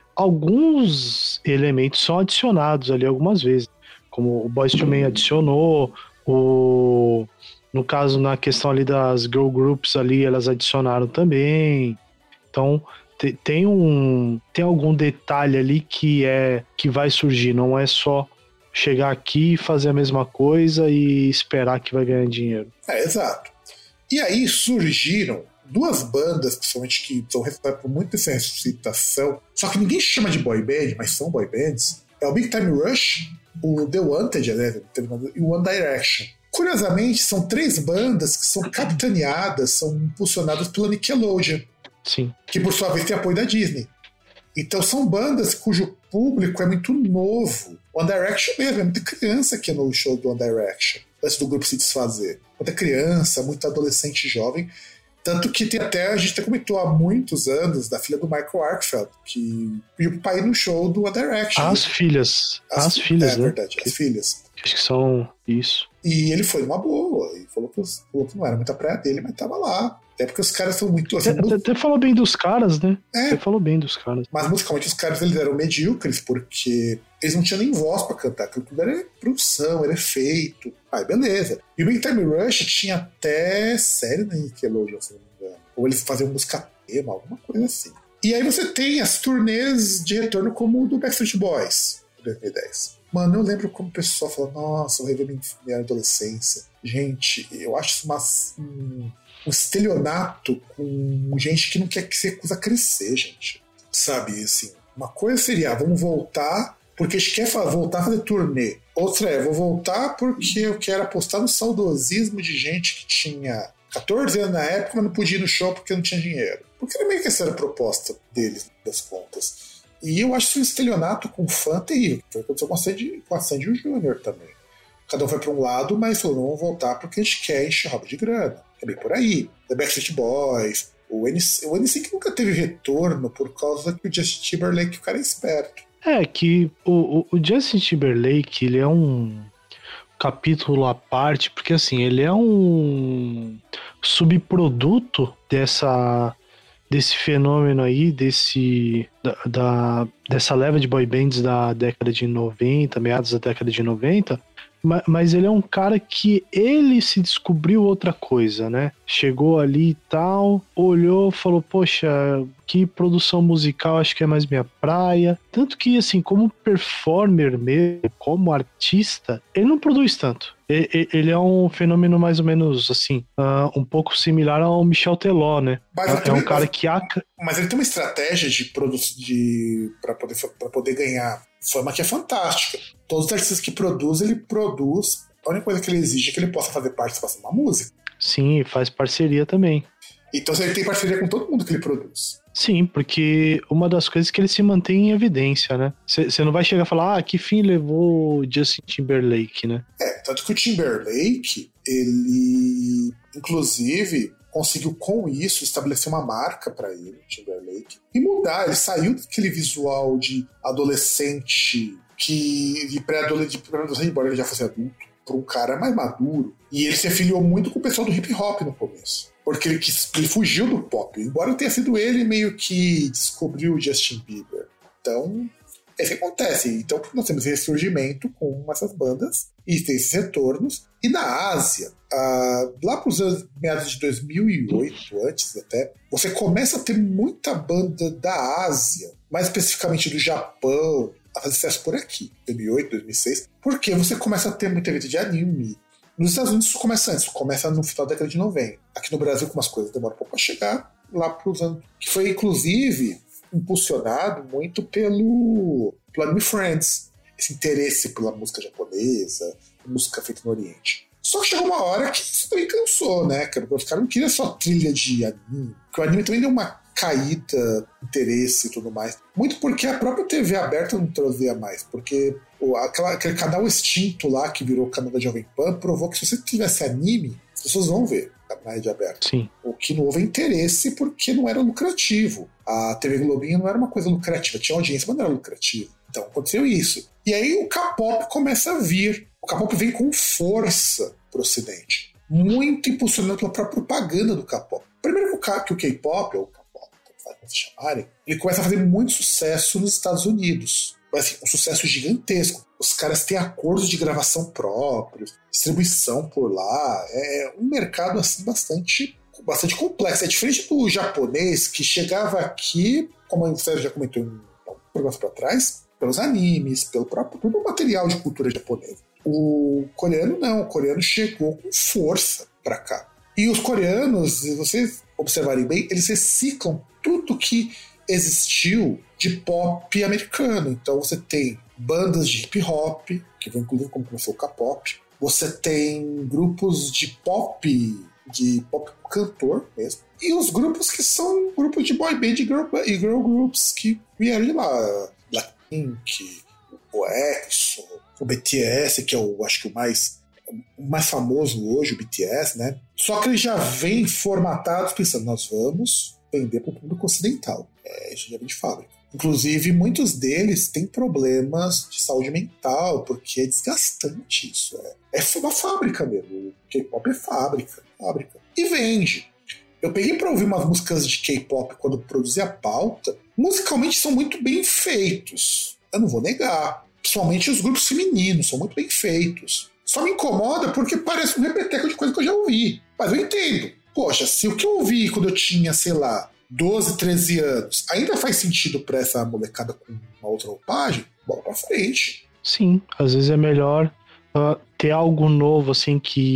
Alguns elementos são adicionados ali algumas vezes, como o Boyz II Men adicionou, no caso, na questão ali das girl groups ali, elas adicionaram também. Então, tem algum detalhe ali que vai surgir, não é só chegar aqui, fazer a mesma coisa e esperar que vai ganhar dinheiro. Exato. E aí surgiram duas bandas, principalmente, que são responsáveis por muita essa ressuscitação, só que ninguém chama de boy band, mas são boy bands. É o Big Time Rush, o The Wanted, né, e o One Direction. Curiosamente, são três bandas que são capitaneadas, são impulsionadas pela Nickelodeon. Sim. Que por sua vez tem apoio da Disney. Então são bandas cujo público é muito novo. One Direction mesmo, é muita criança que é no show do One Direction, antes do grupo se desfazer. Muita criança, muito adolescente jovem. Tanto que a gente até comentou há muitos anos da filha do Michael Arkfeld, que viu o pai no show do One Direction. As filhas, né? É verdade, as filhas. Acho que são isso. E ele foi numa boa, e falou que não era muita praia dele, mas tava lá. Até porque os caras são muito... Assim, até falou bem dos caras, né? Até falou bem dos caras. Mas musicalmente os caras eles eram medíocres, porque eles não tinham nem voz pra cantar. Aquilo tudo era produção, era efeito. Beleza. E o Big Time Rush tinha até série na Nickelodeon, se não me engano. Ou eles faziam música tema, alguma coisa assim. E aí você tem as turnês de retorno como o do Backstreet Boys, de 2010. Mano, eu lembro como o pessoal falou, nossa, eu revi minha adolescência. Gente, eu acho isso um estelionato com gente que não quer que se recusa a crescer, gente. Sabe, assim, uma coisa seria, vamos voltar porque a gente quer voltar a fazer turnê. Outra é, vou voltar porque eu quero apostar no saudosismo de gente que tinha 14 anos na época, mas não podia ir no show porque não tinha dinheiro. Porque era meio que essa era a proposta deles, das contas. E eu acho isso um estelionato com fã terrível. Foi o que aconteceu com a Sandy e o Júnior também. Cada um foi para um lado, mas falou, não vamos voltar porque a gente quer encher roda de grana. É bem por aí. The Backstreet Boys, o NSYNC nunca teve retorno por causa que o Justin Timberlake, o cara é esperto. É que o Justin Timberlake, ele é um capítulo à parte, porque assim, ele é um subproduto desse fenômeno aí, dessa leva de boy bands da década de 90, meados da década de 90, mas ele é um cara que ele se descobriu outra coisa, né? Chegou ali e tal, olhou, falou, poxa, que produção musical acho que é mais minha praia. Tanto que, assim, como performer mesmo, como artista, ele não produz tanto. Ele é um fenômeno mais ou menos, assim, um pouco similar ao Michel Teló, né? É um cara que... Mas ele tem uma estratégia para poder ganhar fama que é fantástica. Todos os artistas que produzem, ele produz. A única coisa que ele exige é que ele possa fazer participação numa música. Sim, faz parceria também. Então ele tem parceria com todo mundo que ele produz. Sim, porque uma das coisas é que ele se mantém em evidência, né? Você não vai chegar e falar, que fim levou o Justin Timberlake, né? Tanto que o Timberlake, ele, inclusive, conseguiu com isso estabelecer uma marca pra ele, o Timberlake, e mudar. Ele saiu daquele visual de adolescente, de pré-adolescente, embora ele já fosse adulto, pra um cara mais maduro. E ele se afiliou muito com o pessoal do hip hop no começo. Porque ele fugiu do pop. Embora tenha sido ele meio que descobriu o Justin Bieber. Então, é isso que acontece. Então, nós temos esse ressurgimento com essas bandas e tem esses retornos. E na Ásia, lá para os anos meados de 2008, antes até, você começa a ter muita banda da Ásia, mais especificamente do Japão, a fazer sucesso por aqui, 2008, 2006, porque você começa a ter muito evento de anime. Nos Estados Unidos isso começa antes, isso começa no final da década de 90. Aqui no Brasil, como as coisas demoram um pouco a chegar, lá para os anos... Que foi, inclusive, impulsionado muito pelo Anime Friends, esse interesse pela música japonesa, música feita no Oriente. Só que chegou uma hora que isso também cansou, né? Os caras não queriam só trilha de anime, porque o anime também deu uma caída, interesse e tudo mais. Muito porque a própria TV aberta não trazia mais, porque aquele canal extinto lá, que virou o canal da Jovem Pan, provou que se você tivesse anime, as pessoas vão ver na rede aberta. Sim. O que não houve interesse porque não era lucrativo. A TV Globinho não era uma coisa lucrativa, tinha audiência, mas não era lucrativo. Então aconteceu isso. E aí o K-pop começa a vir. O K-pop vem com força pro Ocidente. Muito impulsionado pela própria propaganda do K-pop. Primeiro que o K-pop, ou o K-pop, como se chamarem, ele começa a fazer muito sucesso nos Estados Unidos. Assim, um sucesso gigantesco. Os caras têm acordos de gravação próprios, distribuição por lá. É um mercado assim bastante complexo. É diferente do japonês, que chegava aqui, como o Sérgio já comentou em um programa para trás, pelos animes, pelo próprio material de cultura japonesa. O coreano não. O coreano chegou com força para cá. E os coreanos, se vocês observarem bem, eles reciclam tudo que existiu de pop americano. Então você tem bandas de hip hop, que vão inclusive como começou o K-pop. Você tem grupos de pop cantor mesmo. E os grupos que são grupos de boy band e girl groups que vieram de lá. Blackpink, o EXO, o BTS, que é acho que o mais famoso hoje, o BTS, né? Só que eles já vêm formatados pensando, nós vamos vender para o público ocidental. Isso já vem de fábrica. Inclusive, muitos deles têm problemas de saúde mental, porque é desgastante isso. É uma fábrica mesmo. O K-pop é fábrica. E vende. Eu peguei para ouvir umas músicas de K-pop quando produzi a pauta. Musicalmente são muito bem feitos. Eu não vou negar. Principalmente os grupos femininos são muito bem feitos. Só me incomoda porque parece um repeteco de coisa que eu já ouvi. Mas eu entendo. Poxa, se o que eu ouvi quando eu tinha, sei lá, 12, 13 anos, ainda faz sentido pra essa molecada com uma outra roupagem, bola pra frente. Sim, às vezes é melhor ter algo novo, assim, que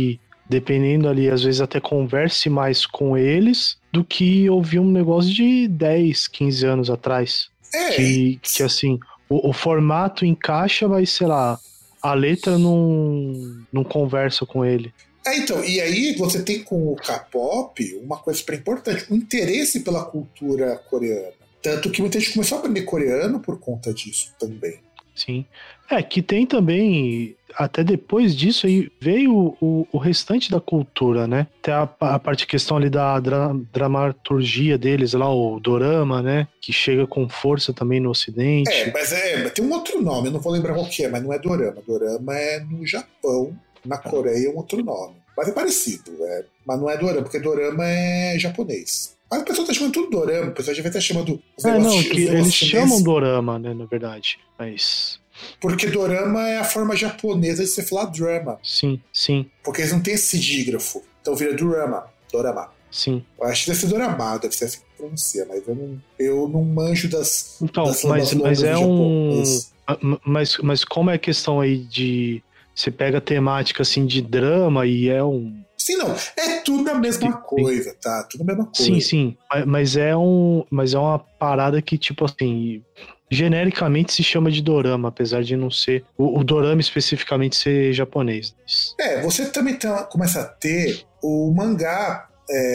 dependendo ali, às vezes até converse mais com eles do que ouvir um negócio de 10, 15 anos atrás. Que assim, o formato encaixa, mas sei lá, a letra não conversa com ele. Então, e aí você tem com o K-pop uma coisa super importante, o interesse pela cultura coreana. Tanto que muita gente começou a aprender coreano por conta disso também. Sim. Que tem também, até depois disso aí, veio o restante da cultura, né? Tem a parte questão ali da dramaturgia deles lá, o dorama, né? Que chega com força também no ocidente. Mas tem um outro nome, eu não vou lembrar qual que é, mas não é dorama. Dorama é no Japão, na Coreia é um outro nome. Mas é parecido, mas não é dorama, porque dorama é japonês. Mas o pessoal tá chamando tudo dorama, o pessoal já vai estar chamando os negócios, que eles chamam dorama, né, na verdade, mas... Porque dorama é a forma japonesa de você falar drama. Sim, sim. Porque eles não têm esse dígrafo, então vira dorama. Sim. Eu acho que deve ser dorama, deve ser assim que pronuncia, mas eu não manjo das... Então, das mas é um... Mas como é a questão aí de... Você pega a temática, assim, de drama e é um... Sim, não. É tudo a mesma coisa, tá? Tudo a mesma coisa. Sim. Mas é uma parada que, tipo assim, genericamente se chama de dorama, apesar de não ser... O dorama especificamente ser japonês. Você também começa a ter o mangá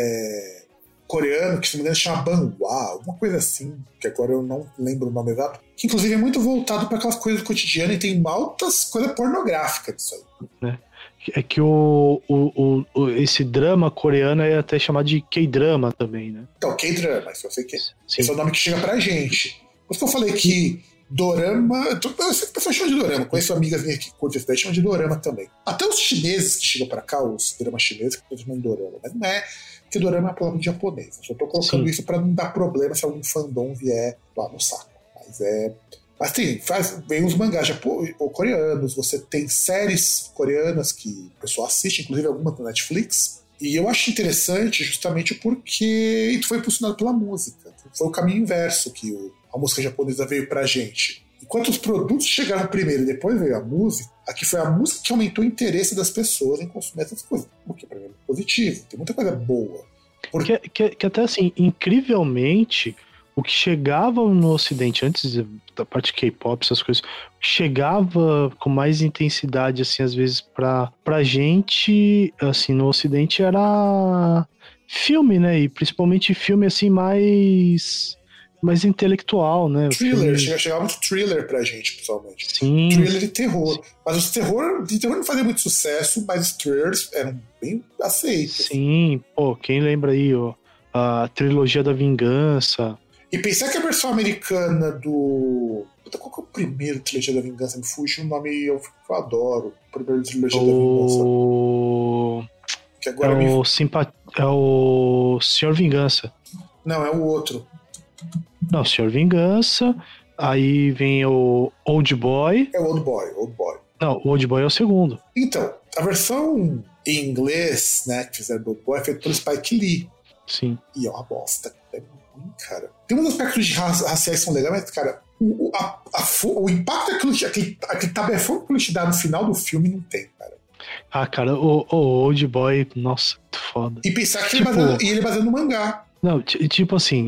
coreano, que se não me engano chama Banhwa, uma coisa assim, que agora eu não lembro o nome exato, que inclusive é muito voltado para aquelas coisas do cotidiano e tem altas coisas pornográficas disso aí. É que esse drama coreano é até chamado de K-drama também, né? Então, K-drama, isso eu sei que esse é o nome que chega pra gente. Por isso que eu falei que dorama... Eu sei que o pessoal chama de dorama. Conheço amigas minhas que curtem isso daí, chamam de dorama também. Até os chineses que chegam pra cá, os dramas chineses, que chamam de dorama. Mas não é... Porque dorama é a palavra de japonês. Eu só tô colocando isso pra não dar problema se algum fandom vier lá no saco. Mas tem, vem os mangás coreanos, você tem séries coreanas que o pessoal assiste, inclusive algumas na Netflix. E eu acho interessante justamente porque isso foi impulsionado pela música. Foi o caminho inverso que a música japonesa veio pra gente. Enquanto os produtos chegaram primeiro e depois veio a música, aqui foi a música que aumentou o interesse das pessoas em consumir essas coisas. O que pra mim é positivo, tem muita coisa boa. Que até assim, incrivelmente, o que chegava no ocidente, antes da parte K-pop, essas coisas, chegava com mais intensidade, assim, às vezes pra gente, assim, no ocidente era filme, né? E principalmente filme, assim, mais intelectual, né? Thriller, chegava muito thriller pra gente, pessoalmente. Sim. Thriller de terror. Sim. Mas os terror não fazia muito sucesso, mas os thrillers eram bem aceitos. Sim, quem lembra aí, a trilogia da vingança. E pensar que a versão americana do... Qual que é o primeiro trilogia da vingança? Me fugiu um nome que eu adoro. O primeiro trilogia da vingança. Que agora é o Senhor Vingança. Não, é o outro. Não, Senhor Vingança. Aí vem o Old Boy. É o Old Boy. Não, o Old Boy é o segundo. Então, a versão em inglês, né, que fizeram do Old Boy é feita pelo Spike Lee. Sim. E é uma bosta. É ruim, cara. Tem uns aspectos de raciais que são legais, mas, cara, o impacto aquele tabefão que ele te dá no final do filme não tem, cara. Ah, cara, o Old Boy, nossa, foda. E pensar que ele é baseado no mangá. Não, tipo assim,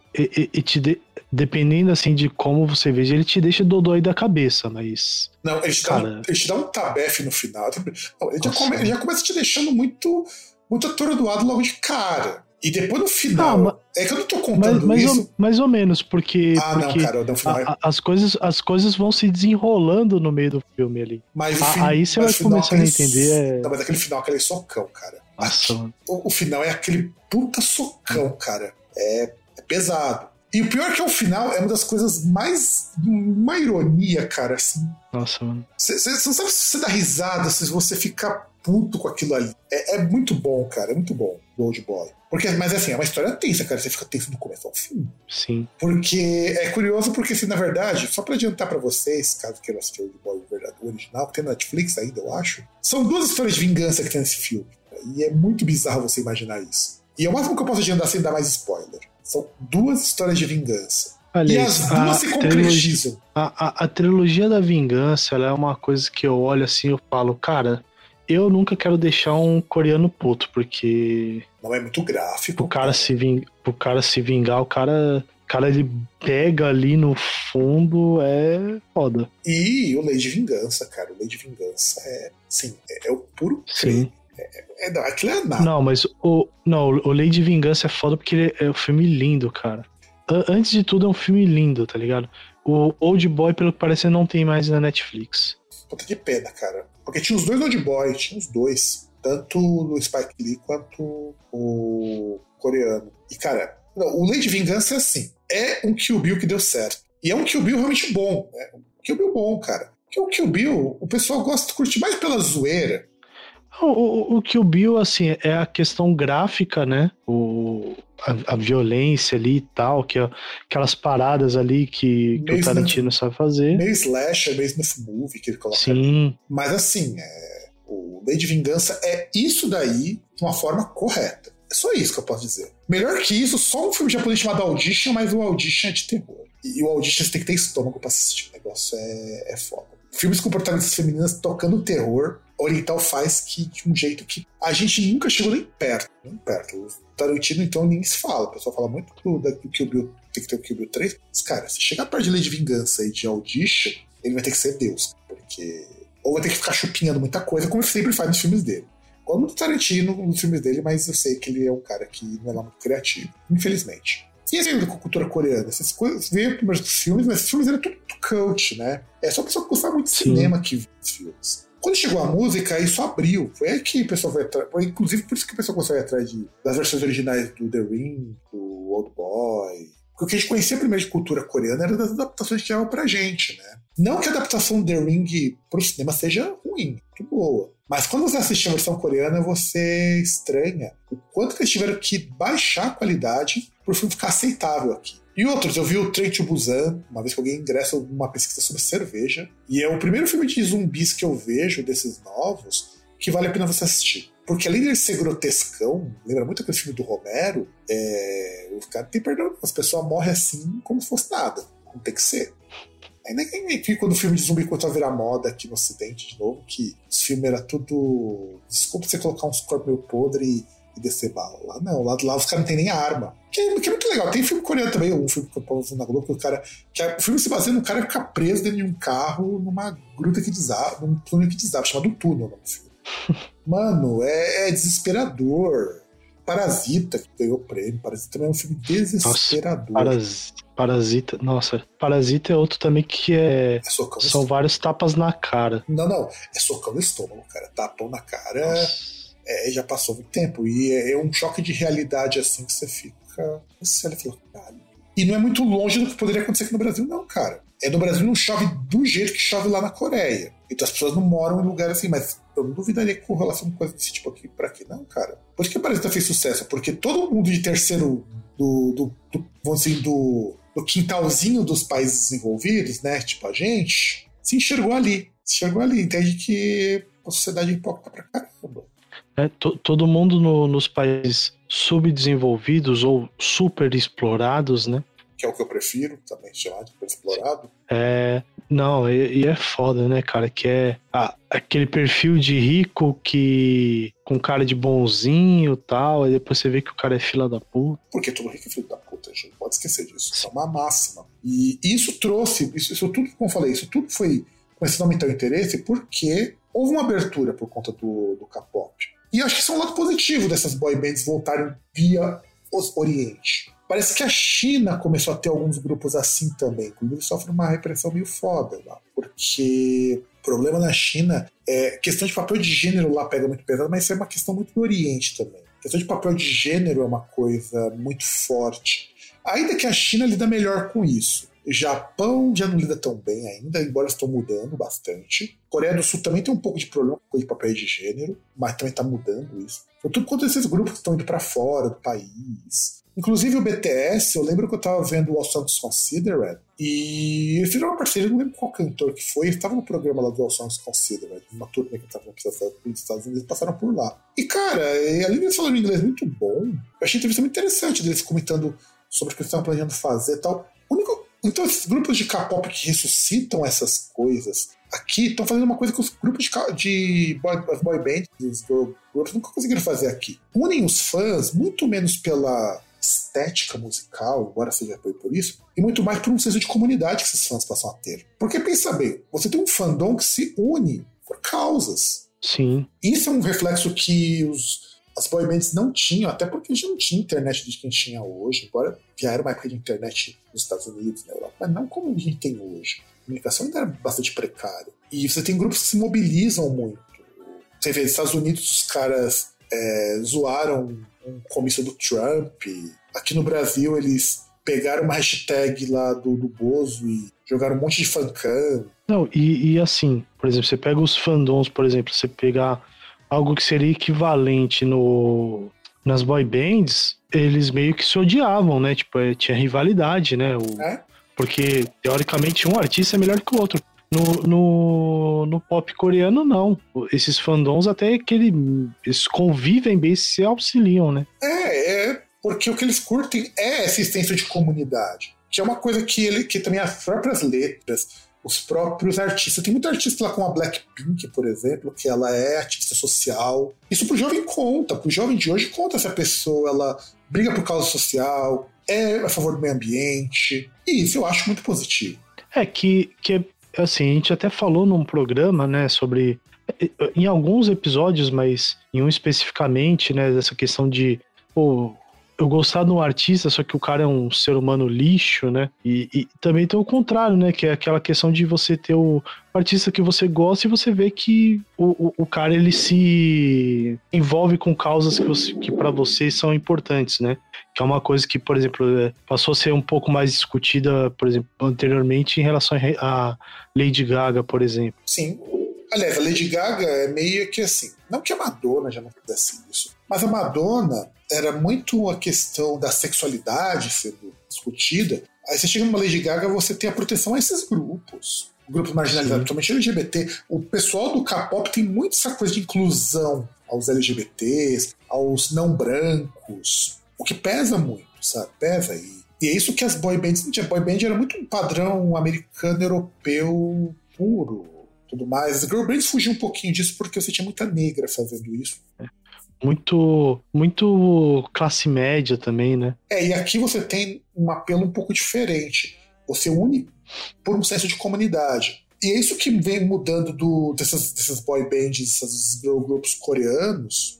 dependendo assim de como você veja, ele te deixa dodói da cabeça, mas... Não, ele te dá um tabefe no final. Não, ele já começa te deixando muito atordoado logo de cara. E depois no final... é que eu não tô contando isso... Mais ou menos, porque... não, cara, no final... As coisas vão se desenrolando no meio do filme ali. Mas aí você vai começando a entender... Não, mas aquele final, aquele socão, cara. Nossa, o final é aquele puta socão, cara. É pesado. E o pior é que o final é uma das coisas mais... Uma ironia, cara, assim. Nossa, mano. Você não sabe se você dá risada, se você fica puto com aquilo ali. É muito bom, cara. É muito bom, o Old Boy. Mas assim, é uma história tensa, cara. Você fica tenso do começo ao fim. Sim. Porque é curioso, porque assim, na verdade, só pra adiantar pra vocês, caso queiram assistir o Old Boy o original, que tem na Netflix ainda, eu acho, são 2 histórias de vingança que tem nesse filme. E é muito bizarro você imaginar isso. E é o máximo que eu posso adiantar sem dar mais spoiler. São 2 histórias de vingança. Aliás, e as 2 se concretizam. A trilogia da vingança, ela é uma coisa que eu olho assim e eu falo, cara, eu nunca quero deixar um coreano puto, porque Não é muito gráfico. pro cara se vingar, o cara ele pega ali no fundo, é foda. E o Lei de Vingança, cara. O Lei de Vingança é o puro Sim. Aquilo é nada. Não, mas o Lei de Vingança é foda porque ele é um filme lindo, cara. Antes de tudo, é um filme lindo, tá ligado? O Old Boy, pelo que parece, não tem mais na Netflix. Puta que pena, cara. Porque tinha os dois Old Boy, tinha os dois. Tanto o Spike Lee quanto o coreano. E, cara, o Lei de Vingança é assim. É um Kill Bill que deu certo. E é um Kill Bill realmente bom. É um Kill Bill bom, cara. Porque o Kill Bill, o pessoal gosta de curtir mais pela zoeira. O Kill Bill, assim, é a questão gráfica, né? A violência ali e tal, que é aquelas paradas ali que o Tarantino sabe fazer. Meio slasher, meio snuff movie que ele coloca. Sim. Ali. Mas assim, o Lei de Vingança é isso daí de uma forma correta. É só isso que eu posso dizer. Melhor que isso, só um filme japonês chamado Audition, mas o Audition é de terror. E o Audition você tem que ter estômago pra assistir. O negócio é foda. Filmes com protagonistas femininas tocando terror, oriental faz que de um jeito que a gente nunca chegou nem perto. Nem perto. O Tarantino, então, nem se fala. O pessoal fala muito do Kill Bill, tem que ter o Kill Bill 3. Mas, cara, se chegar perto de Lei de Vingança e de Audition, ele vai ter que ser Deus. Porque... Ou vai ter que ficar chupinhando muita coisa, como ele sempre faz nos filmes dele. Gosto muito do Tarantino nos filmes dele, mas eu sei que ele é um cara que não é lá muito criativo. Infelizmente. E assim, com a cultura coreana, essas coisas veio primeiro dos filmes, mas esses filmes eram tudo cult, né? É só a pessoa que gostava muito de cinema que viu os filmes. Quando chegou a música, isso abriu. Foi aí que o pessoal foi atrás. Inclusive, por isso que o pessoal começou a ir atrás das versões originais do The Ring, do Old Boy. Porque o que a gente conhecia primeiro de cultura coreana era das adaptações que davam pra gente, né? Não que a adaptação do The Ring pro cinema seja ruim, muito boa. Mas quando você assiste a versão coreana, você estranha o quanto que eles tiveram que baixar a qualidade pro filme ficar aceitável aqui. E outros, eu vi o Train to Busan, uma vez que alguém ingressa numa pesquisa sobre cerveja, e é o primeiro filme de zumbis que eu vejo, desses novos, que vale a pena você assistir. Porque além de ser grotescão, lembra muito aquele filme do Romero, os caras não tem perdão, as pessoas morrem assim como se fosse nada. Não tem que ser. Ainda que quando o filme de zumbi começou a virar moda aqui no Ocidente, de novo, que os filmes eram tudo... Desculpa você colocar uns corpos meio podres e descer bala. Lá não, lá os caras não tem nem arma. Que é muito legal. Tem filme coreano também, um filme que eu tava vendo na Globo, que o filme se baseia num cara ficar preso dentro de um carro numa gruta que desaba, num túnel que desaba, chamado Túnel, no filme. Mano, é desesperador. Parasita, que ganhou o prêmio. Parasita também é um filme desesperador. Parasita, nossa. Parasita é outro também que são vários tapas na cara. Não. É socão no estômago, cara. Tapão na cara. Já passou muito tempo. E é um choque de realidade assim que você fica. Você olha e fala, caralho. E não é muito longe do que poderia acontecer aqui no Brasil, não, cara. No Brasil não chove do jeito que chove lá na Coreia. Então as pessoas não moram em lugar assim, mas eu não duvidaria que com relação a coisa desse tipo aqui pra aqui, não, cara. Por isso que a Parasita fez sucesso, porque todo mundo de terceiro vamos dizer, do quintalzinho dos países desenvolvidos, né? Tipo a gente, se enxergou ali. Entende que a sociedade é hipócrita pra caramba. Todo mundo nos países subdesenvolvidos ou super explorados, né? Que é o que eu prefiro, também chamar de super explorado. Não, e é foda, né, cara? Que é aquele perfil de rico com cara de bonzinho e tal, aí depois você vê que o cara é fila da puta. Porque todo rico é filho da puta, gente. Não pode esquecer disso. Isso é uma máxima. E isso trouxe, isso tudo, como eu falei, isso tudo foi começando a aumentar o interesse porque houve uma abertura por conta do K-pop. E acho que isso é um lado positivo dessas boy bands voltarem via o Oriente. Parece que a China começou a ter alguns grupos assim também. Inclusive sofre uma repressão meio foda lá. Porque o problema na China é questão de papel de gênero lá pega muito pesado, mas isso é uma questão muito do Oriente também. A questão de papel de gênero é uma coisa muito forte. Ainda que a China lida melhor com isso. O Japão já não lida tão bem ainda, embora estão mudando bastante. Coreia do Sul também tem um pouco de problema com de papel de gênero, mas também está mudando isso. Então, tudo quanto esses grupos que estão indo para fora do país. Inclusive o BTS, eu lembro que eu tava vendo o All Songs Considered e eles fizeram uma parceria, não lembro qual cantor que foi, eles estavam no programa lá do All Songs Considered, uma turnê que tava nos Estados Unidos, eles passaram por lá. E cara, além de eles falarem inglês muito bom, eu achei a entrevista muito interessante deles comentando sobre o que eles estavam planejando fazer e tal. O Então esses grupos de K-pop que ressuscitam essas coisas aqui estão fazendo uma coisa que os grupos de boy bands, girl groups, nunca conseguiram fazer aqui. Unem os fãs muito menos pela estética musical, embora seja por isso, e muito mais por um senso de comunidade que esses fãs passam a ter. Porque pensa bem, você tem um fandom que se une por causas. Sim. Isso é um reflexo que as boy bands não tinham, até porque a gente não tinha internet de quem tinha hoje, embora já era uma época de internet nos Estados Unidos, na Europa, mas não como a gente tem hoje. A comunicação ainda era bastante precária. E você tem grupos que se mobilizam muito. Você vê, nos Estados Unidos os caras zoaram um comício do Trump. Aqui no Brasil eles pegaram uma hashtag lá do Bozo e jogaram um monte de fancam. Não, e assim, por exemplo, você pega os fandoms, por exemplo, você pegar algo que seria equivalente nas boy bands, eles meio que se odiavam, né? Tipo, tinha rivalidade, né? Porque, teoricamente, um artista é melhor que o outro. No pop coreano, não. Esses fandoms até que eles convivem bem, se auxiliam, né? Porque o que eles curtem é a existência de comunidade, que é uma coisa que também as próprias letras, os próprios artistas. Tem muito artista lá como a Blackpink, por exemplo, que ela é artista social. Isso pro jovem conta, pro jovem de hoje conta se a pessoa ela briga por causa social, é a favor do meio ambiente, e isso eu acho muito positivo. Que assim, a gente até falou num programa, né, sobre, em alguns episódios, mas em um especificamente, né, dessa questão de, eu gostar de um artista, só que o cara é um ser humano lixo, né? E também tem o contrário, né? Que é aquela questão de você ter o artista que você gosta e você vê que o cara, ele se envolve com causas que para você são importantes, né? Que é uma coisa que, por exemplo, passou a ser um pouco mais discutida, por exemplo, anteriormente em relação a Lady Gaga, por exemplo. Sim. Aliás, a Lady Gaga é meio que assim, não que a Madonna já não fizesse isso, mas a Madonna era muito a questão da sexualidade sendo discutida. Aí você chega numa Lady Gaga, você tem a proteção a esses grupos marginalizados, principalmente LGBT. O pessoal do K-pop tem muito essa coisa de inclusão aos LGBTs, aos não brancos, o que pesa muito, sabe? Pesa aí. E é isso que as boy bands não tinha. Boy band era muito um padrão americano, europeu, puro, tudo mais. As girl bands fugiam um pouquinho disso porque você tinha muita negra fazendo isso. Muito classe média também, né? E aqui você tem um apelo um pouco diferente. Você une por um senso de comunidade. E é isso que vem mudando dessas boy bands, desses girl groups coreanos,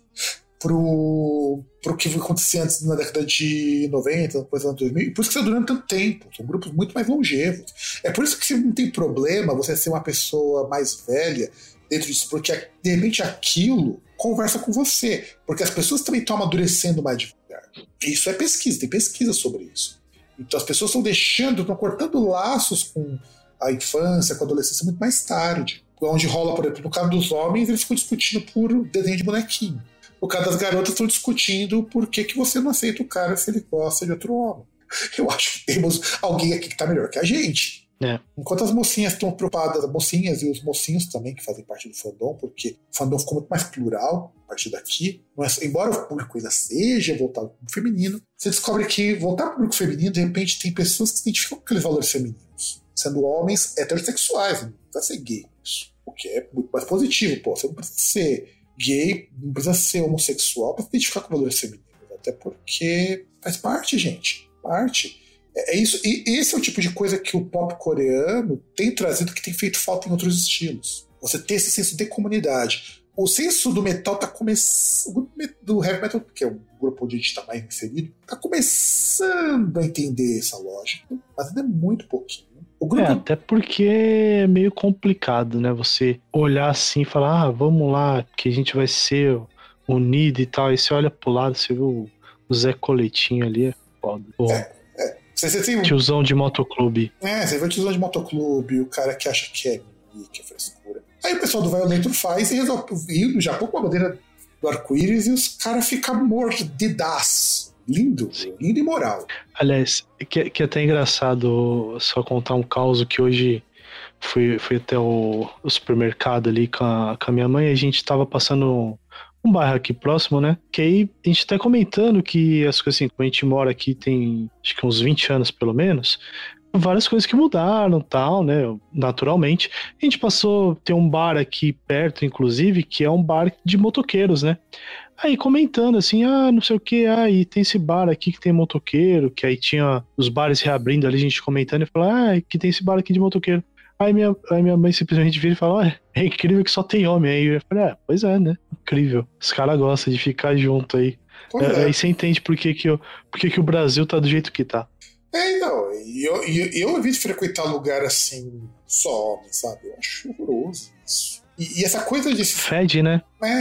pro que acontecia antes na década de 90, depois dos anos 2000, e por isso que está durando tanto tempo. São grupos muito mais longevos. É por isso que não tem problema você ser uma pessoa mais velha dentro disso, porque de repente aquilo conversa com você, porque as pessoas também estão amadurecendo mais devagar. Isso é pesquisa, tem pesquisa sobre isso. Então as pessoas estão cortando laços com a infância, com a adolescência muito mais tarde. Onde rola, por exemplo, no caso dos homens, eles ficam discutindo por desenho de bonequinho. No caso das garotas, estão discutindo por que você não aceita o cara se ele gosta de outro homem. Eu acho que temos alguém aqui que está melhor que a gente. Enquanto as mocinhas estão preocupadas, as mocinhas e os mocinhos também, que fazem parte do fandom, porque o fandom ficou muito mais plural a partir daqui. Embora o público ainda seja voltado para o feminino, você descobre que voltar para o público feminino, de repente, tem pessoas que se identificam com aqueles valores femininos, sendo homens heterossexuais, não precisa ser gay. O que é muito mais positivo. Você não precisa ser gay, não precisa ser homossexual para se identificar com valores femininos, até porque faz parte, gente. Parte. É isso, e esse é o tipo de coisa que o pop coreano tem trazido, que tem feito falta em outros estilos. Você tem esse senso de comunidade. O senso do metal tá começando. O grupo do heavy metal, que é um grupo onde a gente está mais inserido, tá começando a entender essa lógica, mas ainda é muito pouquinho. Até porque é meio complicado, né? Você olhar assim e falar, vamos lá, que a gente vai ser unido e tal. Aí você olha pro lado, você vê o Zé Coletinho ali, é foda. Você tem tiozão de motoclube. Você vê o tiozão de motoclube, o cara que acha que é frescura. Aí o pessoal do Violator faz e resolve ir no Japão com a bandeira do arco-íris e os caras ficam mordidaços. Lindo, lindo e moral. Aliás, que é até engraçado só contar um caos que hoje fui até o supermercado ali com a minha mãe e a gente tava passando um bairro aqui próximo, né? Que aí a gente tá comentando que as coisas assim, como a gente mora aqui tem acho que uns 20 anos pelo menos, várias coisas que mudaram, tal, né? Naturalmente. A gente passou a ter um bar aqui perto, inclusive, que é um bar de motoqueiros, né? Aí comentando assim, não sei o que, e tem esse bar aqui que tem motoqueiro, que aí tinha os bares reabrindo ali, a gente comentando, e falou, que tem esse bar aqui de motoqueiro. Aí minha mãe simplesmente vira e fala, é incrível que só tem homem. Aí eu falei, pois é, né? Incrível. Os caras gostam de ficar junto aí. Aí você entende por que o Brasil tá do jeito que tá. Então, eu evito frequentar lugar assim, só homem, sabe? Eu acho horroroso isso. E essa coisa de... Fede, né?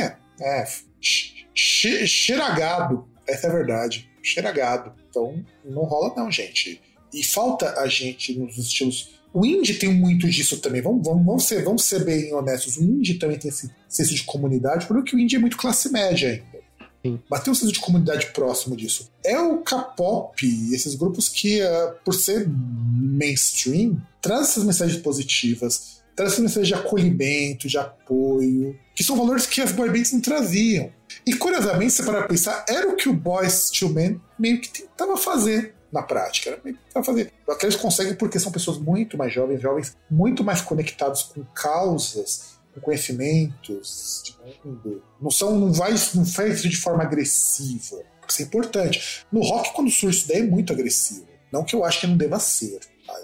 Cheiragado. Essa é a verdade. Cheiragado. Então, não rola não, gente. E falta a gente nos estilos... O indie tem muito disso também. Vamos ser bem honestos. O indie também tem esse senso de comunidade, porque o indie é muito classe média ainda. Sim. Mas tem um senso de comunidade próximo disso. É o K-pop, esses grupos que, por ser mainstream, traz essas mensagens positivas, traz essas mensagens de acolhimento, de apoio, que são valores que as boy bands não traziam. E, curiosamente, se você parar pra pensar, era o que o Boyz II Men meio que tentava fazer na prática. Era meio que tentava fazer. Só que eles conseguem porque são pessoas muito mais jovens muito mais conectados com causas, com conhecimentos de mundo. Não faz isso de forma agressiva. Isso é importante. No rock, quando surge isso daí, é muito agressivo. Não que eu acho que não deva ser. Tá?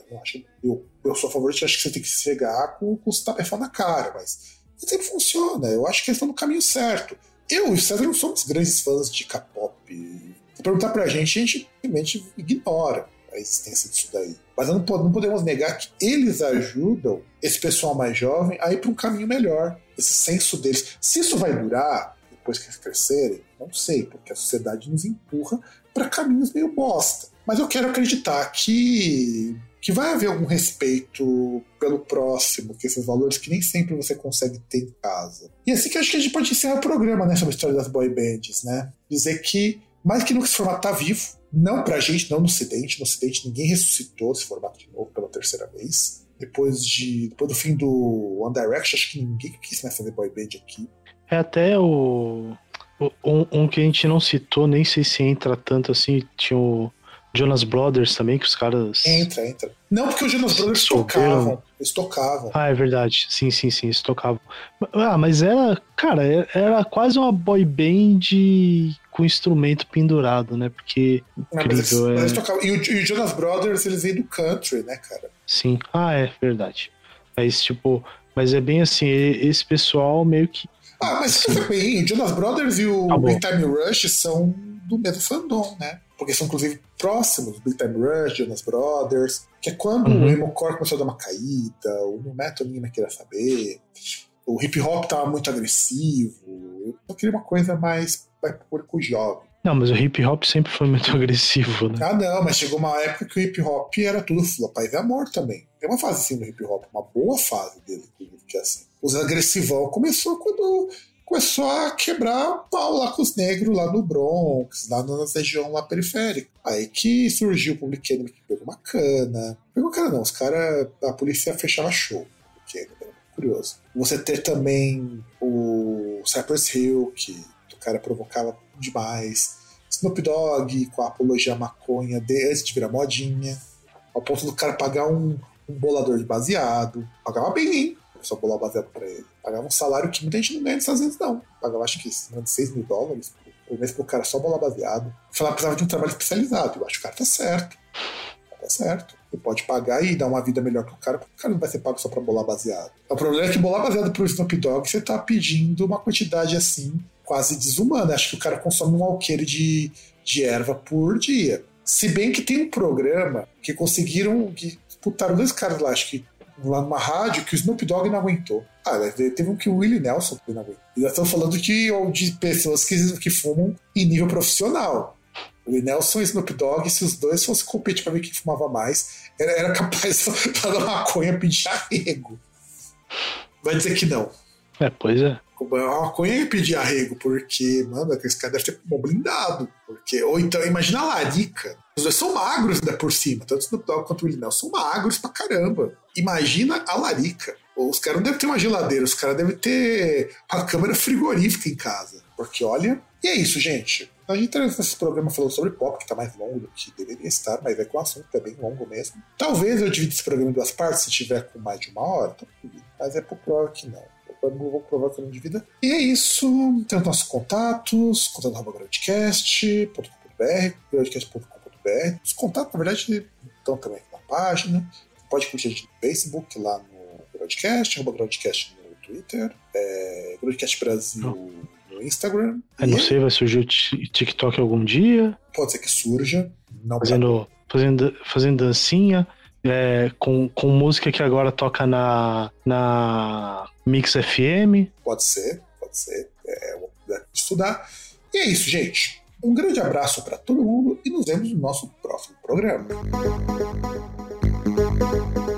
Eu sou a favor de que acho que você tem que chegar com os tapefão na cara, mas sempre funciona. Eu acho que eles estão no caminho certo. Eu e o César não somos grandes fãs de K-pop. Se perguntar pra gente, a gente simplesmente ignora a existência disso daí. Mas não podemos negar que eles ajudam esse pessoal mais jovem a ir para um caminho melhor. Esse senso deles. Se isso vai durar depois que eles crescerem, não sei, porque a sociedade nos empurra para caminhos meio bosta. Mas eu quero acreditar que vai haver algum respeito pelo próximo, que esses valores que nem sempre você consegue ter em casa. E assim que acho que a gente pode encerrar o programa, né, sobre a história das boy bands, né? Dizer que, mais que nunca, esse formato tá vivo. Não pra gente, não no Ocidente. No Ocidente ninguém ressuscitou esse formato de novo pela terceira vez. Depois do fim do One Direction, acho que ninguém quis mais fazer boy band aqui. É até um que a gente não citou, nem sei se entra tanto assim, tinha o Jonas Brothers também, que os caras... Entra. Não, porque os Jonas Brothers tocavam. Eles tocavam. É verdade. Sim, eles tocavam. Mas era quase uma boy band com instrumento pendurado, né? Porque incrível. Mas eles tocavam. E o Jonas Brothers, eles vêm do country, né, cara? Sim. É verdade. Mas é bem assim, esse pessoal meio que... mas você bem, o Jonas Brothers e o Big Time Rush são do mesmo fandom, né? Porque são, inclusive, próximos. Big Time Rush, Jonas Brothers, que é quando o emo-core começou a dar uma caída, o nu metal ninguém mais queria saber, o hip-hop tava muito agressivo, eu só queria uma coisa mais para público jovem. Não, mas o hip-hop sempre foi muito agressivo, né? Não, mas chegou uma época que o hip-hop era tudo paz e amor também. Tem uma fase assim do hip-hop, uma boa fase dele, inclusive, que é assim. Os agressivão começou quando começou a quebrar pau lá com os negros lá no Bronx, lá na região lá periférica. Aí que surgiu o Public Enemy, que pegou uma cana. Pegou cana não, a polícia fechava show. Era curioso. Você ter também o Cypress Hill, que o cara provocava demais. Snoop Dogg com a apologia à maconha antes de virar modinha. Ao ponto do cara pagar um bolador de baseado. Pagava bem, hein? Só bolar baseado pra ele. Pagava um salário que muita gente não ganha nos Estados Unidos, não. Pagava, acho que $6 mil por mês pro cara só bolar baseado. Falar, precisava de um trabalho especializado. Eu acho que o cara tá certo. Tá certo. Ele pode pagar e dar uma vida melhor pro cara, porque o cara não vai ser pago só pra bolar baseado. O problema é que bolar baseado pro Snoop Dogg, você tá pedindo uma quantidade assim, quase desumana. Acho que o cara consome um alqueire de erva por dia. Se bem que tem um programa que conseguiram, que disputaram 2 caras lá, acho que lá numa rádio, que o Snoop Dogg não aguentou. Teve um que o Willie Nelson não aguentou. E nós estamos falando de pessoas que fumam em nível profissional. O Willie Nelson e o Snoop Dogg, se os dois fossem competir para ver quem fumava mais, era capaz de dar maconha pedir arrego. Vai dizer que não. Pois é. A maconha ia pedir arrego, porque, mano, esse cara deve ter pulmão blindado. Ou então, imagina a larica. Os dois são magros ainda por cima, tanto o Snoop Dogg quanto o Willie Nelson são magros pra caramba. Imagina a larica. Os caras não devem ter uma geladeira, os caras devem ter uma câmera frigorífica em casa. Porque, olha... E é isso, gente. A gente traz esse programa falando sobre pop, que tá mais longo do que deveria estar, mas é que o assunto é bem longo mesmo. Talvez eu divida esse programa em 2 partes, se tiver com mais de 1 hora, mas é por prova que não. Eu vou provar que eu não divida. E é isso. Tem os nossos contatos, contato@groundcast.com.br, groundcast.com.br. Os contatos, na verdade, estão também na página. Pode curtir a gente no Facebook, lá no Groundcast, @Groundcast no Twitter, Groundcast Brasil no Instagram. Não sei, vai surgir o TikTok algum dia. Pode ser que surja. Não fazendo dancinha. Com música que agora toca na Mix FM. Pode ser. Uma oportunidade de estudar. E é isso, gente. Um grande abraço para todo mundo e nos vemos no nosso próximo programa.